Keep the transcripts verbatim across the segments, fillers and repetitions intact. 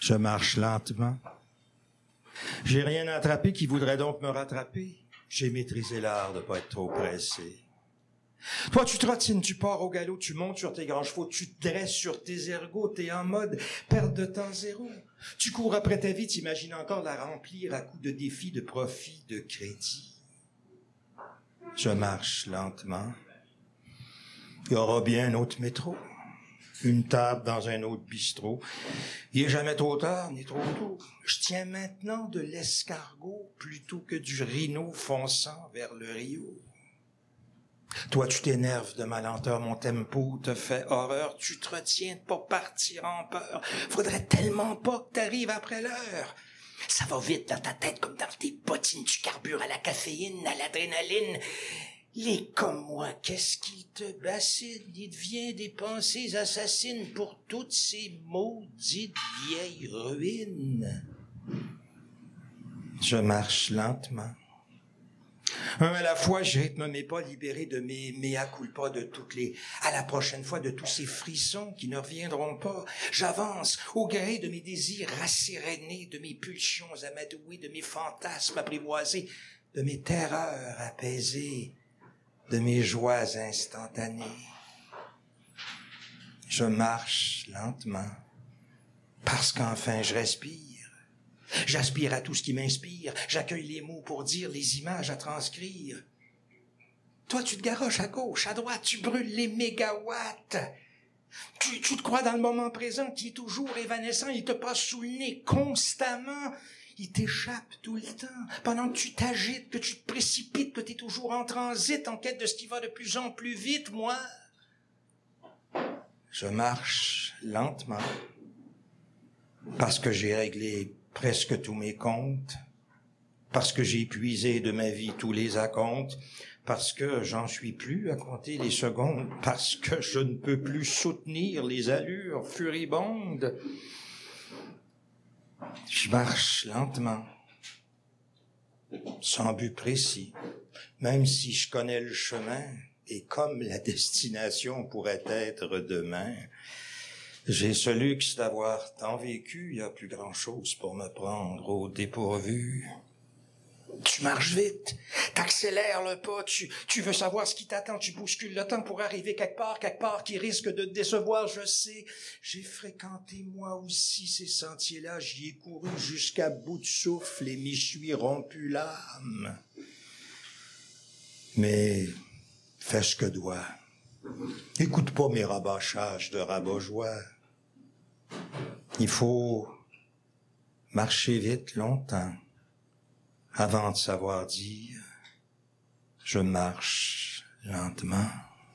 Je marche lentement. J'ai rien attrapé qui voudrait donc me rattraper. J'ai maîtrisé l'art de pas être trop pressé. Toi, tu trottines, tu pars au galop, tu montes sur tes grands chevaux, tu te dresses sur tes ergots, t'es en mode perte de temps zéro. Tu cours après ta vie, t'imagines encore la remplir à coups de défis, de profit, de crédit. Je marche lentement. Il y aura bien un autre métro, une table dans un autre bistrot. Il est jamais trop tard ni trop tôt. Je tiens maintenant de l'escargot plutôt que du rhino fonçant vers le Rio. Toi, tu t'énerves de ma lenteur, mon tempo te fait horreur. Tu te retiens de pas partir en peur. Faudrait tellement pas que t'arrives après l'heure. Ça va vite dans ta tête comme dans tes bottines. Tu carbures à la caféine, à l'adrénaline. Les comme moi, qu'est-ce qui te bassine? Il devient des pensées assassines pour toutes ces maudites vieilles ruines. Je marche lentement. Un à la fois, je rythme mes pas, libéré de mes mea culpa, de toutes les, à la prochaine fois, de tous ces frissons qui ne reviendront pas. J'avance au gré de mes désirs rassérénés, de mes pulsions amadouées, de mes fantasmes apprivoisés, de mes terreurs apaisées, de mes joies instantanées. Je marche lentement, parce qu'enfin je respire. J'aspire à tout ce qui m'inspire. J'accueille les mots pour dire, les images à transcrire. Toi, tu te garoches à gauche, à droite, tu brûles les mégawatts. Tu, tu te crois dans le moment présent qui est toujours évanescent. Il te passe sous le nez constamment. Il t'échappe tout le temps. Pendant que tu t'agites, que tu te précipites, que tu es toujours en transit, en quête de ce qui va de plus en plus vite, moi, je marche lentement. Parce que j'ai réglé presque tous mes comptes, parce que j'ai épuisé de ma vie tous les acomptes, parce que j'en suis plus à compter les secondes, parce que je ne peux plus soutenir les allures furibondes. Je marche lentement, sans but précis, même si je connais le chemin, et comme la destination pourrait être demain. J'ai ce luxe d'avoir tant vécu, il y a plus grand-chose pour me prendre au dépourvu. Tu marches vite, t'accélères le pas, tu, tu veux savoir ce qui t'attend, tu bouscules le temps pour arriver quelque part, quelque part qui risque de te décevoir, je sais. J'ai fréquenté moi aussi ces sentiers-là, j'y ai couru jusqu'à bout de souffle et m'y suis rompu l'âme. Mais fais ce que dois. Écoute pas mes rabâchages de rabat-joie. Il faut marcher vite longtemps avant de savoir dire « je marche lentement ».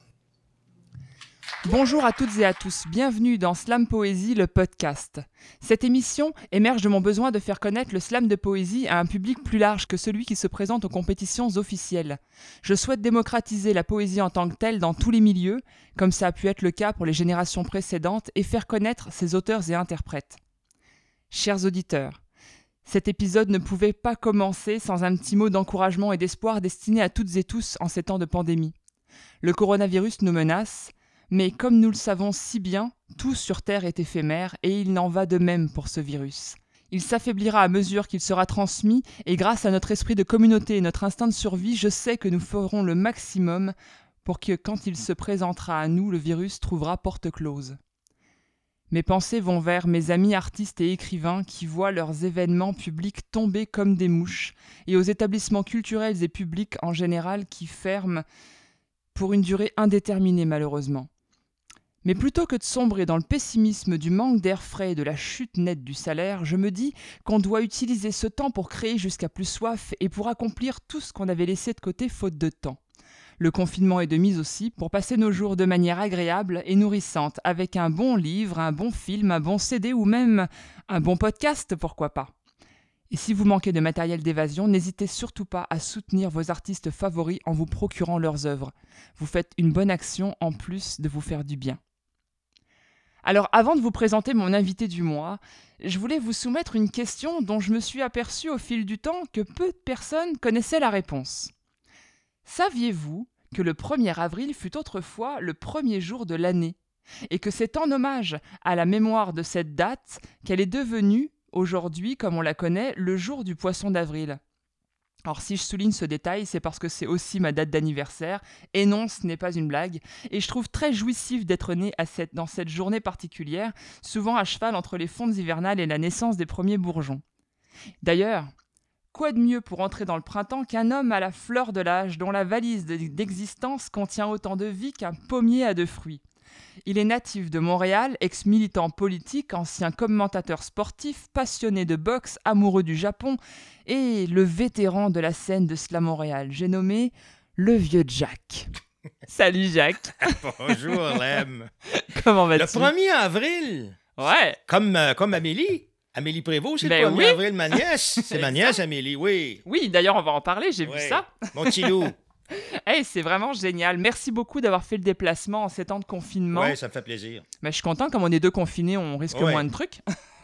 Bonjour à toutes et à tous, bienvenue dans Slam Poésie, le podcast. Cette émission émerge de mon besoin de faire connaître le slam de poésie à un public plus large que celui qui se présente aux compétitions officielles. Je souhaite démocratiser la poésie en tant que telle dans tous les milieux, comme ça a pu être le cas pour les générations précédentes, et faire connaître ses auteurs et interprètes. Chers auditeurs, cet épisode ne pouvait pas commencer sans un petit mot d'encouragement et d'espoir destiné à toutes et tous en ces temps de pandémie. Le coronavirus nous menace, mais comme nous le savons si bien, tout sur Terre est éphémère et il n'en va de même pour ce virus. Il s'affaiblira à mesure qu'il sera transmis et grâce à notre esprit de communauté et notre instinct de survie, je sais que nous ferons le maximum pour que quand il se présentera à nous, le virus trouvera porte close. Mes pensées vont vers mes amis artistes et écrivains qui voient leurs événements publics tomber comme des mouches et aux établissements culturels et publics en général qui ferment pour une durée indéterminée malheureusement. Mais plutôt que de sombrer dans le pessimisme du manque d'air frais et de la chute nette du salaire, je me dis qu'on doit utiliser ce temps pour créer jusqu'à plus soif et pour accomplir tout ce qu'on avait laissé de côté faute de temps. Le confinement est de mise aussi pour passer nos jours de manière agréable et nourrissante avec un bon livre, un bon film, un bon C D ou même un bon podcast, pourquoi pas. Et si vous manquez de matériel d'évasion, n'hésitez surtout pas à soutenir vos artistes favoris en vous procurant leurs œuvres. Vous faites une bonne action en plus de vous faire du bien. Alors, avant de vous présenter mon invité du mois, je voulais vous soumettre une question dont je me suis aperçu au fil du temps que peu de personnes connaissaient la réponse. Saviez-vous que le premier avril fut autrefois le premier jour de l'année ? et que c'est en hommage à la mémoire de cette date qu'elle est devenue, aujourd'hui, comme on la connaît, le jour du poisson d'avril. Alors si je souligne ce détail, c'est parce que c'est aussi ma date d'anniversaire, et non, ce n'est pas une blague, et je trouve très jouissif d'être né à cette, dans cette journée particulière, souvent à cheval entre les fontes hivernales et la naissance des premiers bourgeons. D'ailleurs, quoi de mieux pour entrer dans le printemps qu'un homme à la fleur de l'âge dont la valise d'existence contient autant de vie qu'un pommier a de fruits. Il est natif de Montréal, ex-militant politique, ancien commentateur sportif, passionné de boxe, amoureux du Japon et le vétéran de la scène de Slam Montréal. J'ai nommé le vieux Jack. Salut Jack. Bonjour Lem. Comment vas-tu? Le premier avril. Ouais. Comme, euh, comme Amélie. Amélie Prévost, c'est Ben le premier oui. avril, ma nièce. C'est ma nièce, Amélie, oui. Oui, d'ailleurs, on va en parler, j'ai Oui. vu ça. Mon petit loup. Hey, c'est vraiment génial. Merci beaucoup d'avoir fait le déplacement en ces temps de confinement. Oui, ça me fait plaisir. Mais je suis content, comme on est deux confinés, on risque Ouais. moins de trucs.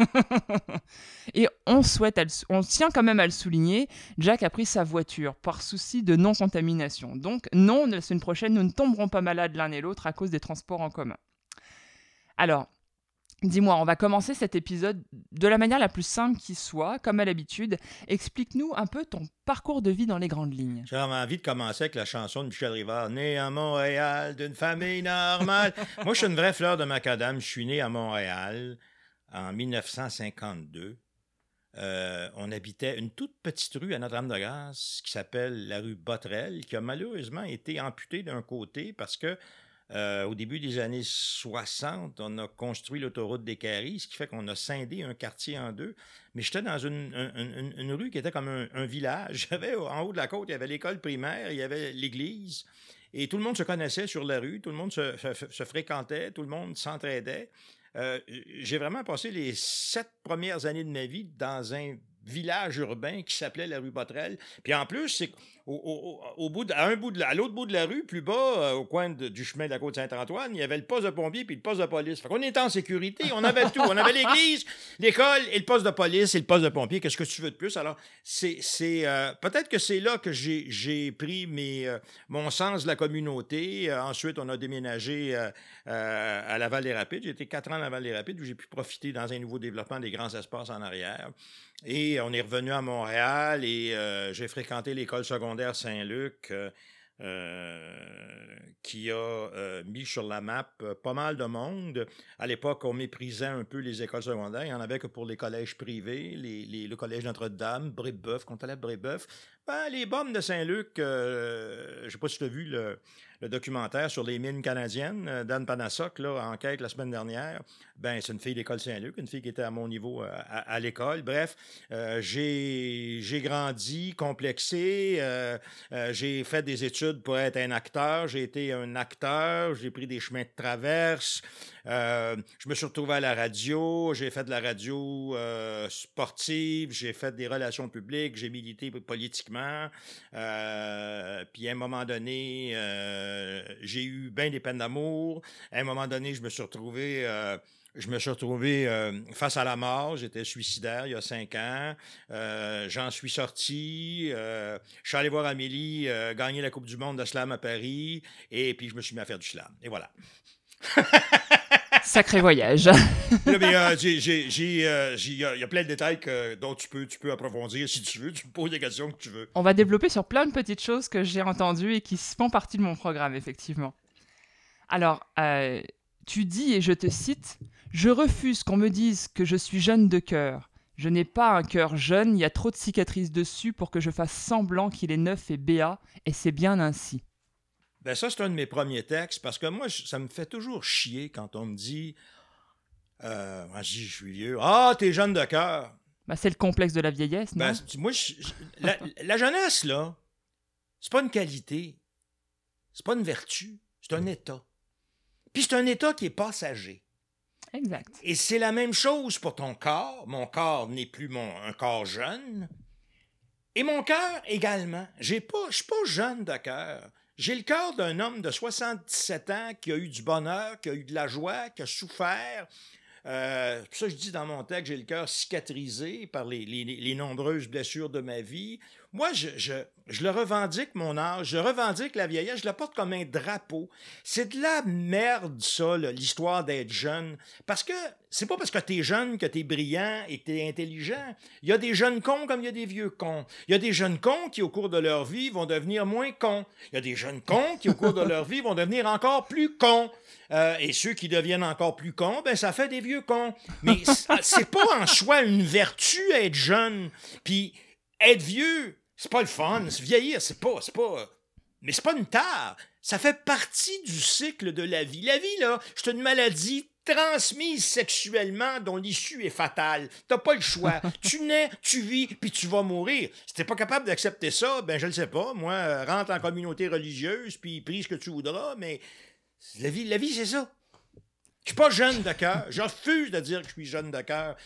Et on souhaite, à le- on tient quand même à le souligner, Jack a pris sa voiture par souci de non-contamination. Donc non, la semaine prochaine, nous ne tomberons pas malades l'un et l'autre à cause des transports en commun. Alors, dis-moi, on va commencer cet épisode de la manière la plus simple qui soit, comme à l'habitude. Explique-nous un peu ton parcours de vie dans les grandes lignes. J'avais envie de commencer avec la chanson de Michel Rivard. Né à Montréal, d'une famille normale. Moi, je suis une vraie fleur de macadam. Je suis né à Montréal en dix-neuf cent cinquante-deux. Euh, on habitait une toute petite rue à Notre-Dame-de-Grâce qui s'appelle la rue Botrel, qui a malheureusement été amputée d'un côté parce que euh, au début des années soixante, on a construit l'autoroute des Caries, ce qui fait qu'on a scindé un quartier en deux. Mais j'étais dans une, une, une, une rue qui était comme un, un village. J'avais, en haut de la côte, il y avait l'école primaire, il y avait l'église. Et tout le monde se connaissait sur la rue, tout le monde se, se, se fréquentait, tout le monde s'entraidait. Euh, j'ai vraiment passé les sept premières années de ma vie dans un village urbain qui s'appelait la rue Botrel. Puis en plus, c'est au, au, au bout de, à, un bout de la, à l'autre bout de la rue, plus bas, euh, au coin de, du chemin de la Côte-Saint-Antoine, il y avait le poste de pompier puis le poste de police. Fait qu'on était en sécurité, on avait tout. On avait l'église, l'école et le poste de police et le poste de pompier. Qu'est-ce que tu veux de plus? Alors, c'est, c'est euh, peut-être que c'est là que j'ai, j'ai pris mes, euh, mon sens de la communauté. Euh, ensuite, on a déménagé euh, euh, à Laval-les-Rapides. J'ai été quatre ans à Laval-les-Rapides où j'ai pu profiter dans un nouveau développement des grands espaces en arrière. Et on est revenu à Montréal et euh, j'ai fréquenté l'école secondaire Saint-Luc euh, euh, qui a euh, mis sur la map euh, pas mal de monde. À l'époque, on méprisait un peu les écoles secondaires. Il n'y en avait que pour les collèges privés, les, les, le collège Notre-Dame, Brébeuf, quand on allait à Brébeuf. Ben, les bombes de Saint-Luc, euh, je ne sais pas si tu as vu le, le documentaire sur les mines canadiennes, euh, d'Anne Panassoc, là, en enquête la semaine dernière. Ben, c'est une fille d'école Saint-Luc, une fille qui était à mon niveau euh, à, à l'école. Bref, euh, j'ai, j'ai grandi, complexé, euh, euh, j'ai fait des études pour être un acteur, j'ai été un acteur, j'ai pris des chemins de traverse, euh, je me suis retrouvé à la radio, j'ai fait de la radio euh, sportive, j'ai fait des relations publiques, j'ai milité politiquement, euh, puis à un moment donné, euh, j'ai eu bien des peines d'amour, à un moment donné, je me suis retrouvé... Euh, Je me suis retrouvé euh, face à la mort. J'étais suicidaire il y a cinq ans. Euh, j'en suis sorti. Euh, je suis allé voir Amélie euh, gagner la Coupe du monde de slam à Paris. Et puis, je me suis mis à faire du slam. Et voilà. Sacré voyage. Là, mais, euh, j'ai, j'ai, j'ai, euh, j'ai, il y a plein de détails que, dont tu peux, tu peux approfondir si tu veux. Tu me poses des questions que tu veux. On va développer sur plein de petites choses que j'ai entendues et qui font partie de mon programme, effectivement. Alors, euh, tu dis, et je te cite, « Je refuse qu'on me dise que je suis jeune de cœur. Je n'ai pas un cœur jeune, il y a trop de cicatrices dessus pour que je fasse semblant qu'il est neuf et béat, et c'est bien ainsi. » Ben ça, c'est un de mes premiers textes, parce que moi, ça me fait toujours chier quand on me dit euh, « Moi, je dis, je suis vieux. Ah, t'es jeune de cœur. » Bah, c'est le complexe de la vieillesse, non? Ben, moi, je, je, la, la jeunesse, là, c'est pas une qualité. C'est pas une vertu. C'est un état. Puis c'est un état qui est passager. Exact. Et c'est la même chose pour ton corps. Mon corps n'est plus mon, un corps jeune. Et mon cœur également. J'ai pas, je suis pas jeune de cœur. J'ai le cœur d'un homme de soixante-dix-sept ans qui a eu du bonheur, qui a eu de la joie, qui a souffert. Euh, pour ça, je dis dans mon texte, j'ai le cœur cicatrisé par les, les, les nombreuses blessures de ma vie. moi, je, je, je le revendique, mon âge. Je revendique la vieillesse. Je le porte comme un drapeau. C'est de la merde, ça, là, l'histoire d'être jeune. Parce que c'est pas parce que t'es jeune que t'es brillant et que t'es intelligent. Il y a des jeunes cons comme il y a des vieux cons. Il y a des jeunes cons qui, au cours de leur vie, vont devenir moins cons. Il y a des jeunes cons qui, au cours de leur vie, vont devenir encore plus cons. Euh, et ceux qui deviennent encore plus cons, ben ça fait des vieux cons. Mais c'est pas en soi une vertu être jeune. Puis être vieux, c'est pas le fun. Se vieillir, c'est pas, c'est pas... Mais c'est pas une tare. Ça fait partie du cycle de la vie. La vie, là, c'est une maladie transmise sexuellement dont l'issue est fatale. T'as pas le choix. Tu nais, tu vis, puis tu vas mourir. Si t'es pas capable d'accepter ça, ben je le sais pas. Moi, euh, rentre en communauté religieuse, puis prie ce que tu voudras, mais la vie, la vie c'est ça. Je suis pas jeune de cœur. Je refuse de dire que je suis jeune de cœur.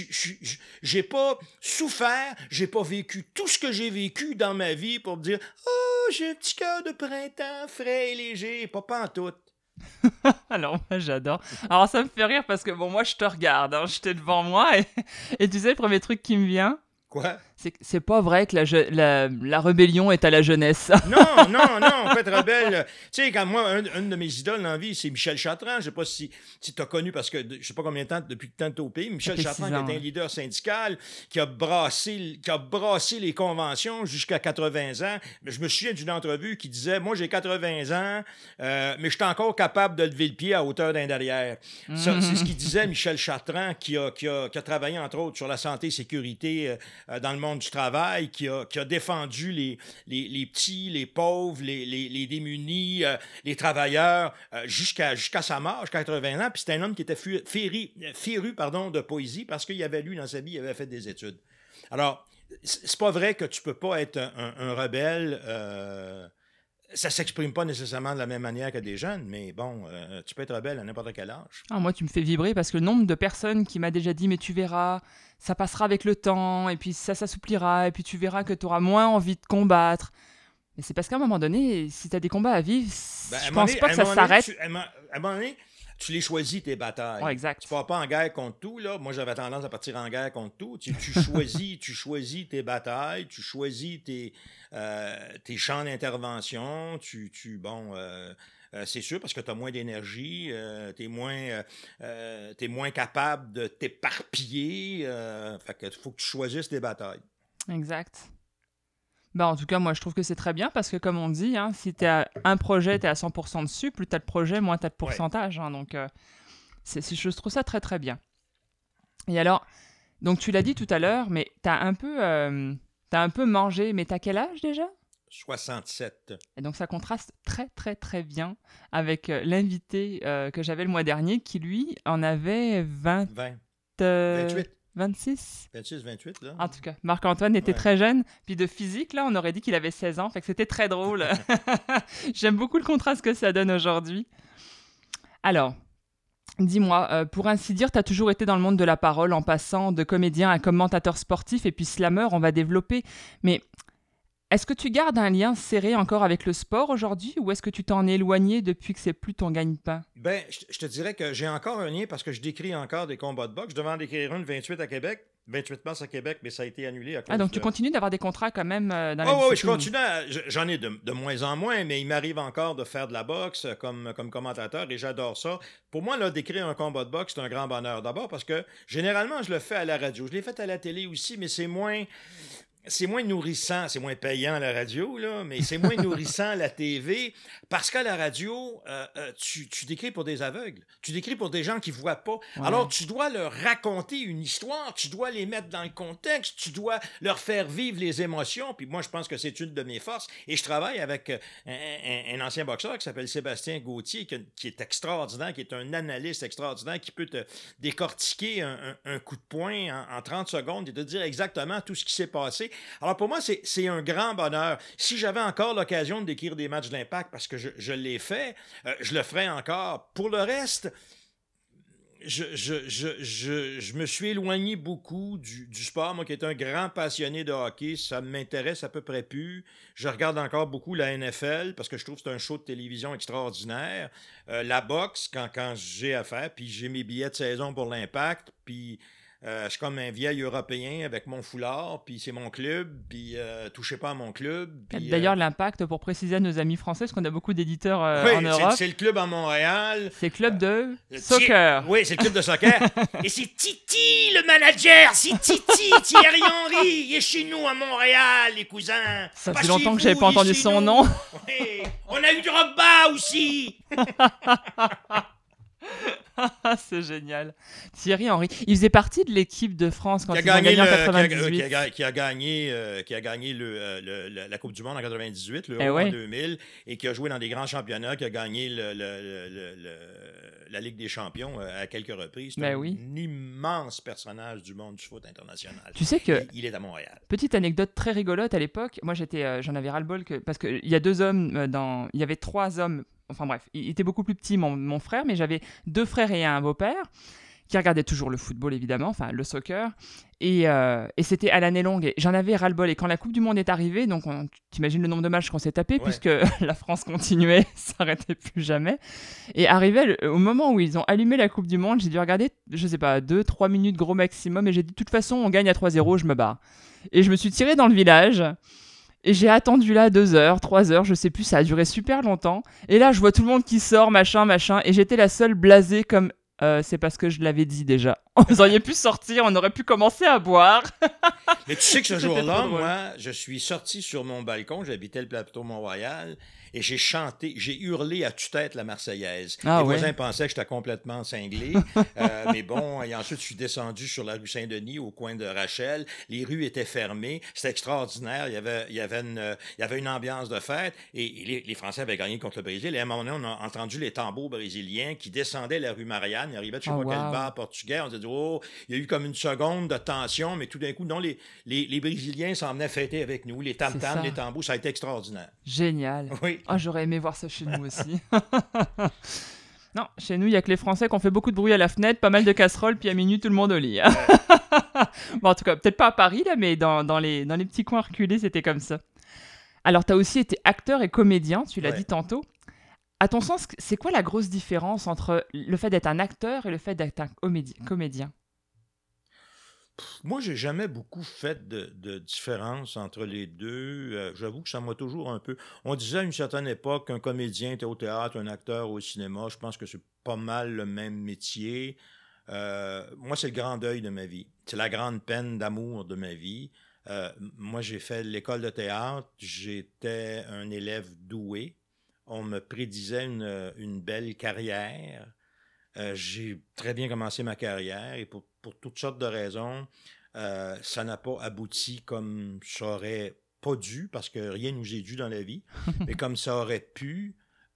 J'ai pas souffert, j'ai pas vécu tout ce que j'ai vécu dans ma vie pour me dire « Oh, j'ai un petit cœur de printemps frais et léger. » Pas pantoute. Alors, moi, j'adore. Alors, ça me fait rire parce que, bon, moi, je te regarde. Hein, j'étais devant moi et, et tu sais, le premier truc qui me vient... Quoi? C'est, c'est pas vrai que la, je, la, la rébellion est à la jeunesse. Non, non, non, on peut être rebelle. Tu sais, quand moi, un, une de mes idoles dans la vie, c'est Michel Chartrand. Je sais pas si, si tu as connu, parce que je sais pas combien de temps, depuis que tu es au pays, Michel Chartrand, qui est un leader syndical, qui a brassé, qui a brassé les conventions jusqu'à quatre-vingts ans. Je me souviens d'une entrevue qui disait, moi, j'ai quatre-vingts ans, euh, mais je suis encore capable de lever le pied à hauteur d'un derrière. Mm-hmm. Ça, c'est ce qu'il disait Michel Chartrand, qui a, qui, a, qui a travaillé, entre autres, sur la santé et sécurité euh, dans le monde du travail, qui a, qui a défendu les, les, les petits, les pauvres, les, les, les démunis, euh, les travailleurs, euh, jusqu'à, jusqu'à sa mort, jusqu'à quatre-vingts ans. Puis c'était un homme qui était fu- féru, féru pardon, de poésie parce qu'il avait lu dans sa vie, il avait fait des études. Alors, c'est pas vrai que tu peux pas être un, un, un rebelle. Euh, ça s'exprime pas nécessairement de la même manière que des jeunes, mais bon, euh, tu peux être rebelle à n'importe quel âge. Ah, moi, tu me fais vibrer parce que le nombre de personnes qui m'a déjà dit « Mais tu verras, ça passera avec le temps, et puis ça s'assouplira, et puis tu verras que tu auras moins envie de combattre. » Mais c'est parce qu'à un moment donné, si tu as des combats à vivre, ben, je pense pas que ça s'arrête. Tu, à un moment donné, tu les choisis, tes batailles. Ouais, exact. Tu pars pas en guerre contre tout, là. Moi, j'avais tendance à partir en guerre contre tout. Tu, tu, choisis, tu choisis tes batailles, tu choisis tes, euh, tes champs d'intervention, tu, tu bon... Euh, Euh, c'est sûr, parce que tu as moins d'énergie, euh, tu es moins, euh, t'es moins capable de t'éparpiller. Euh, fait que faut que tu choisisses tes batailles. Exact. Ben, en tout cas, moi, je trouve que c'est très bien parce que, comme on dit, hein, si tu as un projet, tu es à cent pour cent dessus, plus tu as de projet, moins tu as de pourcentage. Ouais. Hein, donc, euh, c'est, c'est, je trouve ça très, très bien. Et alors, donc tu l'as dit tout à l'heure, mais tu as un peu, euh, t'as un peu mangé, mais tu as quel âge déjà ? soixante-sept. Et donc ça contraste très très très bien avec euh, l'invité euh, que j'avais le mois dernier qui lui en avait vingt... vingt. Euh, vingt-huit. vingt-six. vingt-six, vingt-huit, là. En tout cas, Marc-Antoine était ouais. très jeune. Puis de physique, là, on aurait dit qu'il avait seize ans. Fait que c'était très drôle. J'aime beaucoup le contraste que ça donne aujourd'hui. Alors, dis-moi, euh, pour ainsi dire, tu as toujours été dans le monde de la parole en passant de comédien à commentateur sportif et puis slammer, on va développer. Mais... est-ce que tu gardes un lien serré encore avec le sport aujourd'hui ou est-ce que tu t'en es éloigné depuis que c'est plus ton gagne-pain? Ben, je te dirais que j'ai encore un lien parce que je décris encore des combats de boxe. Je devais en décrire un le vingt-huit à Québec, vingt-huit mars à Québec, mais ça a été annulé à cause Ah, donc de... tu continues d'avoir des contrats quand même euh, dans la oh, discipline? Oui, je continue. À... J'en ai de, de moins en moins, mais il m'arrive encore de faire de la boxe comme, comme commentateur et j'adore ça. Pour moi, là, d'écrire un combat de boxe, c'est un grand bonheur. D'abord parce que généralement, je le fais à la radio. Je l'ai fait à la télé aussi, mais c'est moins... c'est moins nourrissant, c'est moins payant à la radio, là, mais c'est moins nourrissant à la T V, parce qu'à la radio, euh, euh, tu, tu décris pour des aveugles, tu décris pour des gens qui ne voient pas. Ouais. Alors, tu dois leur raconter une histoire, tu dois les mettre dans le contexte, tu dois leur faire vivre les émotions, puis moi, je pense que c'est une de mes forces, et je travaille avec un, un, un ancien boxeur qui s'appelle Sébastien Gauthier, qui, qui est extraordinaire, qui est un analyste extraordinaire, qui peut te décortiquer un, un, un coup de poing en, en trente secondes et te dire exactement tout ce qui s'est passé. Alors, pour moi, c'est, c'est un grand bonheur. Si j'avais encore l'occasion de décrire des matchs d'Impact, parce que je, je l'ai fait, euh, je le ferais encore. Pour le reste, je, je, je, je, je me suis éloigné beaucoup du, du sport. Moi qui est un grand passionné de hockey, ça m'intéresse à peu près plus. Je regarde encore beaucoup la N F L, parce que je trouve que c'est un show de télévision extraordinaire. Euh, la boxe, quand, quand j'ai à faire, puis j'ai mes billets de saison pour l'Impact, puis... Euh, je suis comme un vieil Européen avec mon foulard, puis c'est mon club, puis euh, touchez pas à mon club. Puis, D'ailleurs, euh... l'Impact, pour préciser à nos amis français, parce qu'on a beaucoup d'éditeurs euh, oui, en Europe. C'est, c'est le club à Montréal. C'est le club de euh, soccer. Thi- oui, c'est le club de soccer. Et c'est Titi, le manager. C'est Titi, Thierry Henry. Il est chez nous à Montréal, les cousins. Ça pas fait longtemps vous, que j'avais pas entendu son nous. nom. Oui. On a eu Drogba aussi. C'est génial. Thierry Henry. Il faisait partie de l'équipe de France quand qui a ils ont gagné gagné en le- quatre-vingt-dix-huit. Qui a, qui a- qui a gagné, euh, qui a gagné le, euh, le- le- la Coupe du Monde en quatre-vingt-dix-huit, l'Euro Eh ouais. en deux mille, et qui a joué dans des grands championnats, qui a gagné le- le- le- le- la Ligue des champions euh, à quelques reprises. C'est Ben un oui. immense personnage du monde du foot international. Tu sais que, Il, il est à Montréal. petite anecdote très rigolote à l'époque, moi j'étais, euh, j'en avais ras-le-bol que, parce qu'il y a deux hommes euh, dans. Il y avait trois hommes, enfin bref, il était beaucoup plus petit, mon, mon frère, mais j'avais deux frères et un beau-père qui regardaient toujours le football évidemment, enfin le soccer, et, euh, et c'était à l'année longue, et j'en avais ras-le-bol. Et quand la Coupe du Monde est arrivée, donc on, t'imagines le nombre de matchs qu'on s'est tapé, Ouais. puisque la France continuait, s'arrêtait plus jamais. Et arrivé le- au moment où ils ont allumé la Coupe du Monde, j'ai dû regarder, je sais pas, deux trois minutes gros maximum, et j'ai dit de toute façon on gagne à trois zéro, je me barre. Et je me suis tiré dans le village. Et j'ai attendu là deux heures, trois heures, je sais plus, ça a duré super longtemps. Et là, je vois tout le monde qui sort, machin, machin. Et j'étais la seule blasée comme... Euh, c'est parce que je l'avais dit déjà. Vous auriez pu sortir, on aurait pu commencer à boire. Mais tu sais que ce C'était jour-là, trop drôle. moi, je suis sorti sur mon balcon, j'habitais le plateau Mont-Royal, et j'ai chanté, j'ai hurlé à tue-tête la Marseillaise. Ah Les ouais. voisins pensaient que j'étais complètement cinglé. euh, mais bon, et ensuite, je suis descendu sur la rue Saint-Denis, au coin de Rachel. Les rues étaient fermées. C'était extraordinaire. Il y avait, il y avait, une, il y avait une ambiance de fête. Et, et les, les Français avaient gagné contre le Brésil. Et à un moment donné, on a entendu les tambours brésiliens qui descendaient la rue Marianne. Ils arrivaient de je sais Oh, pas quel wow. bar portugais. On s'est dit, oh, il y a eu comme une seconde de tension, mais tout d'un coup, non, les, les, les Brésiliens s'en venaient fêter avec nous. Les C'est ça. tam-tams, les tambours, ça a été extraordinaire. Génial. Oui. Oh, j'aurais aimé voir ça chez nous aussi. Non, chez nous, il y a que les Français qui ont fait beaucoup de bruit à la fenêtre, pas mal de casseroles, puis à minuit, tout le monde au lit. Bon, en tout cas, peut-être pas à Paris, là, mais dans, dans, les, dans les petits coins reculés, c'était comme ça. Alors, tu as aussi été acteur et comédien, tu l'as Ouais. dit tantôt. À ton sens, c'est quoi la grosse différence entre le fait d'être un acteur et le fait d'être un comédi- comédien? Moi, j'ai jamais beaucoup fait de, de différence entre les deux. Euh, j'avoue que ça m'a toujours un peu... On disait à une certaine époque qu'un comédien était au théâtre, un acteur au cinéma. Je pense que c'est pas mal le même métier. Euh, moi, c'est le grand deuil de ma vie. C'est la grande peine d'amour de ma vie. Euh, moi, j'ai fait l'école de théâtre. J'étais un élève doué. On me prédisait une, une belle carrière. Euh, j'ai très bien commencé ma carrière et pour, pour toutes sortes de raisons, euh, ça n'a pas abouti comme ça aurait pas dû, parce que rien nous est dû dans la vie, mais comme ça aurait pu.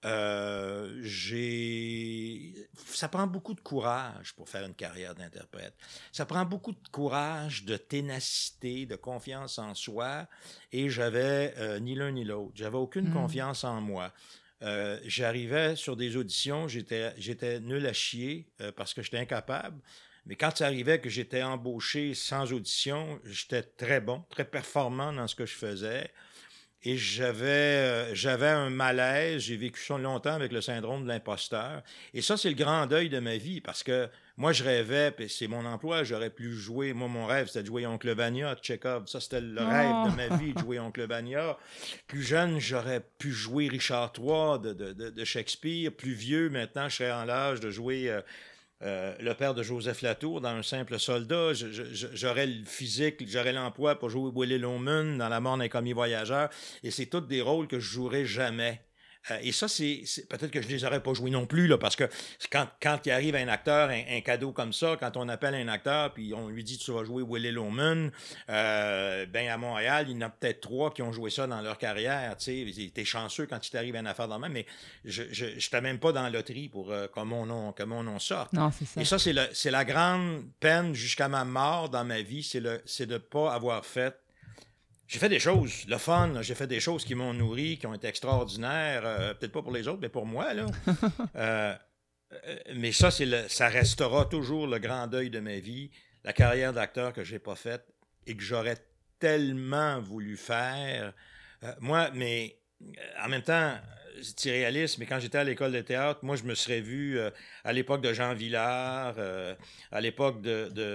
Euh, j'ai... Ça prend beaucoup de courage pour faire une carrière d'interprète. Ça prend beaucoup de courage, de ténacité, de confiance en soi, et j'avais euh, ni l'un ni l'autre. J'avais aucune Mm. confiance en moi. Euh, j'arrivais sur des auditions, j'étais, j'étais nul à chier euh, parce que j'étais incapable. Mais quand ça arrivait que j'étais embauché sans audition, j'étais très bon, très performant dans ce que je faisais. Et j'avais, euh, j'avais un malaise. J'ai vécu ça longtemps avec le syndrome de l'imposteur. Et ça, c'est le grand deuil de ma vie parce que moi, je rêvais, puis c'est mon emploi, j'aurais pu jouer. Moi, mon rêve, c'était de jouer Oncle Vania, Tchekhov. Ça, c'était le Oh. rêve de ma vie, de jouer Oncle Vania. Plus jeune, j'aurais pu jouer Richard trois de, de, de, de Shakespeare. Plus vieux, maintenant, je serais en l'âge de jouer euh, euh, le père de Joseph Latour dans Un simple soldat. Je, je, je, j'aurais le physique, j'aurais l'emploi pour jouer Willy Loman dans La mort d'un commis voyageur. Et c'est tous des rôles que je jouerais jamais. Euh, et ça, c'est, c'est peut-être que je ne les aurais pas joués non plus, là, parce que quand, quand il arrive un acteur, un, un cadeau comme ça, quand on appelle un acteur, puis on lui dit tu vas jouer Willy Loman, euh, ben à Montréal, il y en a peut-être trois qui ont joué ça dans leur carrière, tu sais, t'es chanceux quand il t'arrive une affaire dans le même, mais je n'étais même pas dans la loterie pour euh, que, mon nom, que mon nom sorte. Non, c'est ça. Et ça, c'est, le, c'est la grande peine jusqu'à ma mort dans ma vie, c'est, le, c'est de ne pas avoir fait. J'ai fait des choses, le fun, là, j'ai fait des choses qui m'ont nourri, qui ont été extraordinaires, euh, peut-être pas pour les autres, mais pour moi, là. euh, euh, mais ça, c'est le, ça restera toujours le grand deuil de ma vie, la carrière d'acteur que j'ai pas faite et que j'aurais tellement voulu faire. Euh, moi, mais euh, en même temps, c'est irréaliste, mais quand j'étais à l'école de théâtre, moi, je me serais vu euh, à l'époque de Jean Villard, euh, à l'époque de, de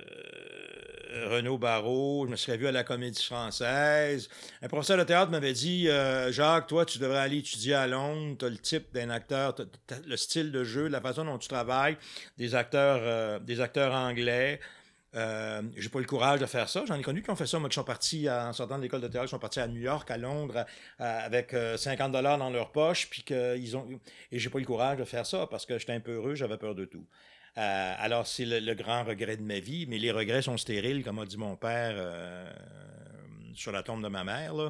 euh, Renaud Barreau, je me serais vu à la Comédie Française. Un professeur de théâtre m'avait dit euh, Jacques, toi, tu devrais aller étudier à Londres, tu as le type d'un acteur, t'as, t'as le style de jeu, la façon dont tu travailles, des acteurs, euh, des acteurs anglais. Euh, j'ai pas eu le courage de faire ça. J'en ai connu qui ont fait ça, moi, qui sont partis à- en sortant de l'école de théâtre, qui sont partis à New York, à Londres, à- à- avec euh, cinquante dollars dans leur poche, puis qu'ils ont. Et j'ai pas eu le courage de faire ça parce que j'étais un peu heureux, j'avais peur de tout. Euh, alors, c'est le, le grand regret de ma vie, mais les regrets sont stériles, comme a dit mon père euh, sur la tombe de ma mère, là.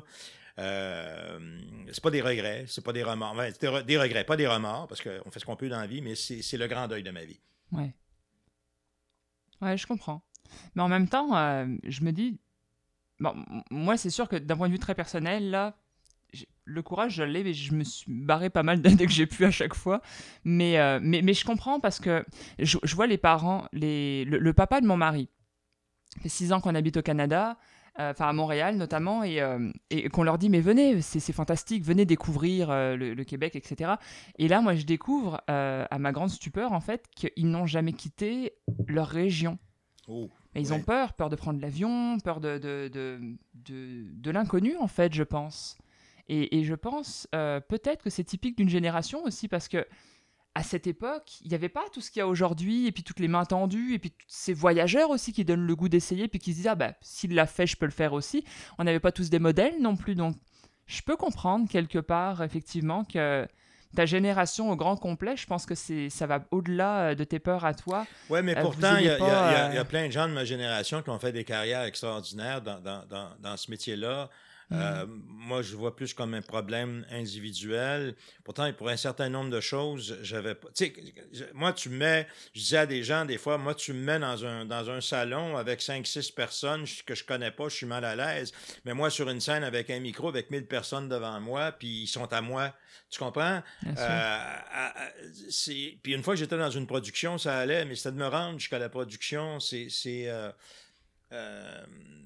Euh, c'est pas des regrets, c'est pas des remords. Enfin, c'est des, re- des regrets, pas des remords, parce qu'on fait ce qu'on peut dans la vie, mais c'est, c'est le grand deuil de ma vie. Ouais. Ouais, je comprends. Mais en même temps, euh, je me dis, bon, m- moi, c'est sûr que d'un point de vue très personnel, là, j'ai- le courage, je l'ai, mais je me suis barré pas mal dès que j'ai pu à chaque fois. Mais, euh, mais, mais je comprends parce que je, je vois les parents, les, le, le papa de mon mari. Ça fait six ans qu'on habite au Canada, euh, enfin à Montréal notamment, et, euh, et qu'on leur dit mais venez, c'est c'est fantastique, venez découvrir euh, le, le Québec, et cetera. Et là, moi, je découvre, euh, à ma grande stupeur, en fait, qu'ils n'ont jamais quitté leur région. Oh, Mais ils ont ouais. peur, peur de prendre l'avion, peur de, de, de, de, de l'inconnu, en fait, je pense. Et, et je pense euh, peut-être que c'est typique d'une génération aussi, parce que à cette époque, il n'y avait pas tout ce qu'il y a aujourd'hui, et puis toutes les mains tendues, et puis tous ces voyageurs aussi qui donnent le goût d'essayer, puis qui se disent, ah bah, s'il l'a fait, je peux le faire aussi. On n'avait pas tous des modèles non plus, donc je peux comprendre quelque part, effectivement, que ta génération au grand complet, je pense que c'est, ça va au-delà euh, de tes peurs à toi. Oui, mais Euh, vous pourtant, il y, ayez a- il y a- il y a- pas... il y euh, a plein de gens de ma génération qui ont fait des carrières extraordinaires dans, dans, dans, dans ce métier-là. hmm. Euh, moi, je vois plus comme un problème individuel. Pourtant, pour un certain nombre de choses, j'avais pas. Tu sais, je- moi, tu me mets, je disais à des gens des fois, moi, tu me mets dans un, dans un salon avec cinq, six personnes que je connais pas, je suis mal à l'aise. Mais moi, sur une scène avec un micro, avec mille personnes devant moi, puis ils sont à moi. Tu comprends? Bien sûr. Euh, à- à- c'est... Puis une fois que j'étais dans une production, ça allait, mais c'était de me rendre jusqu'à la production. C'est, c'est, euh, euh,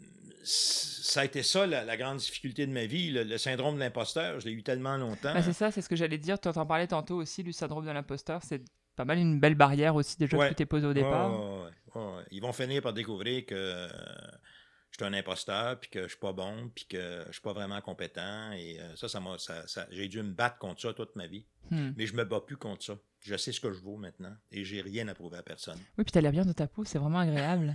ça a été ça la, la grande difficulté de ma vie, le, le syndrome de l'imposteur. Je l'ai eu tellement longtemps. Bah, c'est ça, c'est ce que j'allais dire. Tu en parlais tantôt aussi, du syndrome de l'imposteur. C'est pas mal une belle barrière aussi déjà que Ouais. tu t'es posée au Ouais, départ. ouais, ouais, ouais, ouais. Ils vont finir par découvrir que euh, je suis un imposteur, puis que je suis pas bon, puis que je suis pas vraiment compétent. Et euh, ça, ça m'a, ça, ça- j'ai dû me battre contre ça toute ma vie. Hmm. Mais je me bats plus contre ça. Je sais ce que je vaux maintenant et j'ai rien à prouver à personne. Oui, puis t'as l'air bien dans ta peau, c'est vraiment agréable.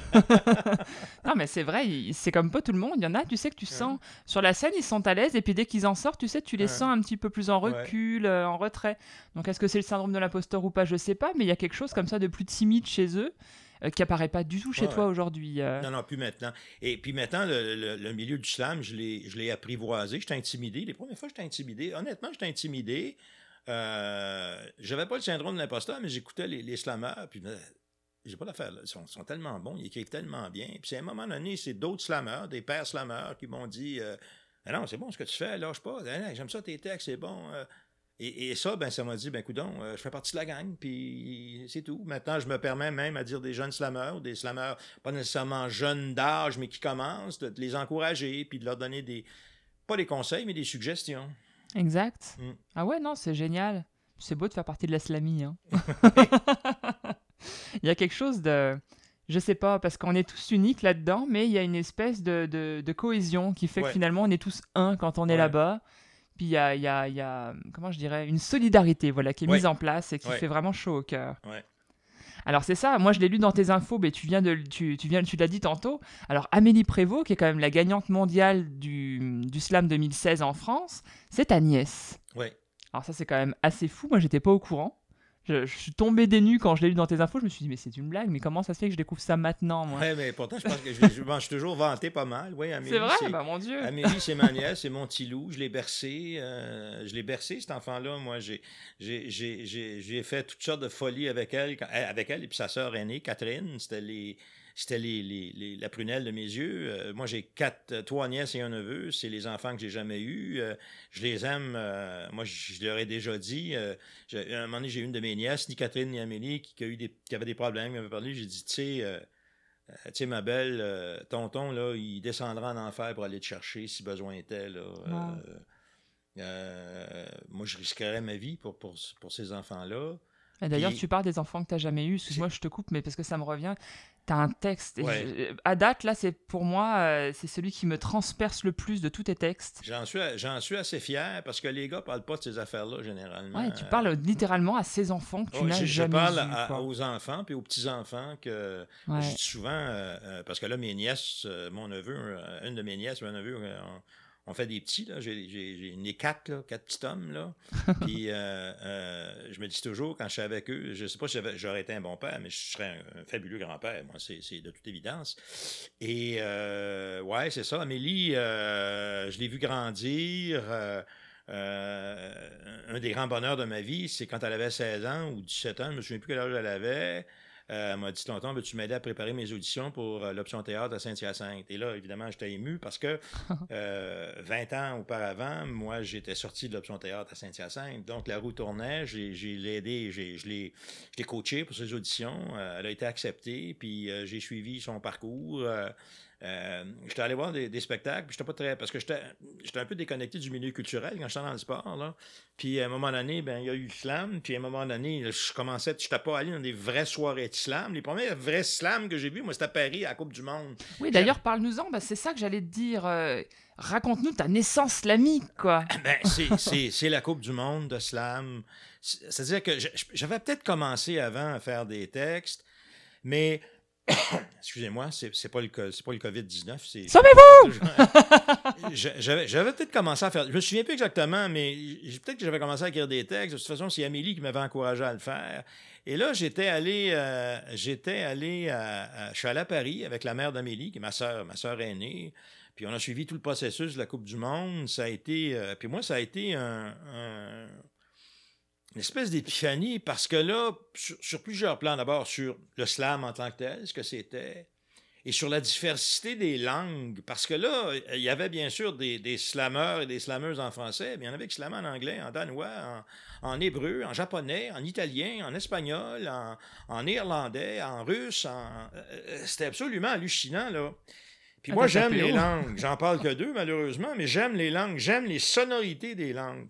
Non, mais c'est vrai, il- c'est comme pas tout le monde. Il y en a, tu sais, que tu sens sur la scène, ils sont à l'aise, et puis dès qu'ils en sortent, tu sais, tu les Ouais. sens un petit peu plus en Ouais. recul, euh, en retrait. Donc, est-ce que c'est le syndrome de l'imposteur ou pas? Je sais pas, mais il y a quelque chose comme ça de plus timide chez eux euh, qui apparaît pas du tout chez Ouais, toi ouais. aujourd'hui. euh. Non, non, plus maintenant. Et puis maintenant, le, le- le milieu du slam, je l'ai, je l'ai apprivoisé. J'étais intimidé. Les premières fois, j'étais intimidé. Honnêtement, j'étais intimidé. Euh, j'avais pas le syndrome de l'imposteur, mais j'écoutais les, les slammeurs. Puis, ben, j'ai pas d'affaire. Là. Ils sont, sont tellement bons, ils écrivent tellement bien. Puis à un moment donné, c'est d'autres slammeurs, des pères slammeurs qui m'ont dit euh, ah non, c'est bon ce que tu fais, lâche pas. Ah non, j'aime ça tes textes, c'est bon. Euh, Et, et ça, ben, ça m'a dit, ben, coudonc, euh, je fais partie de la gang, puis c'est tout. Maintenant, je me permets même à dire des jeunes slammeurs, des slammeurs pas nécessairement jeunes d'âge, mais qui commencent, de, de les encourager, puis de leur donner des, pas des conseils, mais des suggestions. Exact. Mm. Ah ouais, non, c'est génial. C'est beau de faire partie de la slamie. Hein. Il y a quelque chose de... Je sais pas, parce qu'on est tous uniques là-dedans, mais il y a une espèce de, de, de cohésion qui fait Ouais. que finalement, on est tous un quand on est Ouais. là-bas. Puis il y a, il y, a, il y a, comment je dirais, une solidarité voilà, qui est Ouais. mise en place et qui Ouais. fait vraiment chaud au cœur. Ouais. Alors c'est ça, moi je l'ai lu dans tes infos, mais tu viens de, tu, tu viens, tu l'as dit tantôt. Alors Amélie Prévost, qui est quand même la gagnante mondiale du, du Slam deux mille seize en France, c'est ta nièce. Ouais. Alors ça c'est quand même assez fou, moi j'étais pas au courant. Je, je suis tombé des nues quand je l'ai lu dans tes infos, je me suis dit mais c'est une blague, mais comment ça se fait que je découvre ça maintenant moi? Ouais, mais pourtant, je pense que je, je m'en suis toujours vanté pas mal. Oui, Amélie, C'est vrai, bah mon Dieu. Amélie, c'est ma nièce, c'est mon petit loup. Je l'ai bercé. euh, je l'ai bercé, cet enfant-là. Moi, j'ai, j'ai, j'ai, j'ai, j'ai fait toutes sortes de folies avec elle, quand- avec elle et puis sa sœur aînée, Catherine. C'était les, c'était les, les, les- la prunelle de mes yeux. Euh, moi, j'ai quatre, euh, trois nièces et un neveu. C'est les enfants que j'ai jamais eus. Euh, je les aime. euh, moi, je, je leur ai déjà dit. euh, j'ai- à un moment donné, j'ai une de mes nièces, ni Catherine ni Amélie, qui, qui a eu des, qui avait des problèmes. Elle m'avait parlé. J'ai dit, tu sais. euh, euh, tu sais, ma belle, euh, tonton, là, il descendra en enfer pour aller te chercher si besoin était. Là, Wow. euh, Euh, moi, je risquerais ma vie pour, pour, pour ces enfants-là. Et d'ailleurs, Puis- tu parles des enfants que tu n'as jamais eus. Excuse-moi, je te coupe, mais parce que ça me revient. Tu as un texte. et Ouais. je- à date, là, c'est pour moi, euh, c'est celui qui me transperce le plus de tous tes textes. J'en suis, j'en suis assez fier parce que les gars parlent pas de ces affaires-là, généralement. Ouais, tu parles littéralement à ces enfants que tu Oh, n'as je, je jamais parle eus. à- quoi. aux enfants puis aux petits-enfants que Ouais. je dis souvent, euh, euh, parce que là, mes nièces, euh, mon neveu, euh, une de mes nièces, mon neveu, euh, on, on fait des petits, là. J'ai, j'ai, j'ai né quatre, là, quatre petits hommes, là. Puis euh, euh, je me dis toujours, quand je suis avec eux, je sais pas si j'avais- j'aurais été un bon père, mais je serais un, un fabuleux grand-père, moi, c'est, c'est de toute évidence. Et euh, ouais, c'est ça. Amélie, euh, je l'ai vu grandir. euh, euh, un des grands bonheurs de ma vie, c'est quand elle avait seize ans ou dix-sept ans, je me souviens plus quel âge elle avait. Euh, elle m'a dit, tonton, veux-tu m'aider à préparer mes auditions pour euh, l'option théâtre à Saint-Hyacinthe? Et là, évidemment, j'étais ému parce que euh, vingt ans auparavant, moi, j'étais sorti de l'option théâtre à Saint-Hyacinthe. Donc, la roue tournait, j'ai, j'ai l'aidé, j'ai, je, l'ai, je l'ai coaché pour ses auditions. Euh, elle a été acceptée, puis euh, j'ai suivi son parcours. Euh, euh, j'étais allé voir des, des spectacles, puis j'étais pas très. Parce que j'étais, j'étais un peu déconnecté du milieu culturel quand j'étais dans le sport, là. Puis à un moment donné, ben, il y a eu le slam. Puis à un moment donné, je commençais, je n'étais pas allé dans des vraies soirées de slam. Les premières vraies slams que j'ai vues, moi, c'était à Paris, à la Coupe du Monde. Oui, d'ailleurs, parle-nous-en. Bah, c'est ça que j'allais te dire. euh, raconte-nous ta naissance slamique, quoi. Ben, c'est, c'est, c'est la Coupe du Monde de slam. C'est- C'est-à-dire que je- j'avais peut-être commencé avant à faire des textes, mais. Excusez-moi, c'est, c'est pas le co- c'est pas le covid dix-neuf. C'est, Sauvez-vous! Je- J'avais, j'avais peut-être commencé à faire. Je me souviens plus exactement, mais j- peut-être que j'avais commencé à écrire des textes. De toute façon, c'est Amélie qui m'avait encouragé à le faire. Et là, j'étais allé, euh, j'étais allé à, à- je suis allé à Paris avec la mère d'Amélie, qui est ma sœur, ma sœur aînée. Puis on a suivi tout le processus de la Coupe du Monde. Ça a été, euh, puis moi, ça a été un, un- une espèce d'épiphanie parce que là, sur, sur plusieurs plans, d'abord sur le slam en tant que tel, ce que c'était, et sur la diversité des langues, parce que là, il y avait bien sûr des, des slammeurs et des slammeuses en français, mais il y en avait qui slammaient en anglais, en danois, en, en hébreu, en japonais, en italien, en espagnol, en, en irlandais, en russe. En, euh, c'était absolument hallucinant, là. Puis Ah, moi, t'as j'aime tapé les haut. langues. J'en parle que deux, malheureusement, mais j'aime les langues. J'aime les sonorités des langues.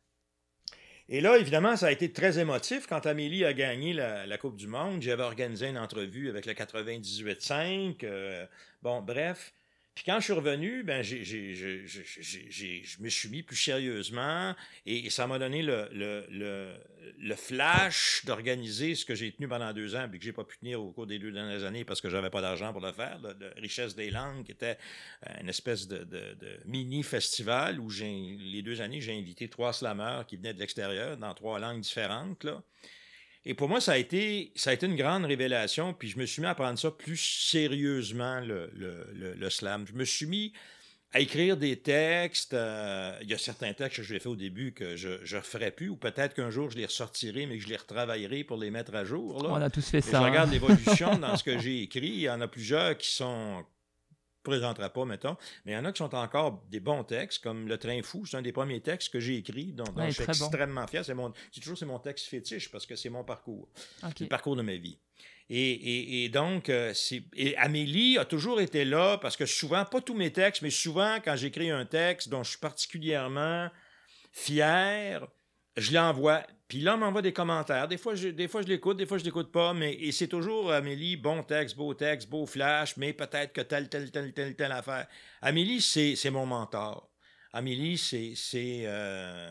Et là, évidemment, ça a été très émotif quand Amélie a gagné la, la Coupe du Monde. J'avais organisé une entrevue avec le quatre-vingt-dix-huit cinq. Euh, bon, bref. Puis quand je suis revenu, ben, j'ai, j'ai, j'ai, j'ai, j'ai, j'ai- je me suis mis plus sérieusement et, et ça m'a donné le, le, le, le flash d'organiser ce que j'ai tenu pendant deux ans puis que j'ai pas pu tenir au cours des deux dernières années parce que j'avais pas d'argent pour le faire, le, le Richesse des langues, qui était euh, une espèce de, de, de mini-festival où j'ai, les deux années, j'ai invité trois slammeurs qui venaient de l'extérieur dans trois langues différentes, là. Et pour moi, ça a été, ça a été une grande révélation, puis je me suis mis à prendre ça plus sérieusement, le, le, le, le slam. Je me suis mis à écrire des textes. Euh, il y a certains textes que j'ai fait au début que je ne referai plus, ou peut-être qu'un jour je les ressortirai, mais que je les retravaillerai pour les mettre à jour. Là. On a tous fait Et ça. je hein. regarde l'évolution dans ce que j'ai écrit. Il y en a plusieurs qui sont je ne présenterai pas, mettons, mais il y en a qui sont encore des bons textes, comme Le Train fou, c'est un des premiers textes que j'ai écrit, dont, dont Ouais, je suis très bon. extrêmement fier. C'est, mon, c'est toujours c'est mon texte fétiche, parce que c'est mon parcours. Ok. C'est le parcours de ma vie. Et, et, et donc, euh, c'est, et Amélie a toujours été là, parce que souvent, pas tous mes textes, mais souvent, quand j'écris un texte dont je suis particulièrement fier, je l'envoie. Puis là, on m'envoie des commentaires. Des fois, je, des fois, je l'écoute, des fois, je l'écoute pas. Mais, et c'est toujours, Amélie, bon texte, beau texte, beau flash, mais peut-être que telle, telle, telle, telle, telle affaire. Amélie, c'est, c'est mon mentor. Amélie, c'est... c'est euh,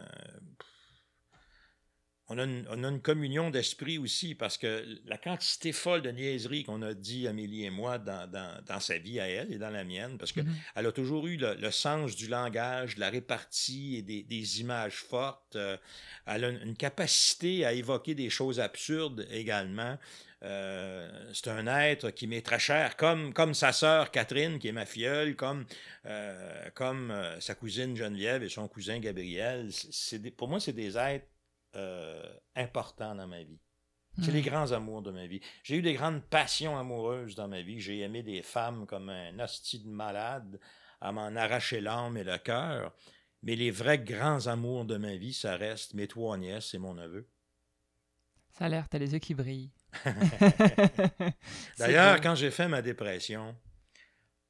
on, a une, on a une communion d'esprit aussi, parce que la quantité folle de niaiseries qu'on a dit, Amélie et moi, dans, dans, dans sa vie à elle et dans la mienne, parce qu'elle Mhm. a toujours eu le, le sens du langage, de la répartie et des, des images fortes. Euh, elle a une, une capacité à évoquer des choses absurdes également. Euh, c'est un être qui m'est très cher, comme, comme sa sœur Catherine, qui est ma filleule, comme, euh, comme euh, sa cousine Geneviève et son cousin Gabriel. C'est, c'est des, pour moi, c'est des êtres euh, importants dans ma vie. C'est Mhm. les grands amours de ma vie. J'ai eu des grandes passions amoureuses dans ma vie. J'ai aimé des femmes comme un hostie de malade à m'en arracher l'âme et le cœur. Mais les vrais grands amours de ma vie, ça reste mes trois nièces et mon neveu. Ça a l'air, t'as les yeux qui brillent. D'ailleurs, beau. quand j'ai fait ma dépression,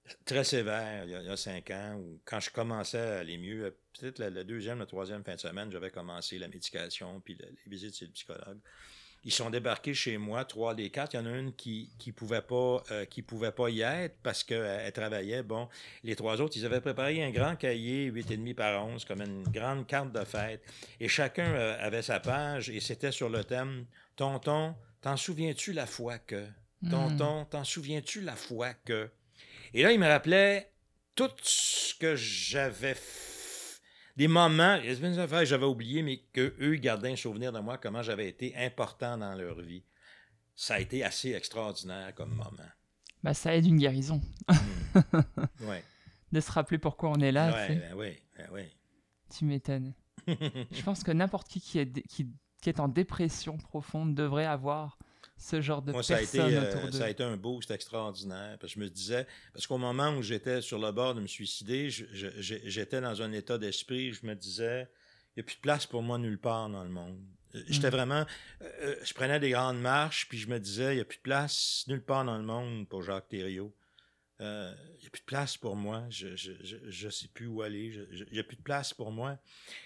Très sévère, il y, a, il y a cinq ans, où quand je commençais à aller mieux, peut-être la, la deuxième, la troisième fin de semaine, j'avais commencé la médication, puis la, les visites chez le psychologue. Ils sont débarqués chez moi, trois des quatre. Il y en a une qui qui pouvait pas euh, qui pouvait pas y être parce qu'elle travaillait. Bon, les trois autres, ils avaient préparé un grand cahier, huit et demi par onze, comme une grande carte de fête. Et chacun euh, avait sa page et c'était sur le thème « Tonton, t'en souviens-tu la fois que? Tonton, t'en souviens-tu la fois que? » Et là, il me rappelait tout ce que j'avais fait. Des moments, il y a des affaires que j'avais oubliées, mais qu'eux gardaient un souvenir de moi, comment j'avais été important dans leur vie. Ça a été assez extraordinaire comme moment. Bah, ça aide une guérison. Mmh. Ouais. De se rappeler pourquoi on est là. Ouais, tu sais. ben oui, ben oui. Tu m'étonnes. Je pense que n'importe qui qui est, dé- qui, qui est en dépression profonde devrait avoir ce genre de Moi, ça a, été, personnes euh, autour d'eux. ça a été un boost extraordinaire. Parce que je me disais, parce qu'au moment où j'étais sur le bord de me suicider, je- je- je- j'étais dans un état d'esprit, je me disais, il n'y a plus de place pour moi nulle part dans le monde. J'étais Mm. vraiment, euh, je prenais des grandes marches, puis je me disais, il n'y a plus de place nulle part dans le monde pour Jacques Thériault. Euh, Il n'y a plus de place pour moi. Je ne je, je, je sais plus où aller. Il n'y a plus de place pour moi.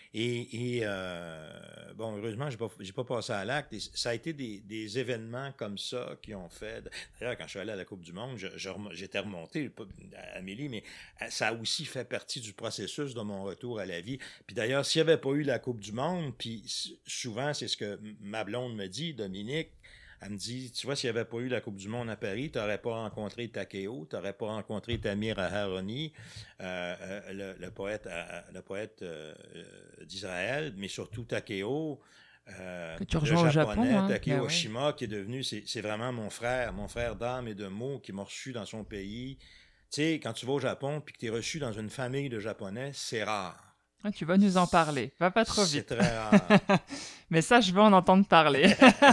Et, et euh, bon, heureusement, je n'ai pas, j'ai pas passé à l'acte. Et ça a été des, des événements comme ça qui ont fait. D'ailleurs, quand je suis allé à la Coupe du Monde, je, je, j'étais remonté, pas à Amélie, mais ça a aussi fait partie du processus de mon retour à la vie. Puis d'ailleurs, s'il n'y avait pas eu la Coupe du Monde, puis souvent, c'est ce que ma blonde me dit, Dominique, elle me dit, tu vois, s'il n'y avait pas eu la Coupe du Monde à Paris, tu n'aurais pas rencontré Takeo, tu n'aurais pas rencontré Tamir Aharoni, euh, euh, le, le poète, euh, le poète euh, d'Israël, mais surtout Takeo, euh, Que tu le rejoins au japonais, Japon, hein? Takeo Ben ouais. Oshima, qui est devenu, c'est, c'est vraiment mon frère, mon frère d'âme et de mots qui m'a reçu dans son pays. Tu sais, quand tu vas au Japon puis que tu es reçu dans une famille de Japonais, c'est rare. Ah, tu vas nous en parler. Va pas trop C'est vite. très rare. Mais ça, je veux en entendre parler.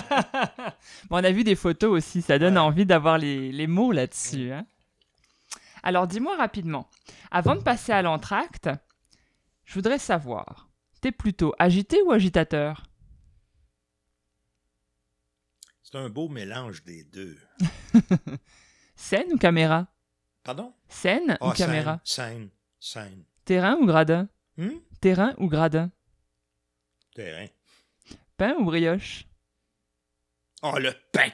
Bon, on a vu des photos aussi. Ça donne Ouais. envie d'avoir les, les mots là-dessus. Hein. Alors, dis-moi rapidement. Avant de passer à l'entracte, je voudrais savoir, t'es plutôt agité ou agitateur? C'est un beau mélange des deux. Scène ou caméra? Pardon? Scène Ah, ou caméra? Scène, scène, scène. Terrain ou gradin? Hmm? Terrain ou gradin? Terrain. Pain ou brioche? Oh, le pain!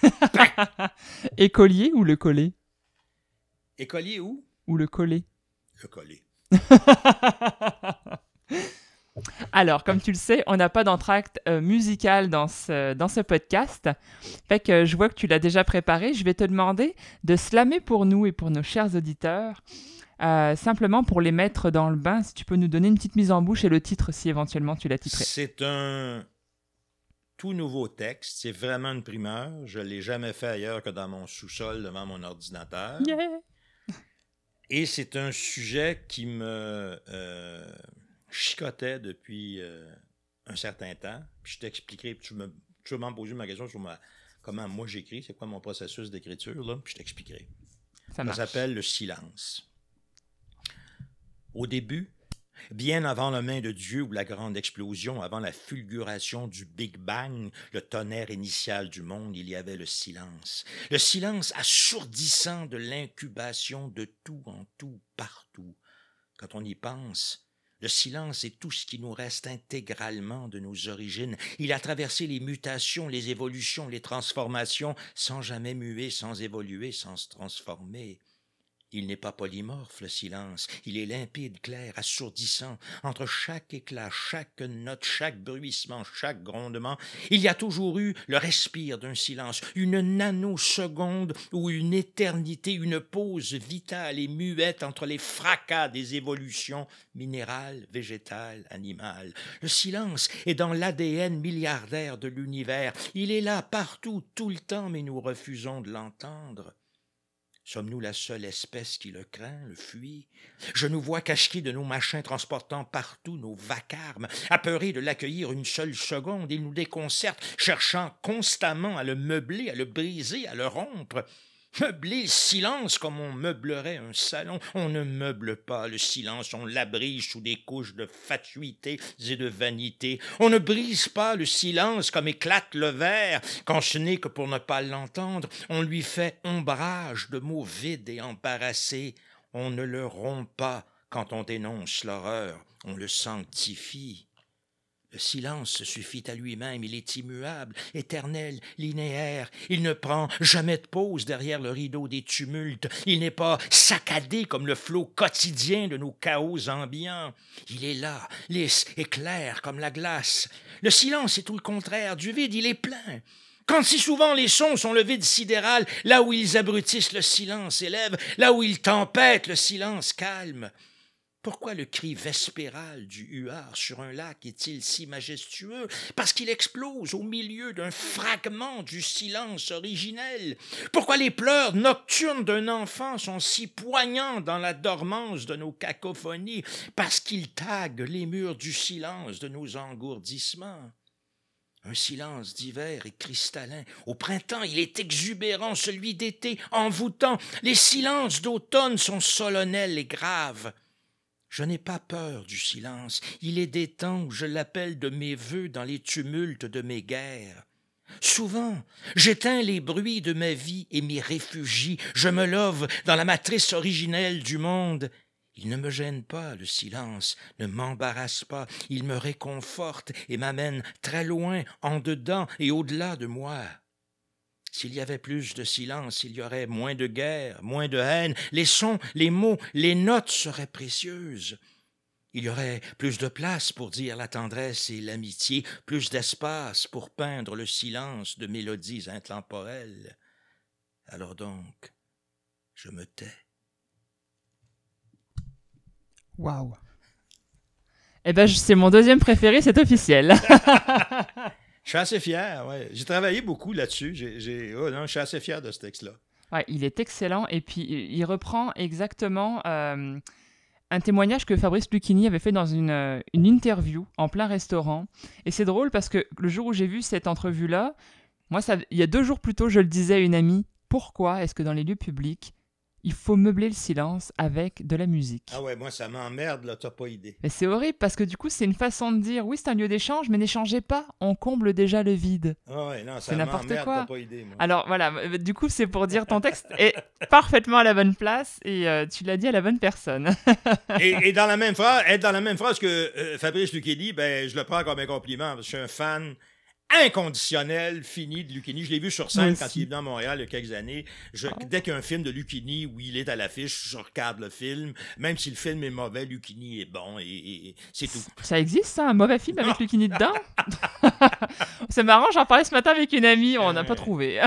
Écolier ou le collet? Écolier où? Ou le collet? Le collier. Alors, comme tu le sais, on n'a pas d'entracte euh, musical dans ce, dans ce podcast. Fait que euh, je vois que tu l'as déjà préparé. Je vais te demander de slammer pour nous et pour nos chers auditeurs, euh, simplement pour les mettre dans le bain. Si tu peux nous donner une petite mise en bouche et le titre, si éventuellement tu l'as titré. C'est un tout nouveau texte. C'est vraiment une primeur. Je ne l'ai jamais fait ailleurs que dans mon sous-sol devant mon ordinateur. Yeah! Et c'est un sujet qui me euh, chicotait depuis euh, un certain temps. Puis je t'expliquerai, tu me, tu vas m'en poser ma question sur ma, comment moi j'écris, c'est quoi mon processus d'écriture, là, puis je t'expliquerai. Ça Ça marche. s'appelle le silence. Au début, bien avant la main de Dieu ou la grande explosion, avant la fulguration du Big Bang, le tonnerre initial du monde, il y avait le silence. Le silence assourdissant de l'incubation de tout en tout, partout. Quand on y pense, le silence est tout ce qui nous reste intégralement de nos origines. Il a traversé les mutations, les évolutions, les transformations, sans jamais muer, sans évoluer, sans se transformer. Il n'est pas polymorphe, le silence. Il est limpide, clair, assourdissant. Entre chaque éclat, chaque note, chaque bruissement, chaque grondement, il y a toujours eu le respire d'un silence, une nanoseconde ou une éternité, une pause vitale et muette entre les fracas des évolutions minérales, végétales, animales. Le silence est dans l'A D N milliardaire de l'univers. Il est là, partout, tout le temps, mais nous refusons de l'entendre. Sommes-nous la seule espèce qui le craint, le fuit? Je nous vois cachetés de nos machins transportant partout nos vacarmes. Apeurés de l'accueillir une seule seconde, il nous déconcerte, cherchant constamment à le meubler, à le briser, à le rompre. Meubler le silence comme on meublerait un salon. On ne meuble pas le silence, on l'abrige sous des couches de fatuité et de vanité. On ne brise pas le silence comme éclate le verre, quand ce n'est que pour ne pas l'entendre. On lui fait ombrage de mots vides et embarrassés. On ne le rompt pas quand on dénonce l'horreur, on le sanctifie. Le silence se suffit à lui-même, il est immuable, éternel, linéaire. Il ne prend jamais de pause derrière le rideau des tumultes. Il n'est pas saccadé comme le flot quotidien de nos chaos ambiants. Il est là, lisse et clair comme la glace. Le silence est tout le contraire du vide, il est plein. Quand si souvent les sons sont le vide sidéral, là où ils abrutissent, le silence élève, là où ils tempêtent, le silence calme. Pourquoi le cri vespéral du huard sur un lac est-il si majestueux? Parce qu'il explose au milieu d'un fragment du silence originel. Pourquoi les pleurs nocturnes d'un enfant sont si poignants dans la dormance de nos cacophonies? Parce qu'ils taguent les murs du silence de nos engourdissements. Un silence d'hiver et cristallin. Au printemps, il est exubérant, celui d'été envoûtant. Les silences d'automne sont solennels et graves. Je n'ai pas peur du silence. Il est des temps où je l'appelle de mes vœux dans les tumultes de mes guerres. Souvent, j'éteins les bruits de ma vie et m'y réfugie. Je me love dans la matrice originelle du monde. Il ne me gêne pas, le silence, ne m'embarrasse pas. Il me réconforte et m'amène très loin, en dedans et au-delà de moi. S'il y avait plus de silence, il y aurait moins de guerre, moins de haine. Les sons, les mots, les notes seraient précieuses. Il y aurait plus de place pour dire la tendresse et l'amitié, plus d'espace pour peindre le silence de mélodies intemporelles. Alors donc, je me tais. Waouh. Eh ben, c'est mon deuxième préféré, c'est officiel. Je suis assez fier, ouais. J'ai travaillé beaucoup là-dessus. J'ai, j'ai... Oh non, je suis assez fier de ce texte-là. Ouais, il est excellent et puis il reprend exactement euh, un témoignage que Fabrice Lucchini avait fait dans une, euh, une interview en plein restaurant. Et c'est drôle parce que le jour où j'ai vu cette entrevue-là, moi, ça, il y a deux jours plus tôt, je le disais à une amie, pourquoi est-ce que dans les lieux publics, il faut meubler le silence avec de la musique? Ah ouais, moi, ça m'emmerde, là, t'as pas idée. Mais c'est horrible parce que du coup, c'est une façon de dire, oui, c'est un lieu d'échange, mais n'échangez pas, on comble déjà le vide. Ah ouais, non, ça C'est n'importe m'emmerde, quoi. t'as pas idée, moi. Alors voilà, du coup, c'est pour dire ton texte est parfaitement à la bonne place et euh, tu l'as dit à la bonne personne. et, et dans la même phrase, être dans la même phrase que euh, Fabrice Lucchini, ben, je le prends comme un compliment parce que je suis un fan inconditionnel, fini de Lucchini. Je l'ai vu sur scène quand il est venu à Montréal il y a quelques années. Je, oh. Dès qu'il y a un film de Lucchini où il est à l'affiche, je regarde le film. Même si le film est mauvais, Lucchini est bon et, et, et c'est tout. Ça existe, ça, un mauvais film avec Lucchini dedans? C'est marrant, j'en parlais ce matin avec une amie, on n'a pas trouvé.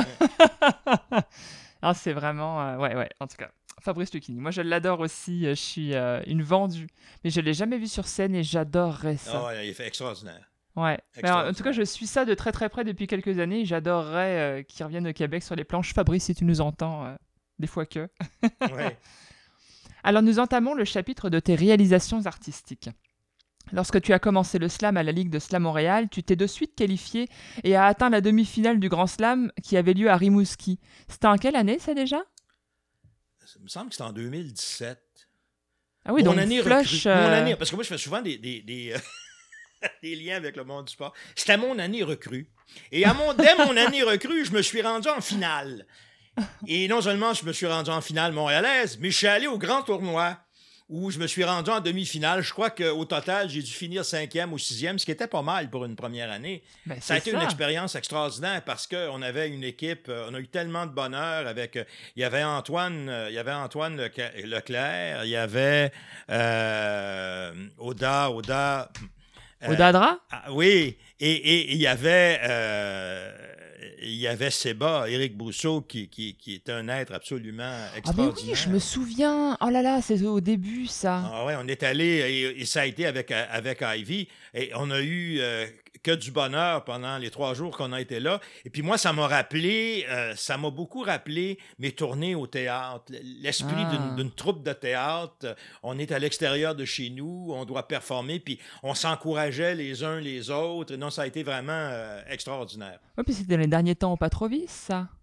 Non, c'est vraiment... Euh, ouais, ouais, en tout cas. Fabrice Lucchini. Moi, je l'adore aussi. Je suis euh, une vendue. Mais je ne l'ai jamais vu sur scène et j'adorerais ça. Oh, il est fait extraordinaire. Ouais. Alors, en tout cas, je suis ça de très très près depuis quelques années. J'adorerais euh, qu'il revienne au Québec sur les planches. Fabrice, si tu nous entends, euh, des fois que. Ouais. Alors, nous entamons le chapitre de tes réalisations artistiques. Lorsque tu as commencé le slam à la Ligue de Slam Montréal, tu t'es de suite qualifié et as atteint la demi-finale du Grand Slam qui avait lieu à Rimouski. C'était en quelle année, ça, déjà? Ça me semble que c'était en deux mille dix-sept. Ah oui, Mon donc année flush... recrue. Euh... Mon année, parce que moi, je fais souvent des... des, des... des liens avec le monde du sport. C'était mon année recrue. Et à mon, dès mon année recrue, je me suis rendu en finale. Et non seulement je me suis rendu en finale montréalaise, mais je suis allé au grand tournoi où je me suis rendu en demi-finale. Je crois qu'au total, j'ai dû finir cinquième ou sixième, ce qui était pas mal pour une première année. Ben, ça a été ça. une expérience extraordinaire parce qu'on avait une équipe, on a eu tellement de bonheur avec... Il y avait Antoine, il y avait Antoine Leclerc, il y avait euh, Oda, Oda... Odadra? Euh, ah, oui, et il y avait euh, il y avait Seba, Éric Brousseau, qui, qui, qui est un être absolument extraordinaire. Ah mais oui, je me souviens. Oh là là, c'est au début, ça. Ah ouais, on est allé, et, et ça a été avec, avec Ivy, et on a eu euh, que du bonheur pendant les trois jours qu'on a été là. Et puis moi, ça m'a rappelé, euh, ça m'a beaucoup rappelé mes tournées au théâtre, l'esprit ah. d'une, d'une troupe de théâtre. On est à l'extérieur de chez nous, on doit performer, puis on s'encourageait les uns les autres. Non, ça a été vraiment euh, extraordinaire. Oui, puis c'était les derniers temps au Patrovis, ça.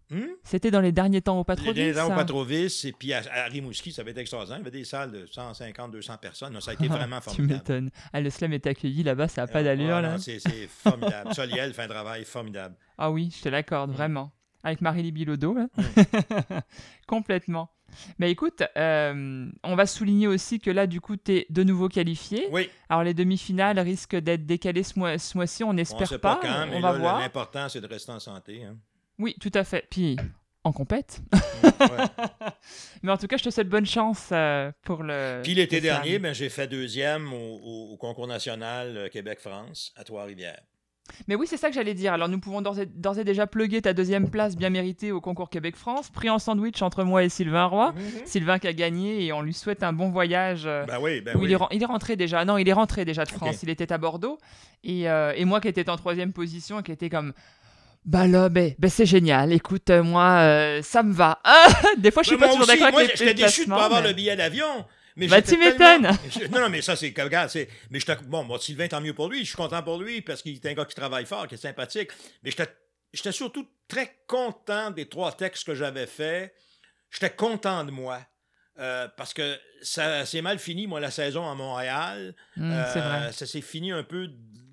Hmm? C'était dans les derniers temps au Patrovis. Les derniers temps au ça? Patrovis, et puis à, à Rimouski, ça avait été extraordinaire. Il y avait des salles de cent cinquante, deux cents personnes. Non, ça a été vraiment Tu formidable. m'étonnes. Ah, le slam est accueilli là-bas, ça n'a pas Euh, d'allure. ah là. non, c'est, c'est formidable. Soliel fait un travail formidable. Ah oui, je te l'accorde, Mm. vraiment. Avec Marie-Lie Bilodeau, là. Mm. Complètement. Mais écoute, euh, on va souligner aussi que là, du coup, tu es de nouveau qualifié. Oui, Alors, les demi-finales risquent d'être décalées ce, mois- ce mois-ci, on on ne n'espère sait pas. pas quand, on mais va là, voir. l'important, c'est de rester en santé. Hein. Oui, tout à fait. Puis, en compète. Mm, ouais. Mais en tout cas, je te souhaite bonne chance euh, pour le. Puis l'été le slam. dernier, ben, j'ai fait deuxième au, au- au concours national euh, Québec-France à Trois-Rivières. Mais oui, c'est ça que j'allais dire. Alors, nous pouvons d'ores et, d'ores et déjà plugger ta deuxième place bien méritée au concours Québec-France, pris en sandwich entre moi et Sylvain Roy. Mm-hmm. Sylvain qui a gagné et on lui souhaite un bon voyage. euh, Ben oui, ben où oui. il, est, ren- il est rentré déjà. Non, il est rentré déjà de France. Ok. Il était à Bordeaux. Et, euh, et moi qui étais en troisième position, qui était comme. Bah là, ben, ben c'est génial. Écoute, euh, moi, euh, ça me va. Ah, des fois, je suis Ben, pas moi toujours aussi, d'accord moi, avec les j'étais déçu de ne placements, pas avoir mais- le billet d'avion. Mais Bah, j'étais tu m'étonnes. tellement- Non, non, mais ça, c'est. Regarde, c'est. Mais j'étais. Bon, moi, Sylvain, tant mieux pour lui. Je suis content pour lui parce qu'il est un gars qui travaille fort, qui est sympathique. Mais j'étais, j'étais surtout très content des trois textes que j'avais faits. J'étais content de moi. Euh, parce que ça s'est mal fini, moi, la saison à Montréal. Hum, Euh, c'est vrai. Ça s'est fini un peu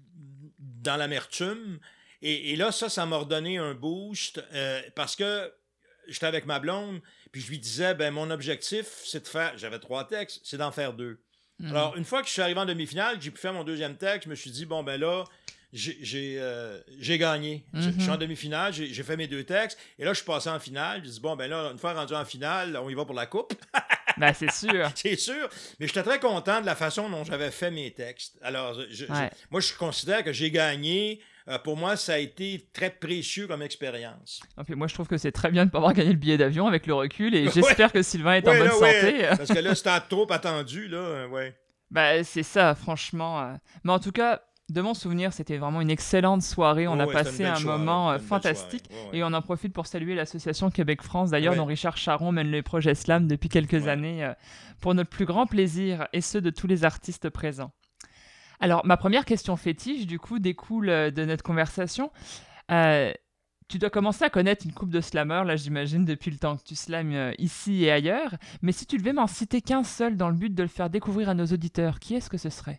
dans l'amertume. Et, et là, ça, ça m'a redonné un boost euh, parce que j'étais avec ma blonde, puis je lui disais, ben mon objectif, c'est de faire, j'avais trois textes, c'est d'en faire deux. Hum. Alors, une fois que je suis arrivé en demi-finale, que j'ai pu faire mon deuxième texte, je me suis dit, bon, ben là, j'ai, j'ai, euh, j'ai gagné. Je- Je suis en Mhm. demi-finale, j'ai, j'ai fait mes deux textes, et là, je suis passé en finale. Je dis, bon, ben là, une fois rendu en finale, on y va pour la coupe. Bah, c'est sûr. C'est sûr, mais j'étais très content de la façon dont j'avais fait mes textes. Alors, je- je- Ouais. moi, je considère que j'ai gagné. Euh, pour moi, ça a été très précieux comme expérience. Et puis moi, je trouve que c'est très bien de ne pas avoir gagné le billet d'avion avec le recul. Et j'espère que Sylvain est en Ouais, bonne là, ouais, santé. parce que là, c'était trop attendu, là, euh, ouais. Bah, c'est ça, franchement. euh. Mais en tout cas, de mon souvenir, c'était vraiment une excellente soirée. On Ouais, a ouais, c'était passé une belle un soirée, moment euh, c'était une belle fantastique. soirée, ouais, ouais. Et on en profite pour saluer l'association Québec-France, d'ailleurs, Ouais. dont Richard Charon mène le projet Slam depuis quelques Ouais. années, euh, pour notre plus grand plaisir et ceux de tous les artistes présents. Alors, ma première question fétiche, du coup, découle euh, de notre conversation. Euh, tu dois commencer à connaître une couple de slammers, là, j'imagine, depuis le temps que tu slames euh, ici et ailleurs. Mais si tu devais m'en citer qu'un seul dans le but de le faire découvrir à nos auditeurs, qui est-ce que ce serait?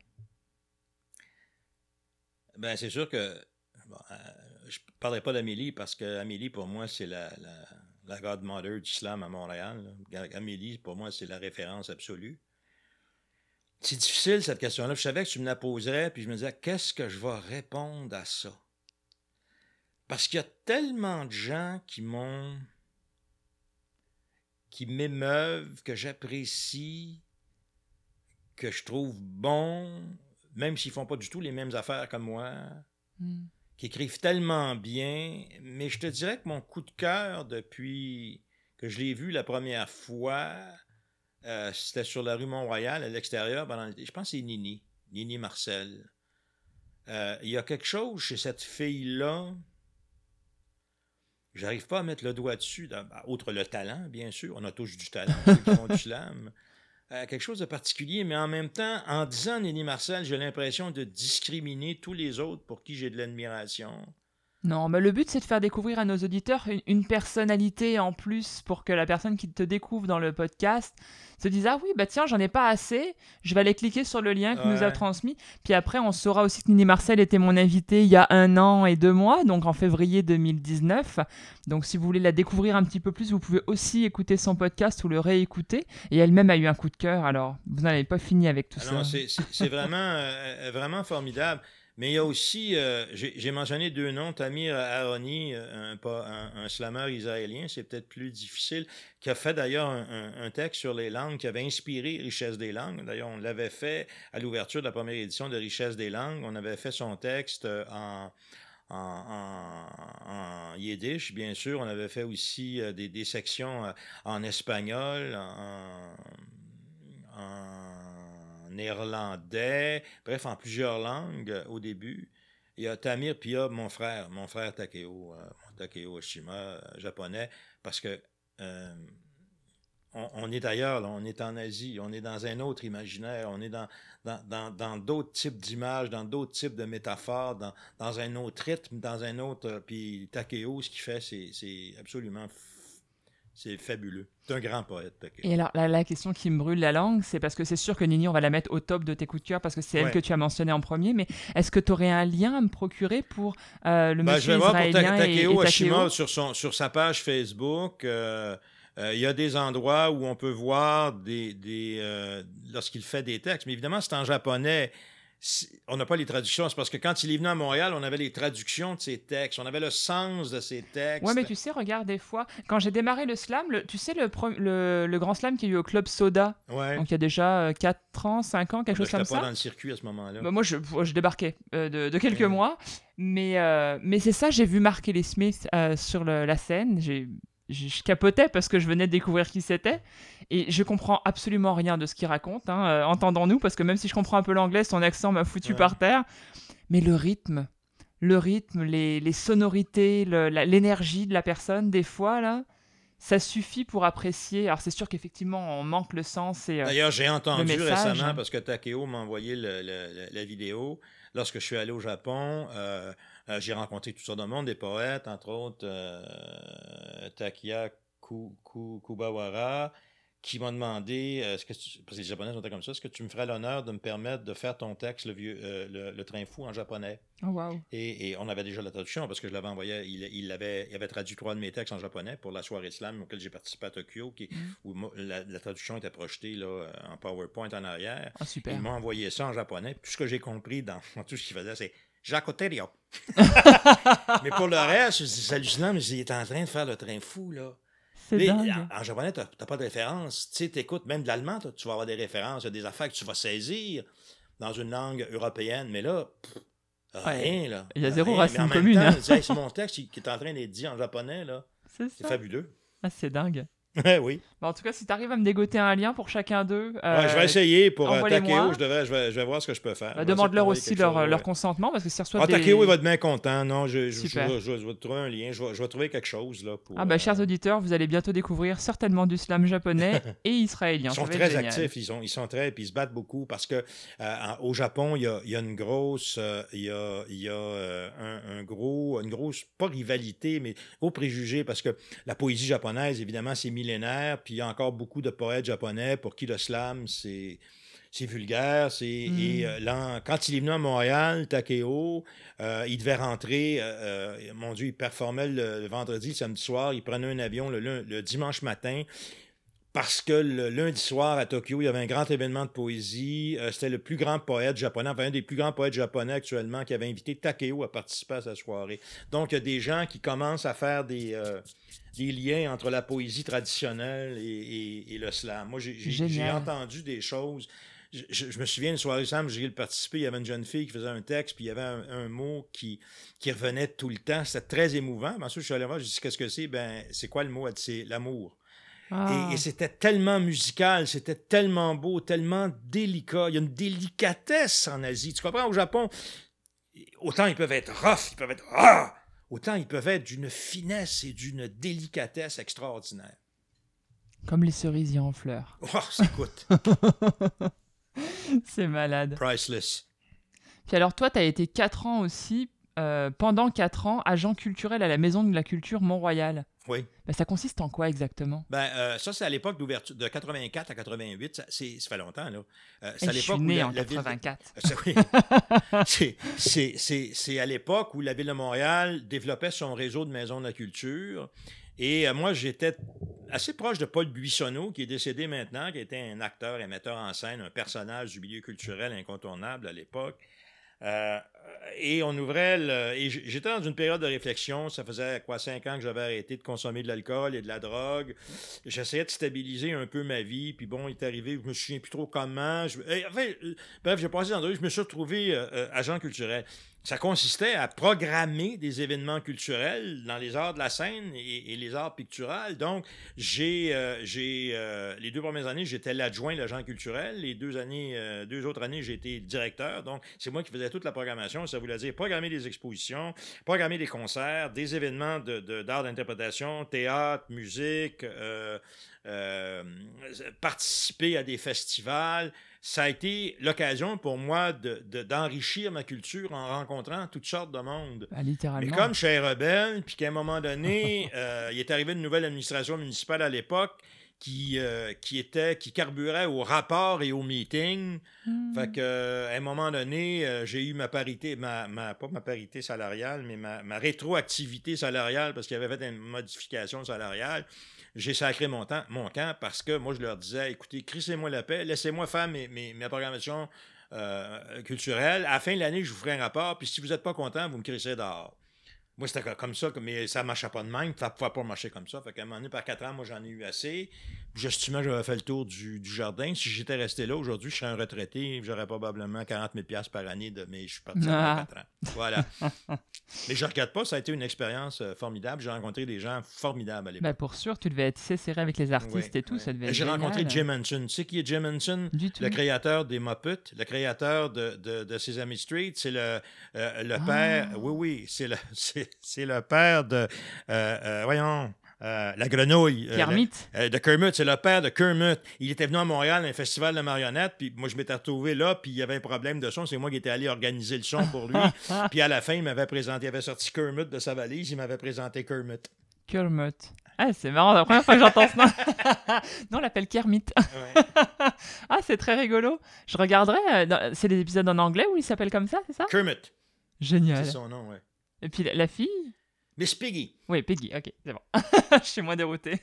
Ben, c'est sûr que bon, euh, je ne parlerai pas d'Amélie parce que Amélie, pour moi, c'est la, la, la godmother du slam à Montréal. là. Amélie, pour moi, c'est la référence absolue. C'est difficile, cette question-là. Je savais que tu me la poserais, puis je me disais, qu'est-ce que je vais répondre à ça? Parce qu'il y a tellement de gens qui m'ont... qui m'émeuvent, que j'apprécie, que je trouve bons, même s'ils font pas du tout les mêmes affaires que moi, Hmm. qui écrivent tellement bien. Mais je te dirais que mon coup de cœur depuis que je l'ai vu la première fois, euh, c'était sur la rue Mont-Royal, à l'extérieur, pendant l'été. Je pense que c'est Nini, Nini Marcel. Euh, Il y a quelque chose chez cette fille-là. J'arrive pas à mettre le doigt dessus, dans- outre le talent, bien sûr. On a tous du talent, ceux qui font du slam. Euh, quelque chose de particulier, mais en même temps, en disant Nini Marcel, j'ai l'impression de discriminer tous les autres pour qui j'ai de l'admiration. Non, mais le but, c'est de faire découvrir à nos auditeurs une, une personnalité en plus pour que la personne qui te découvre dans le podcast se dise « Ah oui, bah tiens, j'en ai pas assez, je vais aller cliquer sur le lien que nous a Ouais. transmis. » Puis après, on saura aussi que Nini Marcel était mon invité il y a un an et deux mois, donc en février deux mille dix-neuf. Donc si vous voulez la découvrir un petit peu plus, vous pouvez aussi écouter son podcast ou le réécouter. Et elle-même a eu un coup de cœur, alors vous n'en avez pas fini avec tout Ah ça. non, c'est, c'est, c'est vraiment, euh, vraiment formidable. Mais il y a aussi, euh, j'ai, j'ai mentionné deux noms, Tamir Aroni, un, pas- un, un slammer israélien, c'est peut-être plus difficile, qui a fait d'ailleurs un, un- un texte sur les langues, qui avait inspiré Richesse des langues. D'ailleurs, on l'avait fait à l'ouverture de la première édition de Richesse des langues. On avait fait son texte euh, en, en, en, en yiddish, bien sûr. On avait fait aussi euh, des, des sections euh, en espagnol, en, en néerlandais, bref, en plusieurs langues euh, au début. Il y a Tamir, puis il y a mon frère, mon frère Takeo, euh, mon Takeo Oshima, euh, japonais, parce que euh, on, on est ailleurs, là, on est en Asie, on est dans un autre imaginaire, on est dans, dans, dans, dans d'autres types d'images, dans d'autres types de métaphores, dans, dans un autre rythme, dans un autre... euh, Puis Takeo, ce qu'il fait, c'est, c'est absolument... f- C'est fabuleux. C'est un grand poète, Takeo. Et alors, la, la question qui me brûle la langue, c'est parce que c'est sûr que Nini, on va la mettre au top de tes coups de cœur parce que c'est elle Ouais. que tu as mentionné en premier, mais est-ce que tu aurais un lien à me procurer pour euh, le Ben, je monsieur vais voir pour israélien Ta- et, et Takeo Takeo? Ashima sur, son, sur sa page Facebook. euh, euh, Il y a des endroits où on peut voir des, des euh, lorsqu'il fait des textes. Mais évidemment, c'est en japonais. Si- On n'a pas les traductions. C'est parce que quand il est venu à Montréal, on avait les traductions de ses textes. On avait le sens de ses textes. Ouais, mais tu sais, regarde, des fois, quand j'ai démarré le slam, le- tu sais, le, pro- le, le grand slam qu'il y a eu au Club Soda, Ouais. donc il y a déjà euh, quatre ans, cinq ans, quelque Ben, chose comme j'étais pas ça. dans le circuit à ce moment-là. Bah, moi, je, je débarquais euh, de, de quelques Ouais. mois, mais, euh, mais c'est ça, j'ai vu marquer les Smiths euh, sur le- la scène. J'ai, j'ai- je capotais parce que je venais de découvrir qui c'était, et je comprends absolument rien de ce qu'il raconte, hein, euh, entendons-nous, parce que même si je comprends un peu l'anglais, son accent m'a foutu Ouais. par terre. Mais le rythme, le rythme, les, les sonorités, le- la- l'énergie de la personne, des fois, là, ça suffit pour apprécier. Alors c'est sûr qu'effectivement, on manque le sens et... euh, D'ailleurs, j'ai entendu message. récemment, parce que Takeo m'a envoyé le- le- le- la vidéo, lorsque je suis allé au Japon, euh, euh, j'ai rencontré tout sortes de monde, des poètes, entre autres euh, Takia Ku- Ku- Kubawara, qui m'a demandé, euh, est-ce que tu- parce que les Japonais sont comme ça, est-ce que tu me ferais l'honneur de me permettre de faire ton texte, le, vieux, euh, le, le train fou en japonais? Oh, wow. Et, et on avait déjà la traduction parce que je l'avais envoyé, il, il, avait, il avait traduit trois de mes textes en japonais pour la soirée slam auquel j'ai participé à Tokyo, qui, Mm. où mo- la, la traduction était projetée là, en PowerPoint en arrière. Ah, super. Il m'a envoyé ça en japonais. Puis ce que j'ai compris dans, dans tout ce qu'il faisait, c'est Jacoterio. Mais pour le reste, c'est hallucinant, mais il est en train de faire le train fou, là. C'est Mais dingue. en, en japonais, tu n'as pas de référence. Tu sais, t'écoutes même de l'allemand, t'as- tu vas avoir des références, il y a des affaires que tu vas saisir dans une langue européenne. Mais là, pff, rien, là. Il y a zéro Rien. racine Mais en même commune, temps, hein. tu dis, Hey, c'est mon texte qui, qui est en train d'être dit en japonais, là. C'est C'est ça. fabuleux. Ah, c'est dingue. Oui. Bon, en tout cas, si tu arrives à me dégoter un lien pour chacun d'eux, euh, Ouais, je vais essayer pour euh, envoie-les-moi. Takeo. Je, devrais, je, vais, je vais voir ce que je peux faire. bah, Je vais demande-leur essayer de aussi trouver leur, quelque chose, leur ouais. consentement parce que s'ils reçoivent Ah, des... Takeo, il va être bien content. Non, je, je, je, Super. je, je, je vais trouver un lien. Je vais, je vais trouver quelque chose. Là, pour, Ah bah, euh, chers auditeurs, vous allez bientôt découvrir certainement du slam japonais et israélien. Ils Ça sont va être très génial. actifs, ils sont, ils sont très, puis ils se battent beaucoup parce que euh, en- au Japon, il y a, il y a une grosse, euh, il y a, il y a euh, un, un gros, une grosse, pas rivalité, mais gros préjugé parce que la poésie japonaise, évidemment, c'est millénaire, puis il y a encore beaucoup de poètes japonais pour qui le slam, c'est c'est vulgaire. C'est, Mm. Et euh, l'an- quand il est venu à Montréal, Takeo, euh, il devait rentrer, euh, euh, mon Dieu, il performait le, le vendredi, le samedi soir, il prenait un avion le, lun- le dimanche matin. Parce que le lundi soir à Tokyo, il y avait un grand événement de poésie. Euh, c'était le plus grand poète japonais, enfin un des plus grands poètes japonais actuellement, qui avait invité Takeo à participer à sa soirée. Donc, il y a des gens qui commencent à faire des, euh, des liens entre la poésie traditionnelle et, et- et le slam. Moi, j'ai, j'ai- Génial. j'ai entendu des choses. Je, je- je me souviens d'une soirée slam, j'ai participé, il y avait une jeune fille qui faisait un texte, puis il y avait un, un mot qui, qui revenait tout le temps. C'était très émouvant. Mais ensuite, je suis allé voir, je dis, qu'est-ce que c'est? Ben, c'est quoi le mot? Elle dit, c'est l'amour. Ah. Et, et c'était tellement musical, c'était tellement beau, tellement délicat. Il y a une délicatesse en Asie. Tu comprends? Au Japon, autant ils peuvent être rough, ils peuvent être ah! Autant ils peuvent être d'une finesse et d'une délicatesse extraordinaire. Comme les cerisiers en fleurs. Oh, écoute, C'est malade. priceless. Puis alors toi, tu as été quatre ans aussi, euh, pendant quatre ans, agent culturel à la Maison de la Culture Mont-Royal. Oui. Ben, ça consiste en quoi exactement? Ben, euh, ça, c'est à l'époque d'ouverture, de quatre-vingt-quatre à quatre-vingt-huit. Ça, c'est, ça fait longtemps, là. Euh, c'est Eh, à je suis l'époque où né la, en la ville- quatre-vingt-quatre. Euh, c'est- oui. c'est, c'est, c'est, c'est à l'époque où la Ville de Montréal développait son réseau de maisons de la culture. Et euh, moi, j'étais assez proche de Paul Buissonneau, qui est décédé maintenant, qui était un acteur et metteur en scène, un personnage du milieu culturel incontournable à l'époque. Euh, et on ouvrait le, et j- j'étais dans une période de réflexion. Ça faisait quoi cinq ans que j'avais arrêté de consommer de l'alcool et de la drogue. J'essayais de stabiliser un peu ma vie. Puis bon, il est arrivé, je me souviens plus trop comment. Je, eh, enfin, euh, bref, j'ai passé dans deux. Je me suis retrouvé euh, euh, agent culturel. Ça consistait à programmer des événements culturels dans les arts de la scène et, et les arts picturales. Donc, j'ai, euh, j'ai euh, les deux premières années, j'étais l'adjoint de l'agent culturel. Les deux années, euh, deux autres années, j'ai été directeur. Donc, c'est moi qui faisais toute la programmation. Ça voulait dire programmer des expositions, programmer des concerts, des événements de, de, d'art d'interprétation, théâtre, musique, euh, euh, participer à des festivals. Ça a été l'occasion pour moi de, de, d'enrichir ma culture en rencontrant toutes sortes de monde. Ah, littéralement. Mais comme je suis rebelle, puis qu'à un moment donné, euh, il est arrivé une nouvelle administration municipale à l'époque qui, euh, qui était, qui carburait au rapport et au meeting. Hmm. Fait que, euh, à un moment donné, euh, j'ai eu ma parité, ma, ma, pas ma parité salariale, mais ma, ma rétroactivité salariale, parce qu'il avait fait une modification salariale. J'ai sacré mon temps, mon camp, parce que moi, je leur disais, écoutez, crissez-moi la paix, laissez-moi faire mes, mes, mes programmations euh, culturelles. À la fin de l'année, je vous ferai un rapport, puis si vous n'êtes pas content, vous me crissez dehors. Moi, c'était comme ça, mais ça ne marchait pas de même. Ça ne pouvait pas marcher comme ça. Fait qu'à un moment donné, par quatre ans, moi, j'en ai eu assez. J'estimais que j'avais fait le tour du, du jardin. Si j'étais resté là, aujourd'hui, je serais un retraité. J'aurais probablement quarante mille dollars par année, de, mais je suis parti Ah. après quatre ans. Voilà. Mais je ne regrette pas. Ça a été une expérience euh, formidable. J'ai rencontré des gens formidables à l'époque. Ben pour sûr, tu devais être tissé serré avec les artistes Oui, et tout. oui. Ça devait être J'ai génial. rencontré Jim Henson. Tu sais qui est Jim Henson? Du tout. Le créateur des Muppets, le créateur de, de, de Sesame Street. C'est le, euh, le Ah. père... Oui, oui, c'est le, c'est, c'est le père de... Euh, euh, voyons... Euh, la grenouille. Kermit. Euh, le, euh, de Kermit, c'est le père de Kermit. Il était venu à Montréal à un festival de marionnettes, puis moi, je m'étais retrouvé là, puis il y avait un problème de son. C'est moi qui étais allé organiser le son pour lui. Puis à la fin, il m'avait présenté, il avait sorti Kermit de sa valise, il m'avait présenté Kermit. Kermit. Ah, c'est marrant, la première fois que j'entends ce nom. Non, on l'appelle Kermit. Ouais. Ah, c'est très rigolo. Je regarderai. euh, dans- C'est des épisodes en anglais où il s'appelle comme ça, c'est ça? Kermit, Génial. c'est son nom, ouais. Et puis la, la fille? Miss Piggy. Oui, Peggy, ok, c'est bon. Je suis moins dérouté.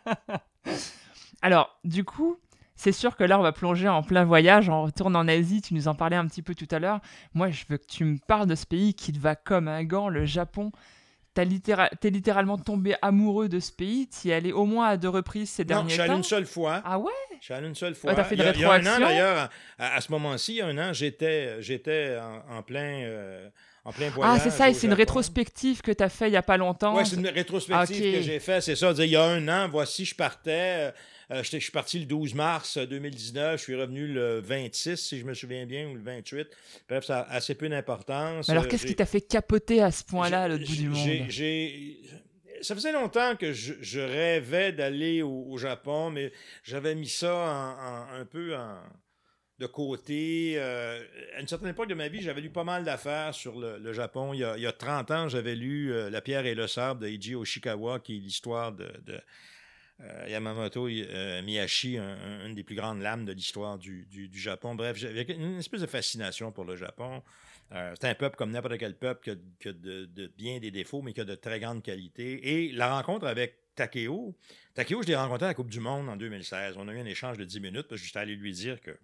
Alors, du coup, c'est sûr que là, on va plonger en plein voyage. On retourne en Asie, tu nous en parlais un petit peu tout à l'heure. Moi, je veux que tu me parles de ce pays qui te va comme un gant, le Japon. T'as littéra- T'es littéralement tombé amoureux de ce pays. T'y es allé au moins à deux reprises ces Non, derniers je suis allé temps. une seule fois. Ah ouais? Je suis allé une seule fois. Ouais, t'as fait il, y une a, il y a un an, rétroaction? d'ailleurs, à, à ce moment-ci, il y a un an, j'étais, j'étais en, en plein, euh, en plein voyage. Ah, c'est ça, et au c'est une Japon. rétrospective que t'as fait il y a pas longtemps. Oui, c'est une rétrospective Ok. que j'ai faite, c'est ça. Dire, il y a un an, voici, je partais. Euh, je suis parti le douze mars deux mille dix-neuf, je suis revenu le vingt-six, si je me souviens bien, ou le vingt-huit. Bref, ça a assez peu d'importance. Mais alors, Euh, qu'est-ce j'ai- qui t'a fait capoter à ce point-là, à j'ai- l'autre bout du j'ai- monde? j'ai- Ça faisait longtemps que je, je rêvais d'aller au, au Japon, mais j'avais mis ça en- en- un peu en, de côté. Euh, à une certaine époque de ma vie, j'avais lu pas mal d'affaires sur le, le Japon. Il y, a, il y a trente ans, j'avais lu euh, La pierre et le sable de Eiji Oshikawa, qui est l'histoire de, de euh, Yamamoto euh, Miyashi, un, un, une des plus grandes lames de l'histoire du, du, du Japon. Bref, j'avais une espèce de fascination pour le Japon. Euh, c'est un peuple comme n'importe quel peuple qui a, qui a de, de bien des défauts, mais qui a de très grandes qualités. Et la rencontre avec Takeo, Takeo, je l'ai rencontré à la Coupe du Monde en deux mille seize. On a eu un échange de dix minutes, parce que j'étais allé lui dire que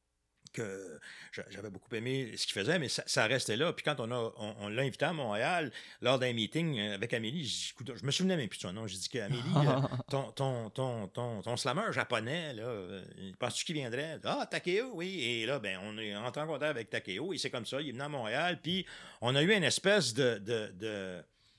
que j'avais beaucoup aimé ce qu'il faisait, mais ça, ça restait là. Puis quand on, a, on, on l'a invité à Montréal, lors d'un meeting avec Amélie, j'ai dit, écoute, je me souvenais même plus de son nom, j'ai dit qu'Amélie, euh, ton, ton, ton, ton, ton slammer japonais, là, euh, penses-tu qu'il viendrait? Ah, Takeo, oui. Et là, ben, on est entré en contact avec Takeo, et c'est comme ça, il est venu à Montréal, puis on a eu une espèce de, de, de,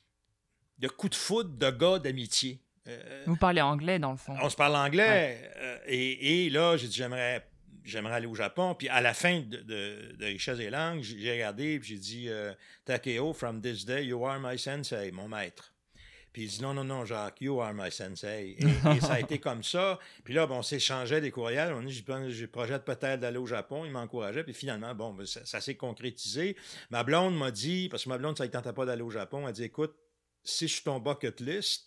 de coup de foudre de gars d'amitié. Euh, Vous parlez anglais, dans le fond. on se parle anglais, ouais. euh, et, et là, j'ai dit, j'aimerais J'aimerais aller au Japon. Puis à la fin de, de, de Richesse et Langues, j'ai regardé et j'ai dit euh, Takeo, from this day, you are my sensei, mon maître. Puis il dit non, non, non, Jacques, you are my sensei. Et, et ça a été comme ça. Puis là, bon, on s'échangeait des courriels. On dit, je projette peut-être d'aller au Japon. Il m'encourageait. Puis finalement, bon, ça, ça s'est concrétisé. Ma blonde m'a dit, parce que ma blonde, ça ne tentait pas d'aller au Japon, elle a dit, écoute, si je suis ton bucket list,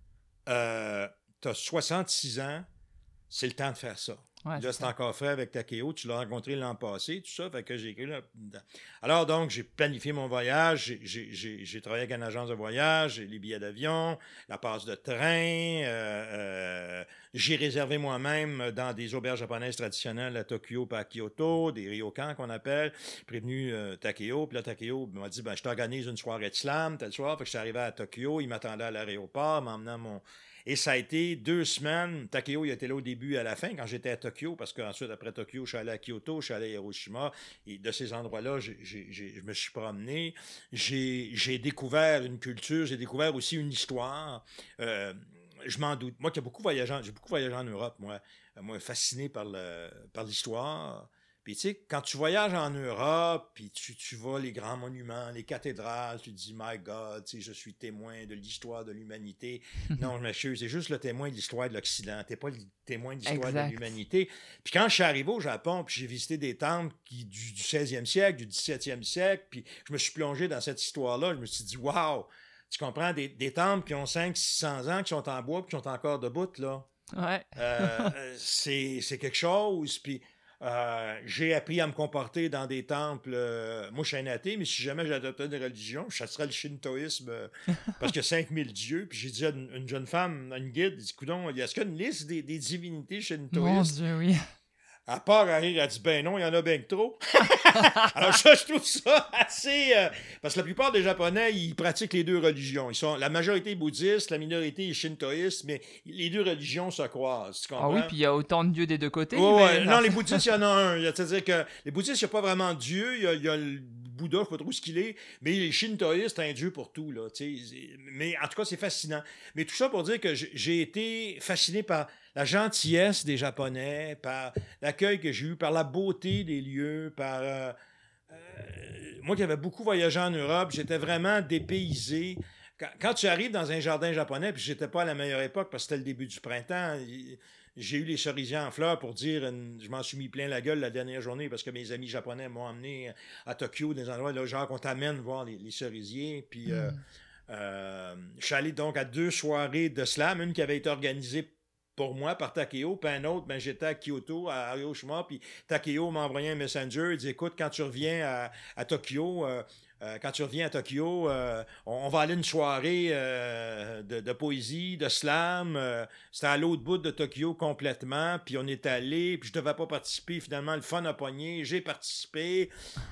euh, tu as soixante-six ans, c'est le temps de faire ça. Ouais, là, c'est encore fait avec Takeo. Tu l'as rencontré l'an passé, tout ça. Fait que j'ai écrit là. Alors, donc, j'ai planifié mon voyage. J'ai, j'ai, j'ai, j'ai travaillé avec une agence de voyage, les billets d'avion, la passe de train. Euh, euh, j'ai réservé moi-même dans des auberges japonaises traditionnelles à Tokyo et à Kyoto, des ryokans qu'on appelle. Prévenu euh, Takeo. Puis là, Takeo m'a dit, ben, je t'organise une soirée de slam, tel soir. Fait que je suis arrivé à Tokyo. Il m'attendait à l'aéroport, m'emmenant mon... Et ça a été deux semaines. Takeo, il était là au début et à la fin, quand j'étais à Tokyo, parce qu'ensuite, après Tokyo, je suis allé à Kyoto, je suis allé à Hiroshima. Et de ces endroits-là, j'ai, j'ai, j'ai, je me suis promené. J'ai, j'ai découvert une culture, j'ai découvert aussi une histoire. Euh, je m'en doute. Moi qui ai beaucoup voyagé, j'ai beaucoup voyagé en Europe, moi. Moi, fasciné par, le, par l'histoire. Puis, tu sais, quand tu voyages en Europe, puis tu, tu vois les grands monuments, les cathédrales, tu te dis, my God, tu sais, je suis témoin de l'histoire de l'humanité. Non, monsieur, c'est juste le témoin de l'histoire de l'Occident. Tu n'es pas le témoin de l'histoire Exact. de l'humanité. Puis, quand je suis arrivé au Japon, puis j'ai visité des temples qui, du, du seizième siècle, du dix-septième siècle, puis je me suis plongé dans cette histoire-là, je me suis dit, wow, tu comprends, des, des temples qui ont cinq cents six cents ans, qui sont en bois, puis qui sont encore debout, là. Ouais. euh, c'est, c'est quelque chose, puis. Euh, j'ai appris à me comporter dans des temples. Euh, moi, je suis un athée, mais si jamais j'adoptais une religion, je chasserais le shintoïsme euh, parce qu'il y a cinq mille dieux. Puis j'ai dit à une, une jeune femme, à une guide, dit, coudonc, est-ce qu'il y a une liste des, des divinités shintoïstes? Mon Dieu, oui. À part à rire, elle dit, ben non, il y en a bien que trop. Alors ça, je trouve ça assez... Euh, parce que la plupart des Japonais, ils pratiquent les deux religions. Ils sont, la majorité est bouddhiste, la minorité est shintoïste, mais les deux religions se croisent, tu comprends? Ah oui, puis il y a autant de dieux des deux côtés. Ouais, mais... ouais. Non, les bouddhistes, il y en a un. C'est-à-dire que les bouddhistes, il n'y a pas vraiment de Dieu. Il y a, il y a le Bouddha, je ne sais pas trop ce qu'il est. Mais les shintoïstes, c'est un Dieu pour tout. Là, mais en tout cas, c'est fascinant. Mais tout ça pour dire que j'ai été fasciné par la gentillesse des Japonais, par l'accueil que j'ai eu, par la beauté des lieux, par... Euh, euh, moi qui avais beaucoup voyagé en Europe, j'étais vraiment dépaysé. Quand, quand tu arrives dans un jardin japonais, puis j'étais pas à la meilleure époque parce que c'était le début du printemps, j'ai eu les cerisiers en fleurs pour dire, une, je m'en suis mis plein la gueule la dernière journée parce que mes amis japonais m'ont emmené à Tokyo, des endroits là, genre qu'on t'amène voir les, les cerisiers. Puis mm. euh, euh, je suis allé donc à deux soirées de slam, une qui avait été organisée pour moi par Takeo, puis un autre, ben, j'étais à Kyoto, à Hiroshima, puis Takeo m'a envoyé un messenger, il dit, écoute, quand tu reviens à, à Tokyo, euh, euh, quand tu reviens à Tokyo, euh, on, on va aller à une soirée euh, de, de poésie, de slam, euh, c'était à l'autre bout de Tokyo complètement, puis on est allé, puis je devais pas participer, finalement, le fun a pogné, j'ai participé,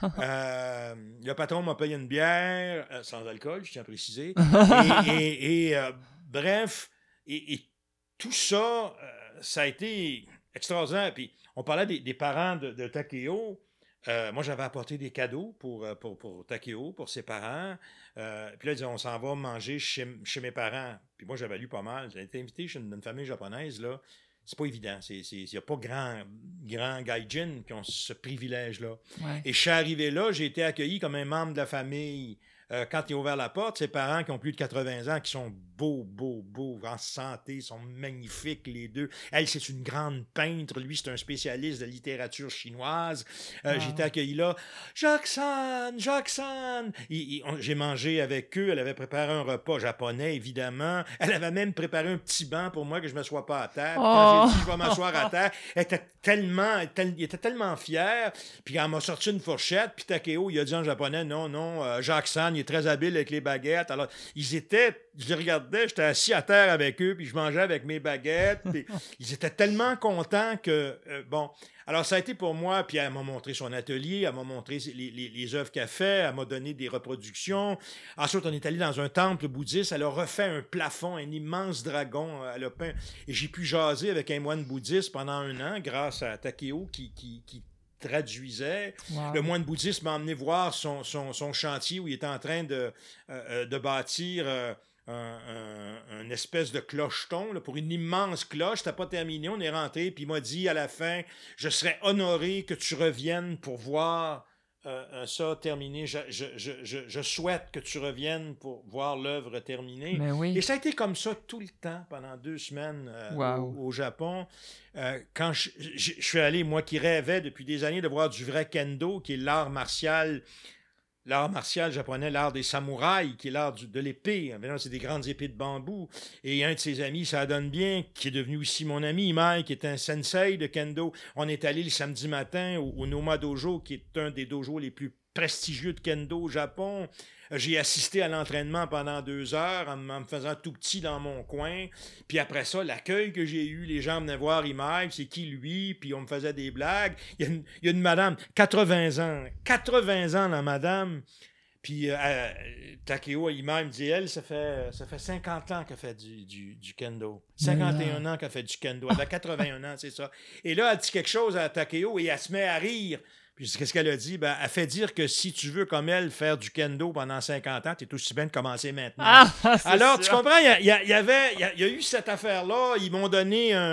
euh, le patron m'a payé une bière, euh, sans alcool, je tiens à préciser, et, et, et euh, bref, et, et tout ça, euh, ça a été extraordinaire. Puis on parlait des, des parents de, de Takeo. Euh, moi, j'avais apporté des cadeaux pour, pour, pour Takeo, pour ses parents. Euh, puis là, ils disaient, on s'en va manger chez, chez mes parents. Puis moi, j'avais lu pas mal. J'ai été invité chez une, une famille japonaise, là. C'est pas évident. Il n'y a pas grand, grand gaijin qui ont ce privilège-là. Ouais. Et je suis arrivé là, j'ai été accueilli comme un membre de la famille. Euh, quand il a ouvert la porte, ses parents qui ont plus de quatre-vingts ans, qui sont beaux, beaux, beaux, en santé, sont magnifiques les deux. Elle, c'est une grande peintre. Lui, c'est un spécialiste de littérature chinoise. Euh, wow. J'ai été accueilli là. Jacques-San, Jacques-San. J'ai mangé avec eux. Elle avait préparé un repas japonais, évidemment. Elle avait même préparé un petit banc pour moi que je ne me sois pas à terre. Oh. Quand j'ai dit, je vais m'asseoir à terre, elle était tellement, elle était tellement fière. Puis elle m'a sorti une fourchette. Puis Takeo, il a dit en japonais, non, non, euh, Jacques-San, il est très habile avec les baguettes. Alors, ils étaient, je les regardais, j'étais assis à terre avec eux, puis je mangeais avec mes baguettes. Puis ils étaient tellement contents que, euh, bon, alors ça a été pour moi, puis elle m'a montré son atelier, elle m'a montré les, les, les œuvres qu'elle fait, elle m'a donné des reproductions. Ensuite, on est allé dans un temple bouddhiste, elle a refait un plafond, un immense dragon, elle a peint, et j'ai pu jaser avec un moine bouddhiste pendant un an, grâce à Takeo qui, qui, qui traduisait. Wow. Le moine bouddhiste m'a emmené voir son, son, son chantier où il était en train de, euh, de bâtir euh, un, un, un espèce de clocheton là, pour une immense cloche. C'était pas terminé, on est rentré, puis il m'a dit à la fin, je serais honoré que tu reviennes pour voir euh, ça terminé. Je, je, je, je, je souhaite que tu reviennes pour voir l'œuvre terminée. Oui. Et ça a été comme ça tout le temps, pendant deux semaines euh, wow. au, au Japon. Euh, quand je, je, je suis allé, moi qui rêvais depuis des années de voir du vrai kendo, qui est l'art martial, l'art martial japonais, l'art des samouraïs, qui est l'art du, de l'épée. Maintenant, c'est des grandes épées de bambou. Et un de ses amis, ça donne bien, qui est devenu aussi mon ami, Imai, qui est un sensei de kendo. On est allé le samedi matin au, au Noma Dojo, qui est un des dojos les plus prestigieux de kendo au Japon. J'ai assisté à l'entraînement pendant deux heures en, en me faisant tout petit dans mon coin. Puis après ça, l'accueil que j'ai eu, les gens venaient voir Imai, c'est qui lui, puis on me faisait des blagues. Il y a une, il y a une madame, quatre-vingts ans, quatre-vingts ans la madame. Puis euh, Takeo Imai me dit, elle, ça fait, ça fait cinquante ans qu'elle fait du, du, du kendo. cinquante et un ans qu'elle fait du kendo. Elle a quatre-vingt-un ans, c'est ça. Et là, elle dit quelque chose à Takeo et elle se met à rire. Puis qu'est-ce qu'elle a dit? Ben, elle fait dire que si tu veux, comme elle, faire du kendo pendant cinquante ans, tu es aussi bien de commencer maintenant. Ah, alors, sûr. Tu comprends? Il y, a, il y avait, il y a, il y a eu cette affaire-là. Ils m'ont donné un, un,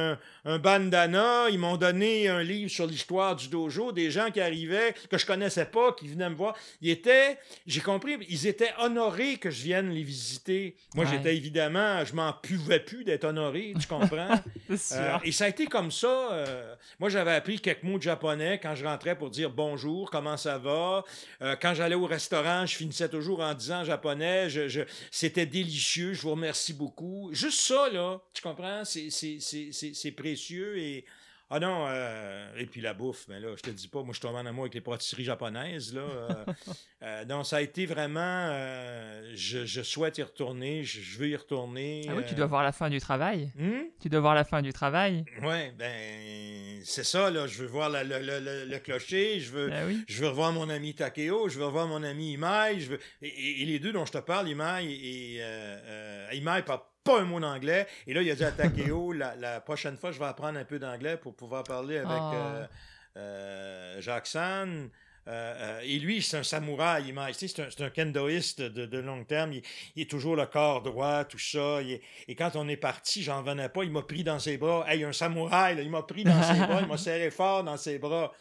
un bandana, ils m'ont donné un livre sur l'histoire du dojo, des gens qui arrivaient, que je connaissais pas, qui venaient me voir. Ils étaient, j'ai compris, ils étaient honorés que je vienne les visiter. Moi, Ouais. j'étais évidemment, je m'en pouvais plus d'être honoré, tu comprends? C'est sûr. Euh, et ça a été comme ça. euh, moi, j'avais appris quelques mots de japonais quand je rentrais pour dire bonjour, comment ça va. Euh, quand j'allais au restaurant, je finissais toujours en disant en japonais, je, je, c'était délicieux, je vous remercie beaucoup. Juste ça, là, tu comprends? C'est, c'est, c'est, c'est, c'est précieux et... Ah non, euh, et puis la bouffe, mais là, je te dis pas, moi, je suis tombé en amour avec les pâtisseries japonaises, là. Euh, euh, non, ça a été vraiment... euh, je, je souhaite y retourner, je, je veux y retourner. Ah oui, tu euh, dois voir la fin du travail. hum? Tu dois voir la fin du travail. Oui, ben, c'est ça, là. Je veux voir la- le, le- le- le clocher, je veux, Ah oui. je veux revoir mon ami Takeo, je veux revoir mon ami Imai, je veux... et, et- et les deux dont je te parle, Imai et... euh, euh, Imai parle pas un mot d'anglais, et là, il a dit à Takeo, la, la prochaine fois, je vais apprendre un peu d'anglais pour pouvoir parler avec Oh. euh, euh, Jacques-San. Euh, euh, et lui, c'est un samouraï, Imai. Tu sais, c'est un, c'est un kendoïste de, de long terme. Il, il est toujours le corps droit, tout ça. Il est- et quand on est parti, j'en revenais pas. Il m'a pris dans ses bras. Hey, un samouraï, là, il m'a pris dans ses bras. Il m'a serré fort dans ses bras.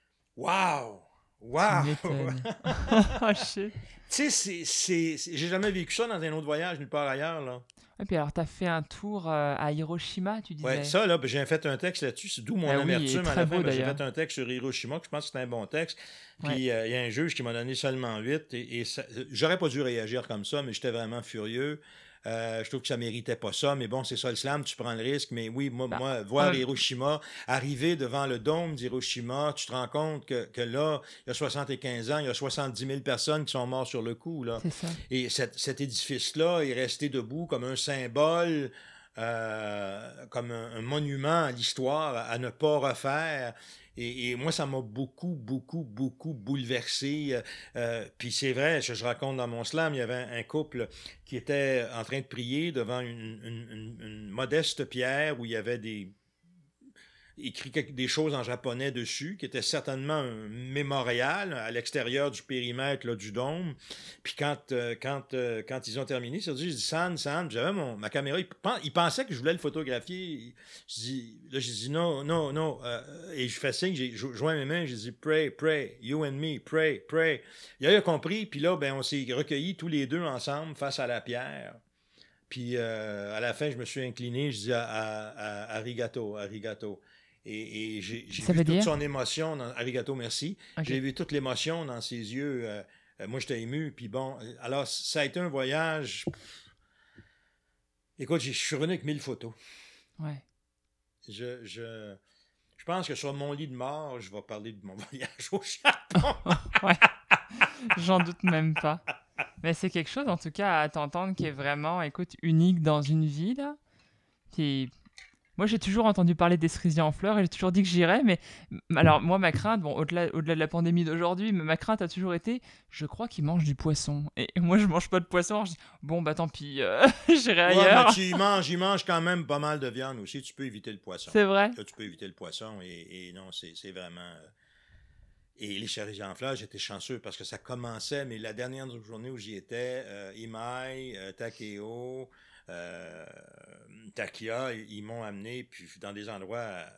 Wow! Wow! Tu m'étonnes. Oh, shit. Tu sais, c'est, c'est, c'est- j'ai jamais vécu ça dans un autre voyage, nulle part ailleurs, là. Et puis alors, t'as fait un tour euh, à Hiroshima, tu disais. Ouais, ça, là, ben, j'ai fait un texte là-dessus. C'est d'où mon Ah oui, il est amertume à très la beau, fin. Ben, j'ai d'ailleurs. fait un texte sur Hiroshima, que je pense que c'est un bon texte. Ouais. Puis, euh, il y a un juge qui m'a donné seulement huit. Et, et ça- j'aurais pas dû réagir comme ça, mais j'étais vraiment furieux. Euh, je trouve que ça méritait pas ça. Mais bon, c'est ça le slam, tu prends le risque. Mais oui, moi, Bah, moi voir ouais. Hiroshima, arriver devant le dôme d'Hiroshima, tu te rends compte que, que là, il y a soixante-quinze ans, il y a soixante-dix mille personnes qui sont mortes sur le coup, là. C'est ça. Et cet, cet édifice-là est resté debout comme un symbole, euh, comme un, un monument à l'histoire à, à ne pas refaire. Et, et moi, ça m'a beaucoup, beaucoup, beaucoup bouleversé. Euh, euh, puis c'est vrai, je, je raconte dans mon slam, il y avait un, un couple qui était en train de prier devant une, une- une- une modeste pierre où il y avait des écrit quelque- des choses en japonais dessus, qui était certainement un mémorial à l'extérieur du périmètre là, du dôme. Puis quand, euh, quand, euh, quand ils ont terminé, ils ont dit, j'ai dit, San, San, j'avais mon, ma caméra, il, pen- il pensait que je voulais le photographier. Je dis, là, j'ai dit, non, non, non. Euh, et je fais signe, j'ai jo- joint mes mains, j'ai dit, pray, pray, you and me, pray, pray. Il a compris, puis là, ben, on s'est recueillis tous les deux ensemble face à la pierre. Puis euh, à la fin, je me suis incliné, je dis à, à, à, arigato, arigato. Et, et j'ai, j'ai Ça vu veut toute dire? son émotion, dans, arigato, merci. Ok. J'ai vu toute l'émotion dans ses yeux. Euh, euh, moi, j'étais ému. Puis bon, euh, alors, ça a été un voyage. Pff. Écoute, j'ai- je suis revenu avec mille photos. Ouais. Je, je, je pense que sur mon lit de mort, je vais parler de mon voyage au Japon. Ouais. J'en doute même pas. Mais c'est quelque chose, en tout cas, à t'entendre qui est vraiment, écoute, unique dans une vie, là. Qui... Moi, j'ai toujours entendu parler des cerisiers en fleurs et j'ai toujours dit que j'irais, mais m- alors, moi, ma crainte, bon, au-delà, au-delà de la pandémie d'aujourd'hui, mais ma crainte a toujours été, je crois qu'ils mangent du poisson. Et moi, je mange pas de poisson, alors je dis, bon, bah tant pis, euh, j'irai Ouais, ailleurs. mais tu y manges, il mange quand même pas mal de viande aussi. Tu peux éviter le poisson. C'est vrai. Là, tu peux éviter le poisson et, et non, c'est, c'est vraiment. euh, Et les cerisiers en fleurs, j'étais chanceux parce que ça commençait, mais la dernière journée où j'y étais, euh, Imai, euh, Takeo, euh, Takia, ils ils m'ont amené puis dans des endroits à,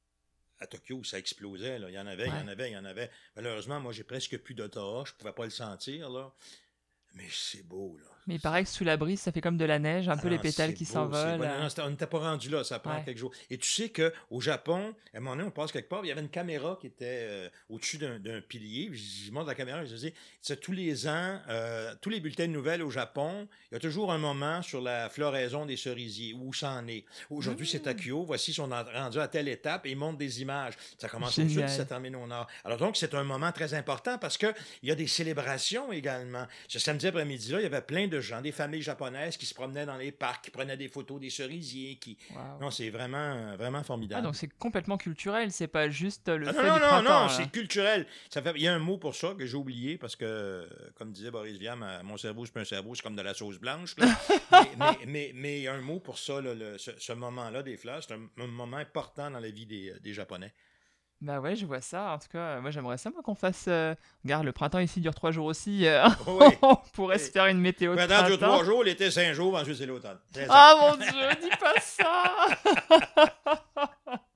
à Tokyo où ça explosait. Là. Il y en avait, il y en Ouais. avait, il y en avait. Malheureusement, moi, j'ai presque plus d'otora. Je pouvais pas le sentir, là. Mais c'est beau, là. Mais il paraît que sous la brise, ça fait comme de la neige, un peu Ah les non, pétales c'est qui beau, s'envolent. c'est beau. Non, non, c'était- on n'était pas rendu là, ça prend Ouais. quelques jours. Et tu sais qu'au Japon, à un moment donné, on passe quelque part, il y avait une caméra qui était euh, au-dessus d'un, d'un pilier. Puis je montre la caméra, je dis, c'est tous les ans, euh, tous les bulletins de nouvelles au Japon, il y a toujours un moment sur la floraison des cerisiers, où ça en est. Aujourd'hui, Mmh. c'est Tokyo, voici, ils sont en- rendus à telle étape et ils montrent des images. Ça commence au sud, Génial. ça termine au nord. Alors donc, c'est un moment très important parce qu'il y a des célébrations également. Ce samedi après-midi-là, il y avait plein de gens, des familles japonaises qui se promenaient dans les parcs, qui prenaient des photos des cerisiers. Qui... Waouh. Non, c'est vraiment, vraiment Ah, formidable. donc c'est complètement culturel, c'est pas juste le Ah, fait non, non, du non, printemps. non, là. c'est culturel. Ça fait... Il y a un mot pour ça que j'ai oublié parce que, euh, comme disait Boris Vian, ma- mon cerveau, c'est pas un cerveau, c'est comme de la sauce blanche. Là. mais, mais, mais, mais il y a un mot pour ça, là, le- ce, ce moment-là des fleurs. C'est un, un moment important dans la vie des, des Japonais. Bah ouais, je vois ça. En tout cas, euh, moi j'aimerais ça moi qu'on fasse. euh, Regarde, le printemps ici dure trois jours aussi. euh, Oui. On pourrait Oui. se faire une météo de Pendant deux, printemps. trois jours, l'été, cinq jours, ensuite c'est l'automne. C'est ça. Ah mon Dieu, dis pas ça.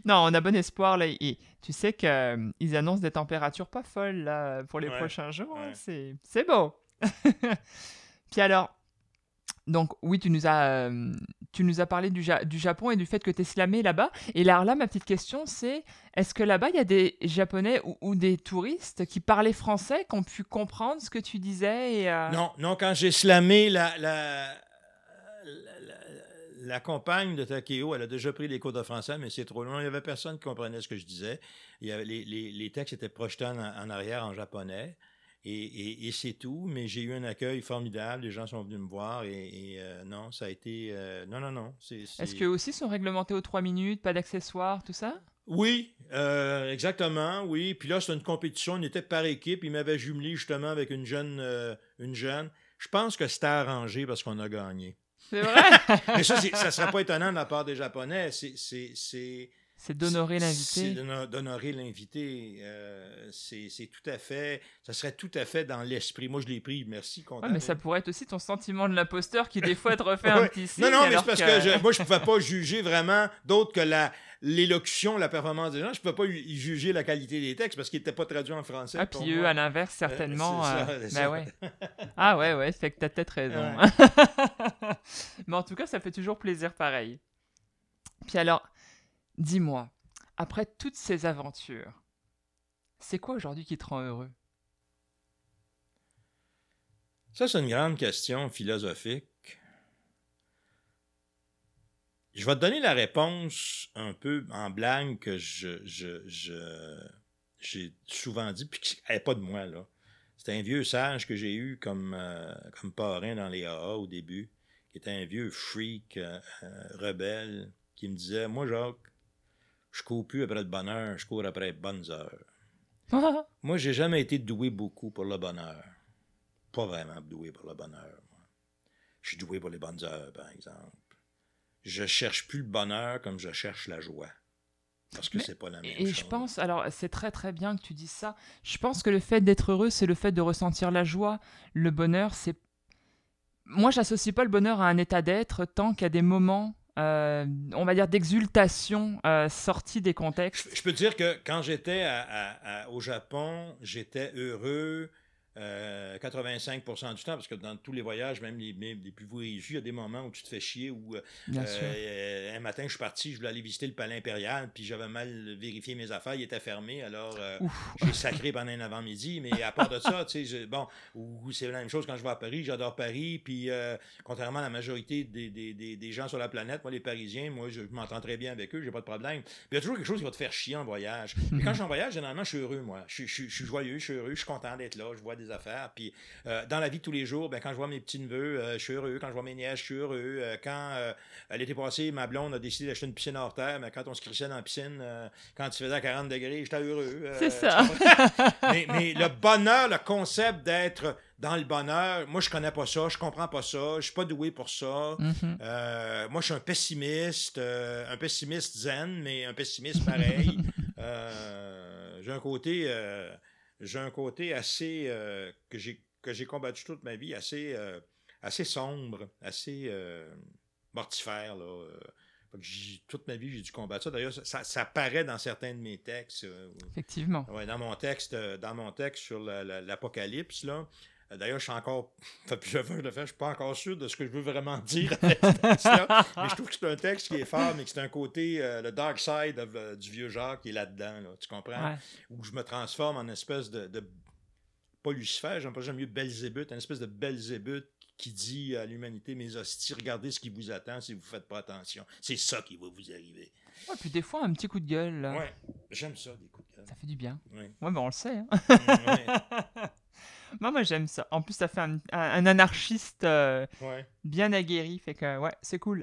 Non, on a bon espoir. Là. Et tu sais qu'ils euh, annoncent des températures pas folles là, pour les Ouais, prochains jours. ouais. Hein, c'est, c'est beau. Puis alors, donc oui, tu nous as, euh, tu nous as parlé du, ja- du Japon et du fait que tu es slamé là-bas. Et là, là, ma petite question, c'est est-ce que là-bas, il y a des Japonais ou, ou des touristes qui parlaient français, qui ont pu comprendre ce que tu disais et, euh, Non, non, quand j'ai slamé la, la, la, la- la compagne de Takeo, elle a déjà pris des cours de français, mais c'est trop long. Il n'y avait personne qui comprenait ce que je disais. Il y avait, les, les, les textes étaient projetés en, en arrière en japonais. Et, et, et c'est tout, mais j'ai eu un accueil formidable. Les gens sont venus me voir et, et, euh, non, ça a été... euh, non, non, non. C'est, c'est... est-ce qu'eux aussi sont réglementés aux trois minutes, pas d'accessoires, tout ça? Oui, euh, exactement, oui. Puis là, c'était une compétition, on était par équipe. Il m'avait jumelé justement avec une jeune, euh, une jeune. Je pense que c'était arrangé parce qu'on a gagné. C'est vrai? Mais ça, c'est, ça serait pas étonnant de la part des Japonais. C'est, c'est, c'est, C'est d'honorer c'est l'invité. d'hono- d'honorer l'invité. Euh, c'est, c'est tout à fait... Ça serait tout à fait dans l'esprit. Moi, je l'ai pris, merci, content. Ouais, mais ça pourrait être aussi ton sentiment de l'imposteur qui, des fois, te refait Ouais. un petit signe. Non, non, mais alors c'est parce que, je- moi, je ne pouvais pas juger vraiment d'autre que la, l'élocution, la performance des gens. Je ne pouvais pas y y juger la qualité des textes parce qu'ils n'étaient pas traduits en français. Ah, pour puis eux, moi. à l'inverse, certainement. c'est ça, euh, c'est bah ça. ouais. Ah ouais, ouais, fait que t'as peut-être raison. Ouais. Mais en tout cas, ça fait toujours plaisir pareil. Puis alors, dis-moi, après toutes ces aventures, c'est quoi aujourd'hui qui te rend heureux? Ça, c'est une grande question philosophique. Je vais te donner la réponse un peu en blague que je, je, je, j'ai souvent dit, puis qui n'est pas de moi, là. C'était un vieux sage que j'ai eu comme, euh, comme parrain dans les A A au début, qui était un vieux freak, euh, euh, rebelle, qui me disait, moi, Jacques, je cours plus après le bonheur, je cours après les bonnes heures. Moi, j'ai jamais été doué beaucoup pour le bonheur. Pas vraiment doué pour le bonheur, moi. Je suis doué pour les bonnes heures, par exemple. Je cherche plus le bonheur comme je cherche la joie. Parce que Mais- c'est pas la même Et chose. je pense, alors c'est très très bien que tu dises ça, je pense que le fait d'être heureux, c'est le fait de ressentir la joie. Le bonheur, c'est... Moi, j'associe pas le bonheur à un état d'être tant qu'il y a des moments, euh, on va dire, d'exultation euh, sortis des contextes. Je, je peux te dire que quand j'étais à- à- à- au Japon, j'étais heureux euh, quatre-vingt-cinq pour cent du temps, parce que dans tous les voyages, même les, même les plus voyages, il y a des moments où tu te fais chier, où euh, Bien sûr. euh, un matin, je suis parti, je voulais aller visiter le palais impérial, puis j'avais mal vérifié mes affaires, il était fermé, alors euh, Ouf. j'ai sacré pendant un avant-midi, mais à part de ça, tu sais, je- bon, ou, ou c'est la même chose quand je vais à Paris, j'adore Paris, puis euh, contrairement à la majorité des, des, des, des gens sur la planète, moi, les Parisiens, moi, je, je m'entends très bien avec eux, j'ai pas de problème. Puis il y a toujours quelque chose qui va te faire chier en voyage. Mais quand je suis en voyage, généralement, je suis heureux, moi. Je, je, je suis joyeux, je suis heureux, je suis content d'être là, je vois des affaires. Puis euh, dans la vie de tous les jours, ben, quand je vois mes petits-neveux, euh, je suis heureux. Quand je vois mes nièces, je suis heureux. Euh, quand euh, l'été passé, ma blonde a décidé d'acheter une piscine hors terre, mais quand on se crissait dans la piscine, euh, quand il faisait quarante degrés, j'étais heureux. Euh, C'est ça. mais, mais le bonheur, le concept d'être dans le bonheur, moi, je connais pas ça, je comprends pas ça, je suis pas doué pour ça. Mhm. Euh, moi, je suis un pessimiste, euh, un pessimiste zen, mais un pessimiste pareil. Euh, j'ai un côté, euh, j'ai un côté assez euh, que j'ai que j'ai combattu toute ma vie, assez euh, assez sombre, assez euh, mortifère là. Euh, fait que j'ai- toute ma vie, j'ai dû combattre ça. D'ailleurs, ça, ça, ça apparaît dans certains de mes textes. euh, Effectivement. Ouais, dans mon texte, euh, dans mon texte sur la- la- l'apocalypse, là. Euh, D'ailleurs, je suis encore. Ça fait plusieurs fois que je le fais, je suis pas encore sûr de ce que je veux vraiment dire avec ce texte-là. Mais je trouve que c'est un texte qui est fort, mais que c'est un côté, euh, le dark side of, euh, du vieux Jacques qui est là-dedans, là, tu comprends? Ouais. Où je me transforme en espèce de. de pas Lucifer, j'aime pas j'aime mieux Belzébuth, une espèce de Belzébuth qui dit à l'humanité, mes hosties, regardez ce qui vous attend si vous faites pas attention. C'est ça qui va vous arriver. Ouais, puis des fois, un petit coup de gueule, là, Ouais, j'aime ça, des coups de gueule. ça fait du bien. Ouais. Ouais, ben on le sait. Hein. Mm, ouais, Moi, moi, j'aime ça. En plus, ça fait un, un- un anarchiste euh, ouais. bien aguerri, fait que ouais, c'est cool.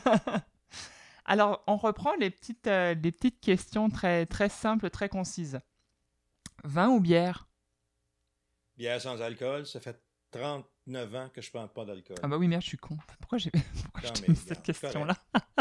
Alors, on reprend les petites, euh, les petites questions très, très simples, très concises. Vin ou bière? Bière sans alcool, ça fait trente-neuf ans que je ne prends pas d'alcool. Ah bah oui, merde, je suis con. Pourquoi j'ai pourquoi Non, je t'ai mais mis cette regarde, question-là?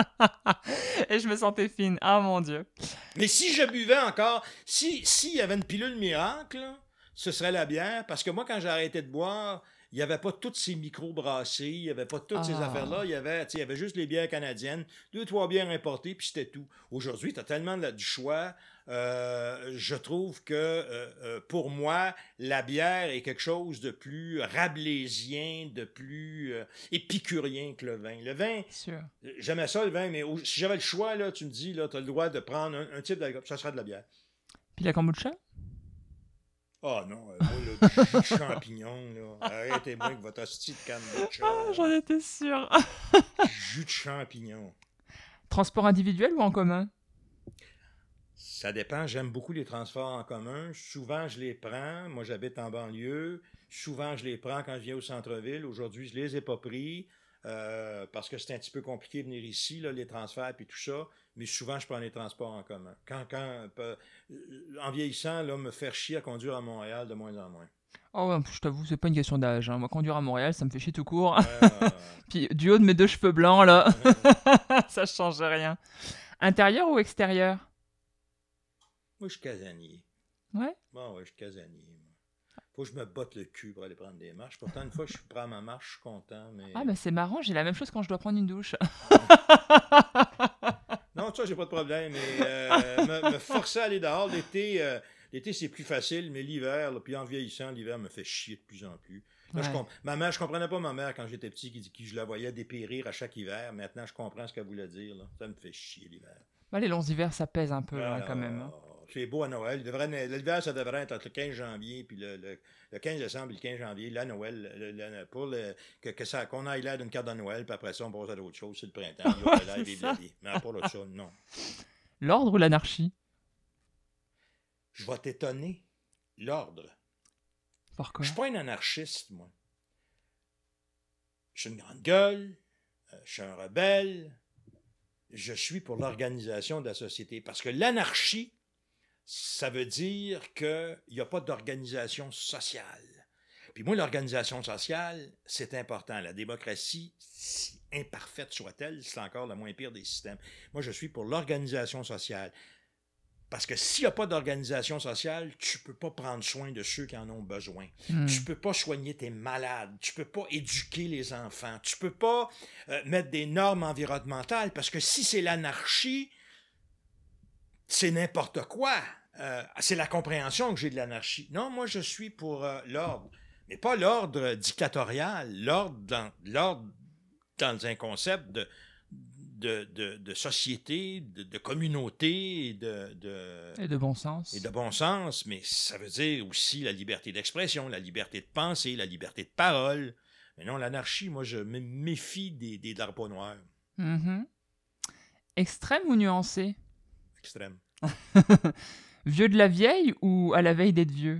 Et je me sentais fine. Ah mon Dieu. Mais si je buvais encore, si s'il y avait une pilule miracle, là, ce serait la bière. Parce que moi, quand j'ai arrêté de boire, il n'y avait pas toutes ces micro-brasseries, il n'y avait pas toutes ces Ah. affaires-là. Il y avait, tu sais, il y avait juste les bières canadiennes, deux, trois bières importées, puis c'était tout. Aujourd'hui, tu as tellement de, du choix. Euh, je trouve que, euh, euh, pour moi, la bière est quelque chose de plus rabelaisien, de plus euh, épicurien que le vin. Le vin, Sûr. j'aimais ça, le vin, mais au- si j'avais le choix, là, tu me dis, tu as le droit de prendre un, un type d'alcool, ça serait de la bière. Puis la kombucha? Ah oh non, euh, moi, là, du jus de champignon, là. Arrêtez-moi avec votre hostie de kombucha. Ah, j'en étais sûre. Du jus de champignon. Transport individuel ou en commun? Ça dépend. J'aime beaucoup les transports en commun. Souvent, je les prends. Moi, j'habite en banlieue. Souvent, je les prends quand je viens au centre-ville. Aujourd'hui, je les ai pas pris euh, parce que c'est un petit peu compliqué de venir ici, là, les transferts et tout ça. Mais souvent, je prends les transports en commun. Quand, quand, euh, en vieillissant, là, me faire chier à conduire à Montréal de moins en moins. Oh, ouais, je t'avoue, c'est pas une question d'âge. hein. Moi, conduire à Montréal, ça me fait chier tout court. Euh, Puis du haut de mes deux cheveux blancs, là, ça change rien. Intérieur ou extérieur? moi, je suis casanier. Ouais. Bon, ouais, je suis casanier. Moi. Faut que je me botte le cul pour aller prendre des marches. Pourtant, une fois que je prends ma marche, je suis content. Mais... Ah, bah c'est marrant, j'ai la même chose quand je dois prendre une douche. Non, ça, j'ai pas de problème. Mais euh, me, me forcer à aller dehors, l'été, euh, l'été c'est plus facile, mais l'hiver, là, puis en vieillissant, l'hiver me fait chier de plus en plus. Là, je Ouais. comp- ma mère, je comprenais pas ma mère quand j'étais petit, qui, qui je la voyais dépérir à chaque hiver. Maintenant, je comprends ce qu'elle voulait dire. Là. Ça me fait chier l'hiver. Bah, les longs hivers, ça pèse un peu hein, Ah, quand même. hein. C'est beau à Noël. Il devrait, l'hiver, ça devrait être entre le quinze janvier puis le, le, le quinze décembre et le quinze janvier, la Noël, le, le, pour le, que, que ça, qu'on aille l'air d'une carte de Noël, puis après ça, on passe à d'autres choses. C'est le printemps. Il y aura l'air, C'est vive ça. la vie. Mais à part de ça, non. L'ordre ou l'anarchie? Je vais t'étonner. L'ordre. Pourquoi? Je suis pas un anarchiste, moi. Je suis une grande gueule. euh, Je suis un rebelle. Je suis pour l'organisation de la société. Parce que l'anarchie, ça veut dire qu'il n'y a pas d'organisation sociale. Puis moi, l'organisation sociale, c'est important. La démocratie, si imparfaite soit-elle, c'est encore le moins pire des systèmes. Moi, je suis pour l'organisation sociale. Parce que s'il n'y a pas d'organisation sociale, tu ne peux pas prendre soin de ceux qui en ont besoin. Hmm. Tu ne peux pas soigner tes malades. Tu ne peux pas éduquer les enfants. Tu ne peux pas euh, mettre des normes environnementales. Parce que si c'est l'anarchie, c'est n'importe quoi. Euh, c'est la compréhension que j'ai de l'anarchie. Non, moi, je suis pour euh, l'ordre. Mais pas l'ordre dictatorial. L'ordre dans, l'ordre dans un concept de... De, de, de société, de, de communauté, et de, de, Et de bon sens. et de bon sens, mais ça veut dire aussi la liberté d'expression, la liberté de penser, la liberté de parole. Mais non, l'anarchie, moi, je me méfie des, des drapeaux noirs. Mhm. Extrême ou nuancé? Extrême. Vieux de la vieille ou à la veille d'être vieux?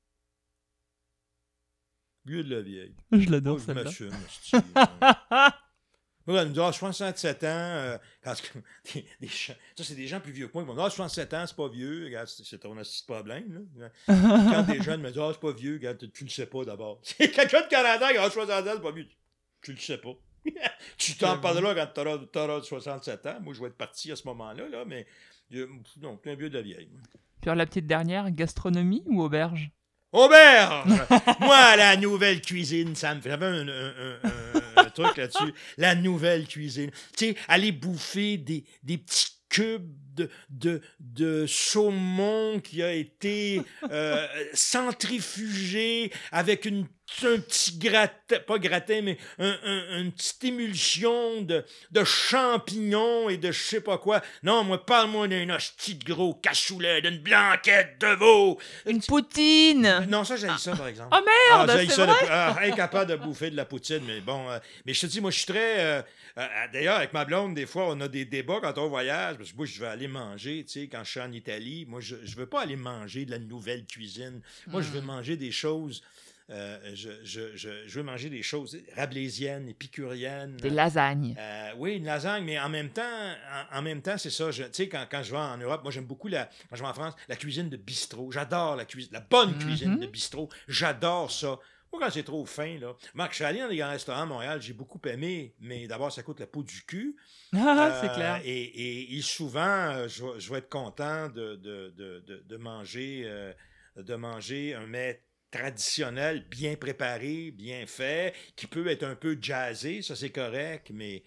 Vieux de la vieille. Je Moi, l'adore je celle-là. m'assume. hostie. Moi, elle me dit, ah, soixante-sept ans, euh, quand des, des, gens- ça, c'est des gens plus vieux que moi qui vont me dire, ah, soixante-sept ans, c'est pas vieux, regarde, c'est, c'est ton petit problème. Là. Quand des jeunes me disent, ah, c'est pas vieux, regarde, tu, tu le sais pas d'abord. C'est quelqu'un de quarante ans qui a soixante ans, c'est pas vieux. Tu le sais pas. Tu t'en parleras quand t'auras, t'auras soixante-sept ans. Moi, je vais être parti à ce moment-là, là, mais euh, non, tu es un vieux de la vieille. moi. Puis alors, la petite dernière, gastronomie ou auberge? Auberge! Moi, la nouvelle cuisine, ça me fait. J'avais un, un, un, un, un truc là-dessus. La nouvelle cuisine. Tu sais, aller bouffer des, des petits cubes de, de, de saumon qui a été euh, centrifugé avec une, un petit gratin, pas gratin, mais un, un, une petite émulsion de, de champignons et de je sais pas quoi. Non, moi, parle-moi d'un hostie de gros cassoulet, d'une blanquette de veau. Une poutine! Non, ça, j'ai ça, par exemple. Oh merde, Ah, j'haïs c'est ça, vrai? de- ah, incapable de bouffer de la poutine, mais bon. euh, mais je te dis, moi, je suis très. euh, euh, D'ailleurs, avec ma blonde, des fois, on a des débats quand on voyage. Parce que moi, je veux aller manger, tu sais, quand je suis en Italie. Moi, je, je veux pas aller manger de la nouvelle cuisine. Moi, je veux Mm. manger des choses. euh, je, je, je, je veux manger des choses rabelaisiennes, épicuriennes. Des lasagnes. Euh, oui, une lasagne, mais en même temps, en, en même temps, c'est ça. je- Tu sais, quand, quand je vais en Europe, moi j'aime beaucoup la. Quand je vais en France, la cuisine de bistrot. J'adore la cuisine, la bonne Mhm. cuisine de bistrot. J'adore ça. Moi, quand c'est trop fin, là. Marc, je suis allé dans des grands restaurants à Montréal, j'ai beaucoup aimé, mais d'abord, ça coûte la peau du cul. Ah, c'est Euh, clair. Et, et- et souvent, euh, je, vais- je vais être content de, de, de, de, de manger, euh, de manger un mets traditionnel, bien préparé, bien fait, qui peut être un peu jazzé, ça c'est correct, mais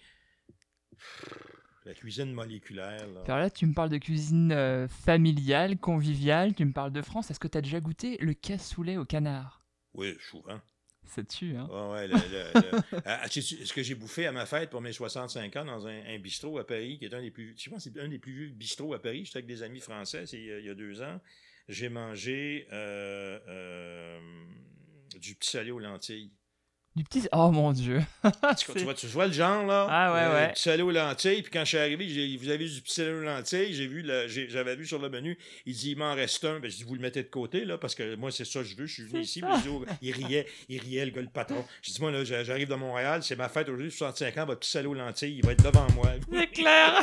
la cuisine moléculaire, là. Alors là, tu me parles de cuisine euh, familiale, conviviale, tu me parles de France. Est-ce que tu as déjà goûté le cassoulet au canard? Oui, souvent. Ça tue, hein? Ouais, ouais, le, le, le- Ah, sais-tu ce que j'ai bouffé à ma fête pour mes soixante-cinq ans dans un, un bistrot à Paris, qui est un des plus, je pense que c'est un des plus vieux bistrots à Paris. J'étais avec des amis français, c'est il y a, il y a deux ans. J'ai mangé euh, euh, du petit salé aux lentilles. Du petit... Oh mon Dieu! Tu, tu vois, tu vois le genre, là? Ah ouais, Euh, ouais. Du petit salé aux lentilles. Puis quand je suis arrivé, j'ai, vous avez du petit salé aux lentilles. J'ai vu le, j'ai- j'avais vu sur le menu, il dit, il m'en reste un. Ben, je dis, vous le mettez de côté, là, parce que moi, c'est ça que je veux. Je suis venu C'est ici. ça. Puis je dis, oh, il riait, il riait, le gars, le patron. Je dis, moi, là, j'arrive de Montréal, c'est ma fête aujourd'hui, soixante-cinq ans, votre petit salé aux lentilles, il va être devant moi. C'est clair!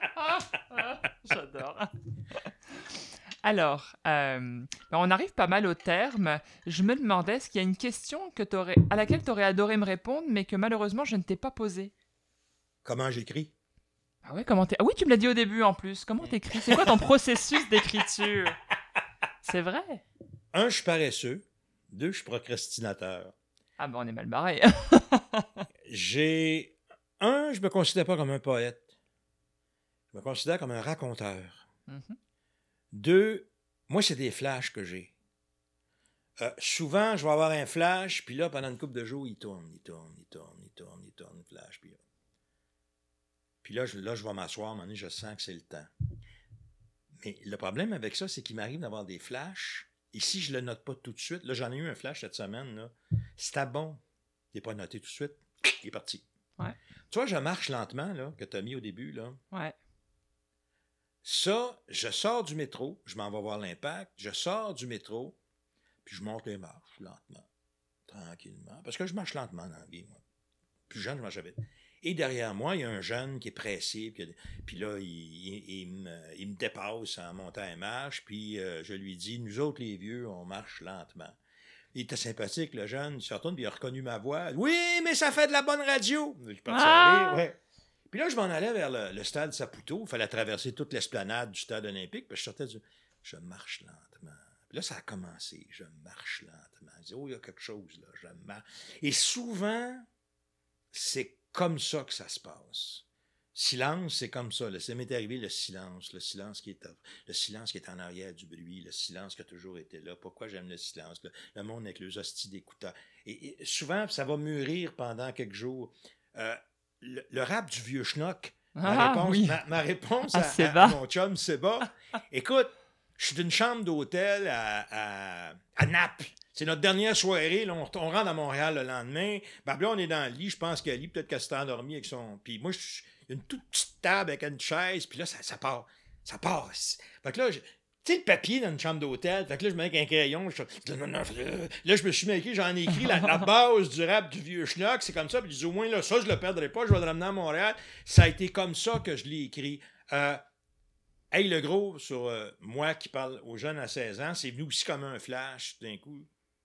J'adore. Alors, euh, on arrive pas mal au terme. Je me demandais, est-ce qu'il y a une question que t'aurais, à laquelle tu aurais adoré me répondre, mais que malheureusement je ne t'ai pas posée? Comment j'écris? Ah ouais, comment t'es... Ah oui, tu me l'as dit au début en plus. Comment t'écris? C'est quoi ton processus d'écriture? C'est vrai? Un, je suis paresseux. Deux, je suis procrastinateur. Ah ben on est mal barré. J'ai... Un, je me considère pas comme un poète. Je me considère comme un raconteur. Mhm. Deux, moi, c'est des flashs que j'ai. Euh, souvent, je vais avoir un flash, puis là, pendant une couple de jours, il tourne, il tourne, il tourne, il tourne, il tourne, flash. Puis là, puis là, je, là, je vais m'asseoir, à un moment donné, je sens que c'est le temps. Mais le problème avec ça, c'est qu'il m'arrive d'avoir des flashs, et si je ne le note pas tout de suite, là, j'en ai eu un flash cette semaine, là, c'était bon, il n'est pas noté tout de suite, il est parti. Ouais. Tu vois, je marche lentement, là, que tu as mis au début, là. Ouais. Ça, je sors du métro, je m'en vais voir l'impact, je sors du métro, puis je monte les marches lentement, tranquillement, parce que je marche lentement dans la vie, moi. Plus jeune, je marchais vite. Et derrière moi, il y a un jeune qui est pressé, puis, puis là, il, il, il, me, il me dépasse en montant les marches, puis euh, je lui dis, nous autres, les vieux, on marche lentement. Il était sympathique, le jeune, il se retourne, puis il a reconnu ma voix. Oui, mais ça fait de la bonne radio! Je suis parti à rire, ouais. Puis là, je m'en allais vers le, le stade Saputo. Il fallait traverser toute l'esplanade du stade olympique. Puis je sortais du... Je marche lentement. Puis là, ça a commencé. Je marche lentement. Je dis, oh, il y a quelque chose, là. Je marche. Et souvent, c'est comme ça que ça se passe. Silence, c'est comme ça. Là. Ça m'est arrivé, le silence. Le silence qui est, le silence qui est en arrière du bruit. Le silence qui a toujours été là. Pourquoi j'aime le silence? Le, le monde avec les hosties d'écouteurs. Et, et souvent, ça va mûrir pendant quelques jours. Euh, Le, le rap du vieux schnock, ma Ah, réponse, oui. ma, ma réponse Ah, à, Seba. à mon chum Seba, écoute, je suis d'une chambre d'hôtel à, à, à Naples. C'est notre dernière soirée, là, on, on rentre à Montréal le lendemain. Ben là, on est dans le lit, je pense qu'elle lit, peut-être qu'elle s'est endormie avec son... Puis moi, il y a une toute petite table avec une chaise, puis là, ça, ça part. Ça part. Fait que là, je, tu sais, le papier dans une chambre d'hôtel, fait que là, je me mets avec un crayon, je, là, je me suis mis à écrire, j'en ai écrit la, la base du rap du vieux schnock, c'est comme ça, puis je dis, au moins, là, ça, je le perdrai pas, je vais le ramener à Montréal. Ça a été comme ça que je l'ai écrit. Euh, hey, le gros, sur euh, moi qui parle aux jeunes à seize ans, c'est venu aussi comme un flash, d'un coup.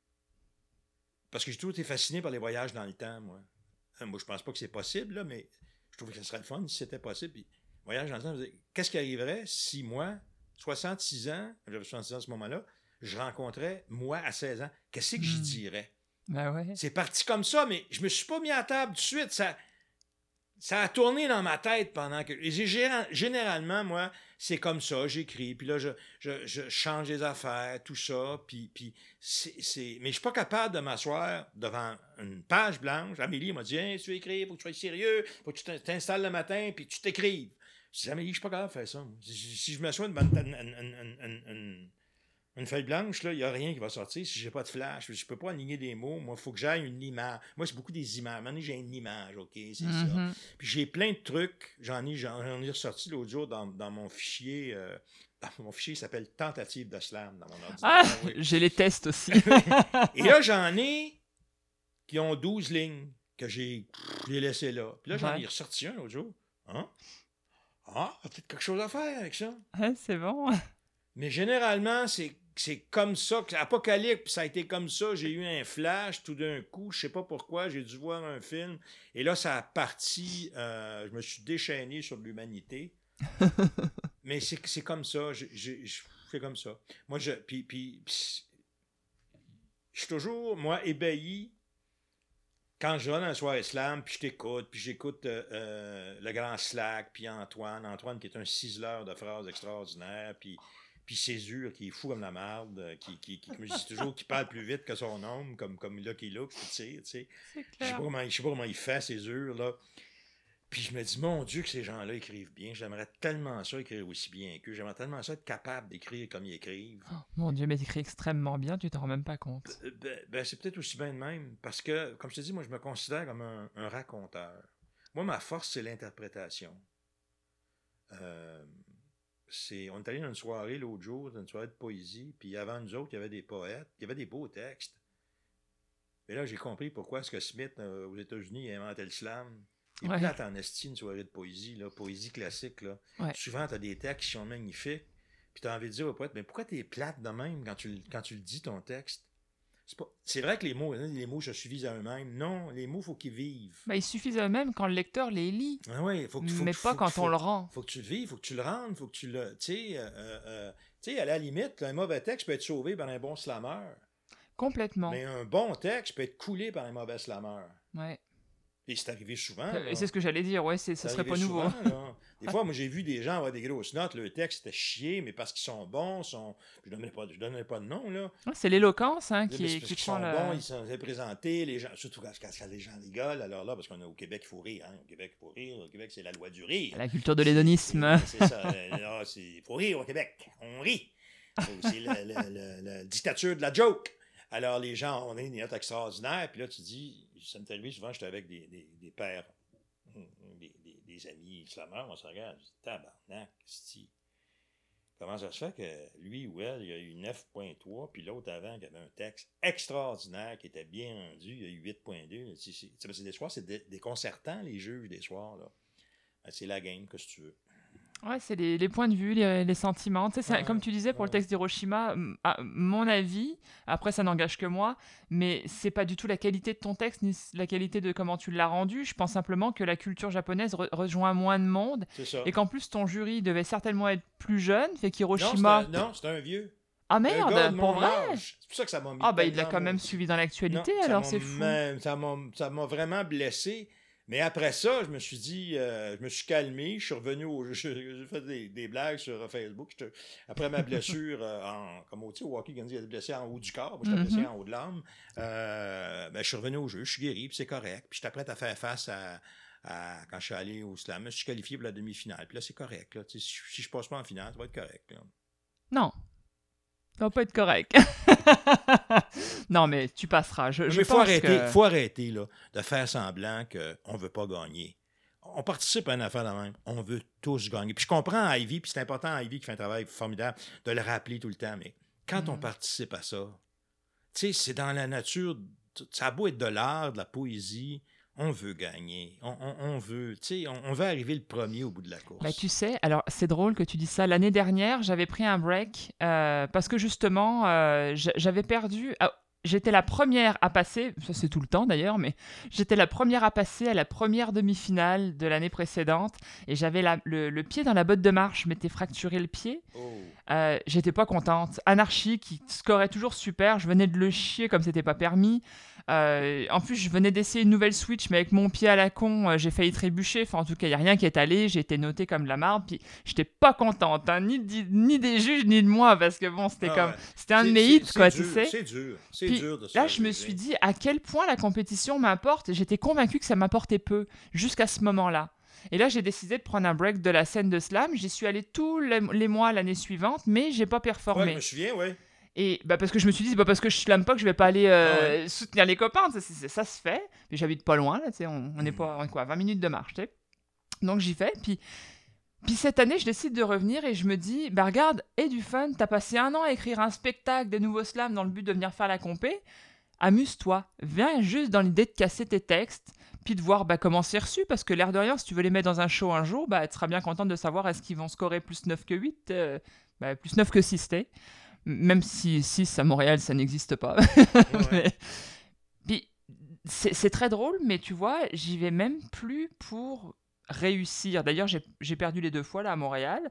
Parce que j'ai toujours été fasciné par les voyages dans le temps, moi. Euh, moi, je pense pas que c'est possible, là, mais je trouvais que ce serait le fun si c'était possible. Puis, voyage dans le temps, je me disais, qu'est-ce qui arriverait si moi, soixante-six ans, j'avais soixante-six ans à ce moment-là, je rencontrais, moi, à seize ans, qu'est-ce que j'y Hmm. dirais? Ben ouais. C'est parti comme ça, mais je me suis pas mis à table tout de suite. Ça, ça a tourné dans ma tête pendant que... Et j'ai- gé- généralement, moi, c'est comme ça, j'écris, puis là, je, je, je change les affaires, tout ça, puis, puis c'est, c'est... Mais je suis pas capable de m'asseoir devant une page blanche. Amélie m'a dit, hey, tu veux écrire, faut que tu sois sérieux, faut que tu t'in- t'installes le matin, puis tu t'écrives. Je dis, Amélie, je suis pas capable de faire ça. moi. Si, si je m'assois devant une, une, une, une, une, une feuille blanche, il n'y a rien qui va sortir si j'ai pas de flash. Je peux pas aligner des mots. Moi, il faut que j'aille une image. Moi, c'est beaucoup des images. À un moment donné, j'ai une image, OK, c'est ça. Mhm. Puis j'ai plein de trucs. J'en ai, j'en, j'en ai ressorti l'autre jour dans, dans mon fichier. Euh, dans mon fichier, il s'appelle Tentative de slam dans mon ordinateur. Ah, Oui. j'ai les tests aussi. Et là, j'en ai qui ont douze lignes que j'ai, je les laissé là. Puis là, j'en Ouais. ai ressorti un l'autre jour. Hein? Ah, peut-être quelque chose à faire avec ça. Ouais, c'est bon. Mais généralement, c'est, c'est comme ça. que- Apocalypse, ça a été comme ça. J'ai eu un flash tout d'un coup. Je sais pas pourquoi. J'ai dû voir un film. Et là, ça a parti. euh, je me suis déchaîné sur l'humanité. Mais c'est, c'est comme ça. Je, je, je fais comme ça. Moi, je. Puis. puis, puis je suis toujours, moi, ébahi quand je vais dans la soirée slam, puis je t'écoute, puis j'écoute euh, euh, le grand Slack, puis Antoine, Antoine qui est un ciseleur de phrases extraordinaires, puis, puis Césure qui est fou comme la marde, qui, qui, qui, qui, qui toujours qui parle plus vite que son homme, comme, comme Lucky Luke, tu sais, tu sais. C'est Je sais clair. pas comment, je sais pas comment il fait, Césure, là. Puis je me dis, mon Dieu, que ces gens-là écrivent bien. J'aimerais tellement ça écrire aussi bien qu'eux. J'aimerais tellement ça être capable d'écrire comme ils écrivent. Oh, mon Dieu, mais t'écris extrêmement bien, tu t'en rends même pas compte. Ben, ben, ben, c'est peut-être aussi bien de même. Parce que, comme je te dis, moi, je me considère comme un, un raconteur. Moi, ma force, c'est l'interprétation. Euh, c'est, on est allé dans une soirée l'autre jour, dans une soirée de poésie, puis avant nous autres, il y avait des poètes, il y avait des beaux textes. Mais là, j'ai compris pourquoi est-ce que Smith, euh, aux États-Unis, a inventé le slam. Il est Ouais. plate en esti, une soirée de poésie, là, poésie classique. Là. Ouais. Souvent, tu as des textes qui sont magnifiques, puis tu as envie de dire au poète, mais pourquoi tu es plate de même quand tu, quand tu le dis, ton texte? C'est, pas... c'est vrai que les mots, les mots se suffisent à eux-mêmes. Non, les mots, il faut qu'ils vivent. Bah, ils suffisent à eux-mêmes quand le lecteur les lit, Ah ouais, faut que, faut mais que, pas faut, quand faut, on le rend. Faut que tu le vives, faut que tu le rendes, faut que tu le... Tu sais, euh, euh, tu sais, à la limite, un mauvais texte peut être sauvé par un bon slameur. Complètement. Mais un bon texte peut être coulé par un mauvais slameur. Ouais. Et c'est arrivé souvent. Et Là. c'est ce que j'allais dire, ouais, c'est, ça C'est serait pas arrivé nouveau. souvent, là. Des fois, moi, j'ai vu des gens avoir des grosses notes, le texte était chié, mais parce qu'ils sont bons, sont... je ne donnerai pas, je donnerai pas de nom, là. Ouais, c'est l'éloquence hein, Mais qui, c'est est, parce qui qu'ils prend sont le... bons, ils sont présentés, les gens, surtout quand, quand les gens rigolent, alors là, parce qu'on est au Québec, il faut rire, hein. Au Québec, il faut rire, au Québec, c'est la loi du rire. La culture de l'hédonisme. C'est, c'est ça, là, c'est... il faut rire au Québec, on rit. C'est la, la, la, la dictature de la joke. Alors, les gens, on a une note extraordinaire, puis là, tu dis, ça m'est arrivé souvent, j'étais avec des, des, des pères, des, des, des amis islameurs, on se regarde, je dis, tabarnak, c'ti. Comment ça se fait que lui ou elle, il a eu neuf virgule trois, puis l'autre avant, qui avait un texte extraordinaire, qui était bien rendu, il a eu huit virgule deux. C'est, c'est, c'est des soirs, c'est dé, déconcertant, les juges des soirs, là. C'est la game, que si tu veux. Ouais, c'est les, les points de vue, les, les sentiments. Tu sais, Ouais, comme tu disais pour ouais. le texte d'Hiroshima, m- à mon avis, après ça n'engage que moi, mais c'est pas du tout la qualité de ton texte ni la qualité de comment tu l'as rendu. Je pense simplement que la culture japonaise re- rejoint moins de monde C'est ça. et qu'en plus ton jury devait certainement être plus jeune, fait Non, qu'Hiroshima. c'est un, non, c'est un vieux. Ah Un gars merde, de pour mon vrai? âge. C'est pour ça que ça m'a mis Ah bah il l'a tellement quand même maudit. suivi dans l'actualité, Non, ça alors m'a c'est fou. même- ça, m'a, ça m'a vraiment blessé. Mais après ça, je me suis dit, euh, je me suis calmé, je suis revenu au jeu, j'ai fait des, des blagues sur Facebook. J'étais- après ma blessure, euh, en, comme au, au hockey, il y a des blessés en haut du corps, moi j'étais blessé Mhm. en haut de l'âme. Euh, ben, je suis revenu au jeu, je suis guéri, puis c'est correct. Puis j'étais prêt à faire face à, à- quand je suis allé au slam. Je suis qualifié pour la demi-finale, puis là c'est correct. Là. Si, si je passe pas en finale, ça va être correct. Là. Non, ça va pas être correct. Non mais tu passeras. Je, Mais je il faut pense arrêter, que... faut arrêter là, de faire semblant qu'on ne veut pas gagner. On participe à une affaire de même. On veut tous gagner. Puis je comprends Ivy, puis c'est important Ivy qui fait un travail formidable de le rappeler tout le temps, mais quand Mm. on participe à ça, tu sais, c'est dans la nature, ça a beau être de l'art, de la poésie, on veut gagner. On, on, on veut, tu sais, on, on veut arriver le premier au bout de la course. Bah, tu sais, alors c'est drôle que tu dis ça. L'année dernière, j'avais pris un break euh, parce que justement, euh, j'a- j'avais perdu. ah, J'étais la première à passer, ça c'est tout le temps d'ailleurs, mais j'étais la première à passer à la première demi-finale de l'année précédente et j'avais la- le, le pied dans la botte de marche, je m'étais fracturé le pied. Oh. Euh, j'étais pas contente. Anarchie qui scorait toujours super, je venais de le chier comme c'était pas permis. Euh, en plus, je venais d'essayer une nouvelle Switch, mais avec mon pied à la con, euh, j'ai failli trébucher. Enfin, en tout cas, il n'y a rien qui est allé. J'ai été notée comme de la marde. Puis, j'étais pas contente, hein, ni, de- ni des juges, ni de moi, parce que bon, c'était Ah comme. ouais. C'était un de C'est- mes c'est- hits, c'est quoi, dur, tu sais. C'est dur, c'est Puis, dur de se là, faire je me juger. suis dit à quel point la compétition m'apporte. J'étais convaincue que ça m'apportait peu, jusqu'à ce moment-là. Et là, j'ai décidé de prendre un break de la scène de slam. J'y suis allée tous les, les mois l'année suivante, mais j'ai pas Ouais, performé. je me souviens, oui. Et bah parce que je me suis dit, c'est pas parce que je slame pas que je vais pas aller euh, Ah soutenir les copains. Ça, c'est- c'est- ça se fait. Mais j'habite pas loin, là, tu sais, on, on est pas, on est quoi, vingt minutes de marche, tu sais. Donc j'y vais. Puis, puis cette année, je décide de revenir et je me dis, bah regarde, et du fun, t'as passé un an à écrire un spectacle des nouveaux slams dans le but de venir faire la compé. Amuse-toi. Viens juste dans l'idée de casser tes textes, puis de voir bah, comment c'est reçu, parce que l'air de rien, si tu veux les mettre dans un show un jour, bah, tu seras bien contente de savoir est-ce qu'ils vont scorer plus neuf que huit, euh, bah, plus neuf que six, t'es. Même si six à Montréal, ça n'existe pas. Ouais. Mais- Puis, c'est c'est très drôle, mais tu vois, j'y vais même plus pour réussir. D'ailleurs, j'ai j'ai perdu les deux fois là à Montréal.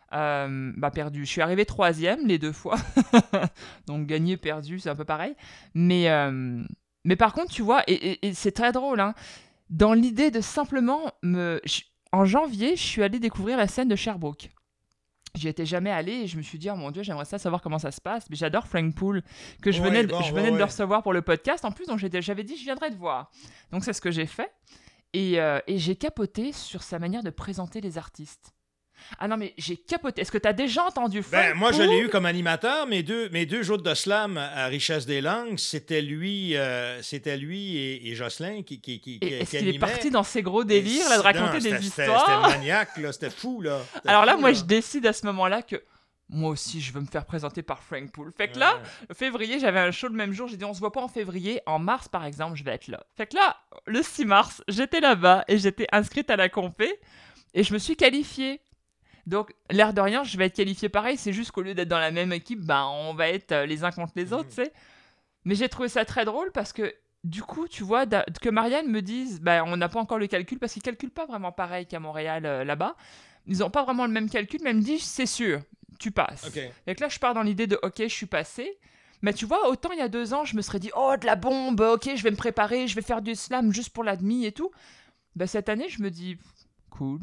Euh, bah perdu. Je suis arrivée troisième les deux fois. Donc gagné, perdu, c'est un peu pareil. Mais, euh, mais par contre, tu vois, et, et, et c'est très drôle, hein, dans l'idée de simplement me... je- En janvier, je suis allée découvrir la scène de Sherbrooke. J'y étais jamais allée et je me suis dit, oh mon Dieu, j'aimerais ça savoir comment ça se passe. Mais j'adore Frank Poole, que je Ouais, venais, de, bon, je ouais, venais de le ouais. recevoir pour le podcast. En plus, donc j'étais- j'avais dit, je viendrais te voir. Donc c'est ce que j'ai fait. Et, euh, et j'ai capoté sur sa manière de présenter les artistes. Ah non, mais j'ai capoté. Est-ce que tu as déjà entendu Frank Ben, moi, je Poole? l'ai eu comme animateur. Mes deux, mes deux jours de slam à Richesse des Langues, c'était lui, euh, c'était lui et, et Jocelyn qui, qui, qui, Et qui, est-ce qui qu'il est animaient. parti dans ses gros Et délires, là, de c'est- raconter non, des c'était- c'était- histoires? C'était maniaque, là. C'était fou, là. C'était Alors là, fou, moi, là. je décide à ce moment-là que moi aussi, je veux me faire présenter par Frank Poole. Fait que là, Ouais. février, j'avais un show le même jour. J'ai dit, on se voit pas en février. En mars, par exemple, je vais être là. Fait que là, le six mars, j'étais là-bas et j'étais inscrite à la compé et je me suis qualifiée. Donc, l'air de rien, je vais être qualifiée pareil. C'est juste qu'au lieu d'être dans la même équipe, ben, on va être euh, les uns contre les autres, Mhm. tu sais. Mais j'ai trouvé ça très drôle parce que, du coup, tu vois, da- que Marianne me dise, ben, on n'a pas encore le calcul parce qu'ils calculent pas vraiment pareil qu'à Montréal, euh, là-bas. Ils ont pas vraiment le même calcul, mais elle me dit, c'est sûr, tu passes. OK. Et que là, je pars dans l'idée de, ok, je suis passée. Mais tu vois, autant il y a deux ans, je me serais dit, oh, de la bombe, ok, je vais me préparer, je vais faire du slam juste pour l'admi et tout. Ben, cette année, je me dis, cool.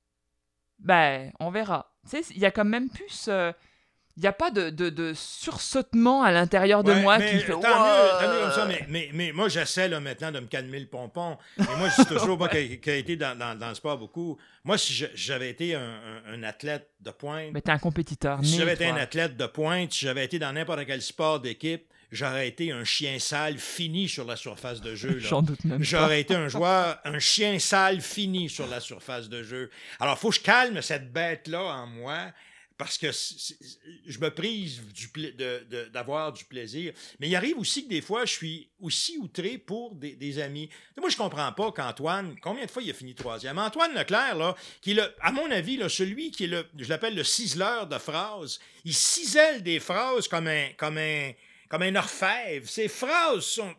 Ben, on verra. Tu sais, il y a quand même plus... euh, il n'y a pas de, de, de sursautement à l'intérieur de Ouais, moi mais qui me fait... tant mieux, tant mieux comme ça, Ouah. mais, mais, mais moi, j'essaie là, maintenant de me calmer le pompon. Et moi, je suis toujours, moi, qui, qui a été dans, dans, dans le sport beaucoup, moi, si je- j'avais été un, un- un athlète de pointe, Mais t'es un compétiteur si né, j'avais été toi. un athlète de pointe, si j'avais été dans n'importe quel sport d'équipe, j'aurais été un chien sale fini sur la surface de jeu. Là. J'en doute même pas. J'aurais été un joueur, un chien sale fini sur la surface de jeu. Alors, il faut que je calme cette bête-là en moi parce que c'est- c'est- je me prise du pla- de- de- d'avoir du plaisir. Mais il arrive aussi que des fois, je suis aussi outré pour des, des amis. Tu sais, moi, je comprends pas qu'Antoine, combien de fois il a fini troisième? Antoine Leclerc, là, qui est, le, à mon avis, là, celui qui est le, je l'appelle le ciseleur de phrases, il cisèle des phrases comme un, comme un, comme un orfèvre. Ces phrases sont...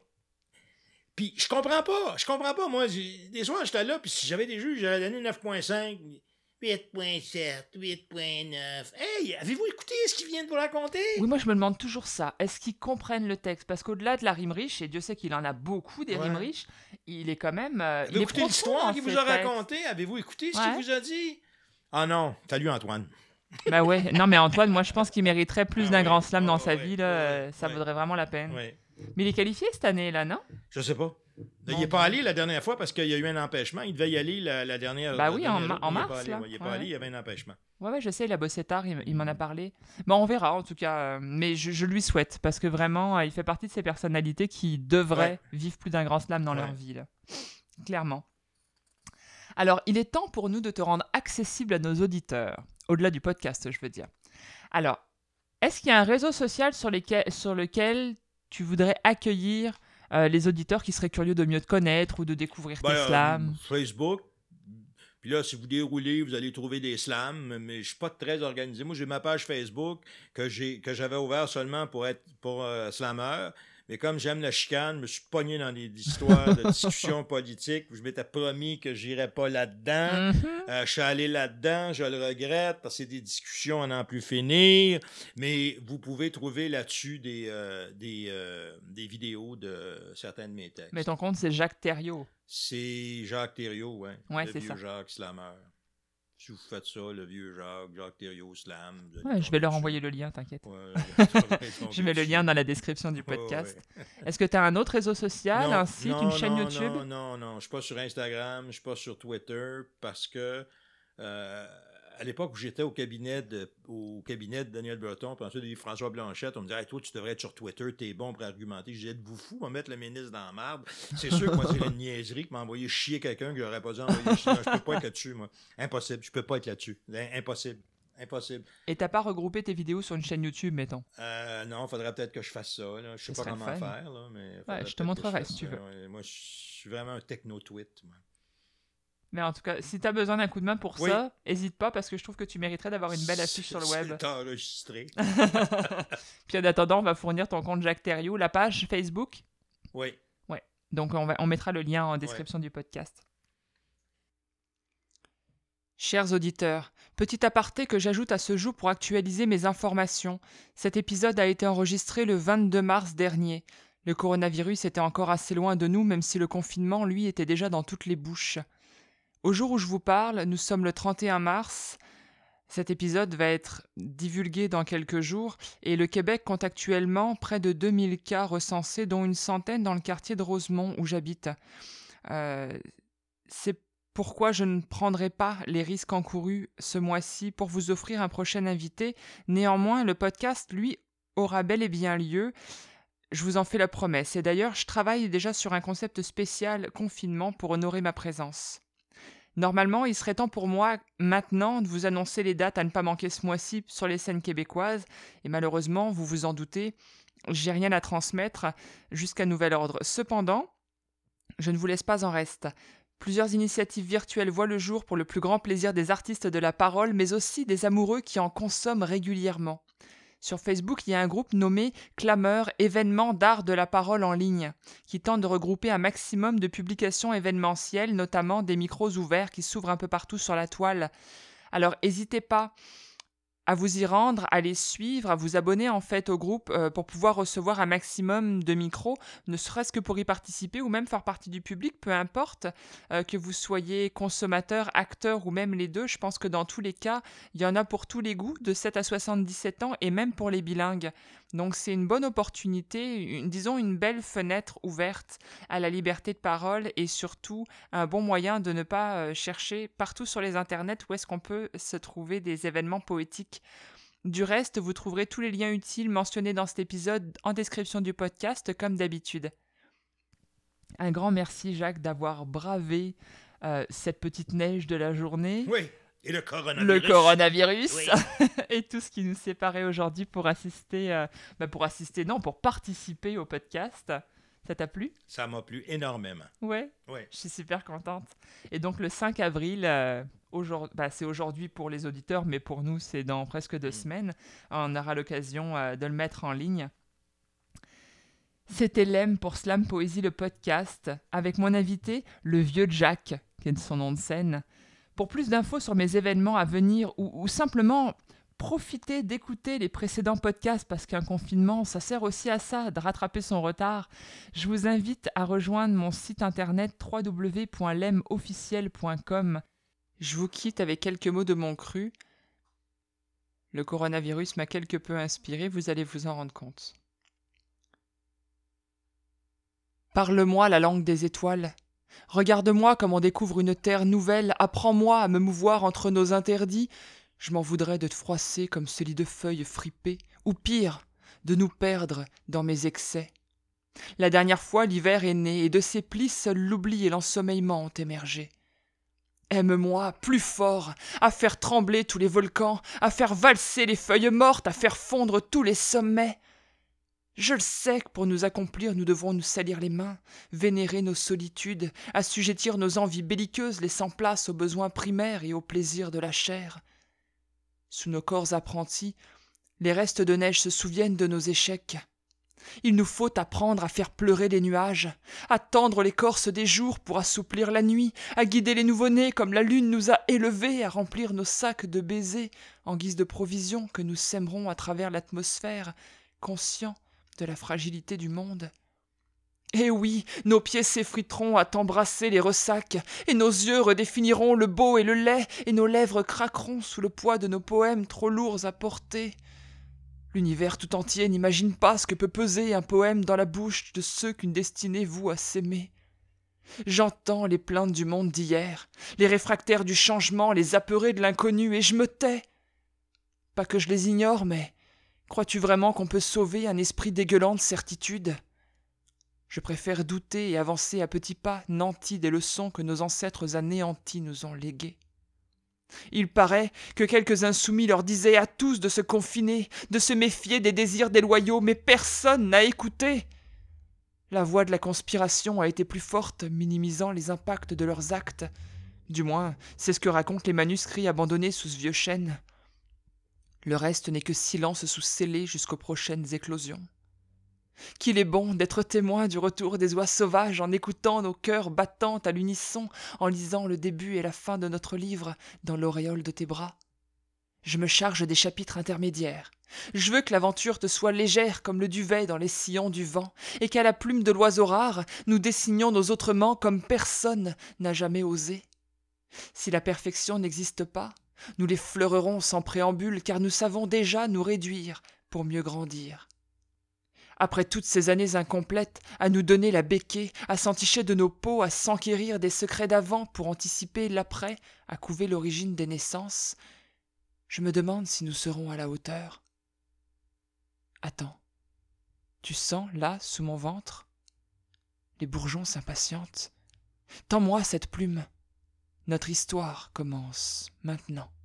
Puis je comprends pas, je comprends pas, moi. J'ai- Des soirs, j'étais là, puis si j'avais des juges, j'aurais donné neuf virgule cinq, huit virgule sept, huit virgule neuf. Hey, avez-vous écouté ce qu'il vient de vous raconter? Oui, moi, je me demande toujours ça. Est-ce qu'ils comprennent le texte? Parce qu'au-delà de la rime riche, et Dieu sait qu'il en a beaucoup des Ouais. rimes riches, il est quand même... euh, il Avez-vous est écouté profond l'histoire dans qu'il ses vous a textes. raconté? Avez-vous écouté ce Ouais. qu'il vous a dit? Ah non, salut Antoine. Bah ouais, non mais Antoine, moi je pense qu'il mériterait plus Ah d'un oui. grand slam dans Ah sa ouais, vie, là, ouais, euh, ça ouais. vaudrait vraiment la peine. Oui. Mais il est qualifié cette année, là, non? Je sais pas. Il Mon n'est pas Dieu. allé la dernière fois parce qu'il y a eu un empêchement. Il devait y aller la, la dernière. Bah la oui, dernière en ma- jour, en mais il est mars, pas allé, là. ouais, il n'est pas Ouais, allé, ouais. il y avait un empêchement. Ouais, ouais, je sais, il a bossé tard, il, m- il m'en a parlé. Bon, on verra en tout cas, euh, mais je, je lui souhaite, parce que vraiment, euh, il fait partie de ces personnalités qui devraient vivre plus d'un grand slam dans leur Ouais. vie, là. Clairement. Alors, il est temps pour nous de te rendre accessible à nos auditeurs, au-delà du podcast, je veux dire. Alors, est-ce qu'il y a un réseau social sur, lesquels- sur lequel tu voudrais accueillir euh, les auditeurs qui seraient curieux de mieux te connaître ou de découvrir Ben, tes euh, slams? Facebook. Puis là, si vous déroulez, vous allez trouver des slams, mais je suis pas très organisé. Moi, j'ai ma page Facebook que j'ai que j'avais ouvert seulement pour être pour euh, slammer. Mais comme j'aime la chicane, je me suis pogné dans des, des histoires de discussions politiques. Je m'étais promis que j'irais pas là-dedans. Mhm. Euh, je suis allé là-dedans, je le regrette parce que c'est des discussions à n'en plus finir. Mais vous pouvez trouver là-dessus des, euh, des, euh, des vidéos de certains de mes textes. Mais ton compte, c'est Jacques Thériault. C'est Jacques Thériault, ouais. Ouais, le c'est vieux ça. Jacques Slammer. Si vous faites ça, le vieux Jacques, Jacques Thériault Slam. vous allez Ouais, je vais tomber leur dessus. envoyer le lien, t'inquiète. Ouais, vous allez tomber Je mets le dessus. lien dans la description du Ouais, podcast. ouais. Est-ce que tu as un autre réseau social, Non, un site, non, une chaîne non, YouTube? Non, non, non. Je suis pas sur Instagram, je suis pas sur Twitter parce que euh, à l'époque où j'étais au cabinet de au cabinet de Daniel Breton, puis ensuite de François Blanchette, on me disait hey, toi, tu devrais être sur Twitter, t'es bon pour argumenter. Je disais êtes-vous fou, on va mettre le ministre dans la marde. C'est sûr que moi, c'est une niaiserie que m'a envoyé chier quelqu'un que j'aurais pas dû envoyer chier. Non, je peux pas être là-dessus, moi. Impossible, je peux pas être là-dessus. Impossible. Impossible. Et t'as pas regroupé tes vidéos sur une chaîne YouTube, mettons? Euh, non, il faudrait peut-être que je fasse ça. Là. Je sais Ce pas serait comment le fun. faire, là, mais faudrait je te peut-être que montrerai, fasse si tu ça. veux. Ouais, moi, je suis vraiment un techno-tweet. moi. Mais en tout cas, si t'as besoin d'un coup de main pour Oui. ça, hésite pas parce que je trouve que tu mériterais d'avoir une belle affiche sur le web. C'est enregistré. Puis en attendant, on va fournir ton compte Jacques Thériault, la page Facebook. Oui. Donc on, va, on mettra le lien en description du podcast. Chers auditeurs, petit aparté que j'ajoute à ce jour pour actualiser mes informations. Cet épisode a été enregistré le vingt-deux mars dernier. Le coronavirus était encore assez loin de nous, même si le confinement, lui, était déjà dans toutes les bouches. Au jour où je vous parle, nous sommes le trente et un mars. Cet épisode va être divulgué dans quelques jours et le Québec compte actuellement près de deux mille cas recensés, dont une centaine dans le quartier de Rosemont où j'habite. Euh, c'est pourquoi je ne prendrai pas les risques encourus ce mois-ci pour vous offrir un prochain invité. Néanmoins, le podcast, lui, aura bel et bien lieu. Je vous en fais la promesse. Et d'ailleurs, je travaille déjà sur un concept spécial confinement pour honorer ma présence. Normalement, il serait temps pour moi, maintenant, de vous annoncer les dates à ne pas manquer ce mois-ci sur les scènes québécoises. Et malheureusement, vous vous en doutez, j'ai rien à transmettre jusqu'à nouvel ordre. Cependant, je ne vous laisse pas en reste. Plusieurs initiatives virtuelles voient le jour pour le plus grand plaisir des artistes de la parole, mais aussi des amoureux qui en consomment régulièrement. Sur Facebook, il y a un groupe nommé Clameur, événements d'art de la parole en ligne, qui tente de regrouper un maximum de publications événementielles, notamment des micros ouverts qui s'ouvrent un peu partout sur la toile. Alors, n'hésitez pas à vous y rendre, à les suivre, à vous abonner en fait au groupe euh, pour pouvoir recevoir un maximum de micros, ne serait-ce que pour y participer ou même faire partie du public, peu importe, euh, que vous soyez consommateur, acteur ou même les deux. Je pense que dans tous les cas, il y en a pour tous les goûts, de sept à soixante-dix-sept ans et même pour les bilingues. Donc c'est une bonne opportunité, une, disons une belle fenêtre ouverte à la liberté de parole et surtout un bon moyen de ne pas euh, chercher partout sur les internets où est-ce qu'on peut se trouver des événements poétiques. Du reste, vous trouverez tous les liens utiles mentionnés dans cet épisode en description du podcast comme d'habitude. Un grand merci Jacques d'avoir bravé euh, cette petite neige de la journée. Oui. Et le coronavirus. Le coronavirus Oui. et tout ce qui nous séparait aujourd'hui pour assister, euh, bah pour assister, non, pour participer au podcast. Ça t'a plu? Ça m'a plu énormément. Ouais, ouais. Je suis super contente. Et donc le cinq avril, euh, aujourd'hui, bah, c'est aujourd'hui pour les auditeurs, mais pour nous c'est dans presque deux mmh. semaines, on aura l'occasion euh, de le mettre en ligne. C'était Lem pour Slam Poésie le podcast, avec mon invité, le vieux Jack, qui est son nom de scène. Pour plus d'infos sur mes événements à venir ou, ou simplement profiter d'écouter les précédents podcasts parce qu'un confinement, ça sert aussi à ça, de rattraper son retard, je vous invite à rejoindre mon site internet w w w point lem officiel point com. Je vous quitte avec quelques mots de mon cru. Le coronavirus m'a quelque peu inspiré, vous allez vous en rendre compte. Parle-moi la langue des étoiles. Regarde-moi comme on découvre une terre nouvelle, apprends-moi à me mouvoir entre nos interdits. Je m'en voudrais de te froisser comme ce lit de feuilles fripées, ou pire, de nous perdre dans mes excès. La dernière fois, l'hiver est né, et de ses plis, seul l'oubli et l'ensommeillement ont émergé. Aime-moi plus fort, à faire trembler tous les volcans, à faire valser les feuilles mortes, à faire fondre tous les sommets. Je le sais que pour nous accomplir, nous devrons nous salir les mains, vénérer nos solitudes, assujettir nos envies belliqueuses, laissant place aux besoins primaires et aux plaisirs de la chair. Sous nos corps apprentis, les restes de neige se souviennent de nos échecs. Il nous faut apprendre à faire pleurer les nuages, à tendre l'écorce des jours pour assouplir la nuit, à guider les nouveau-nés comme la lune nous a élevés, à remplir nos sacs de baisers en guise de provisions que nous sèmerons à travers l'atmosphère, conscients de la fragilité du monde. Eh oui, nos pieds s'effriteront à t'embrasser les ressacs, et nos yeux redéfiniront le beau et le laid, et nos lèvres craqueront sous le poids de nos poèmes trop lourds à porter. L'univers tout entier n'imagine pas ce que peut peser un poème dans la bouche de ceux qu'une destinée voue à s'aimer. J'entends les plaintes du monde d'hier, les réfractaires du changement, les apeurés de l'inconnu, et je me tais. Pas que je les ignore, mais crois-tu vraiment qu'on peut sauver un esprit dégueulant de certitude ? Je préfère douter et avancer à petits pas, nantis des leçons que nos ancêtres anéantis nous ont léguées. Il paraît que quelques insoumis leur disaient à tous de se confiner, de se méfier des désirs déloyaux, mais personne n'a écouté. La voix de la conspiration a été plus forte, minimisant les impacts de leurs actes. Du moins, c'est ce que racontent les manuscrits abandonnés sous ce vieux chêne. Le reste n'est que silence sous scellé jusqu'aux prochaines éclosions. qu'il est bon d'être témoin du retour des oies sauvages en écoutant nos cœurs battant à l'unisson, en lisant le début et la fin de notre livre dans l'auréole de tes bras. Je me charge des chapitres intermédiaires. Je veux que l'aventure te soit légère comme le duvet dans les sillons du vent, et qu'à la plume de l'oiseau rare, nous dessinions nos autrement comme personne n'a jamais osé. Si la perfection n'existe pas, nous l'effleurerons sans préambule, car nous savons déjà nous réduire pour mieux grandir. Après toutes ces années incomplètes, à nous donner la béquée, à s'enticher de nos peaux, à s'enquérir des secrets d'avant pour anticiper l'après, à couver l'origine des naissances, je me demande si nous serons à la hauteur. Attends, tu sens, là, sous mon ventre, les bourgeons s'impatientent. Tends-moi cette plume. Notre histoire commence maintenant.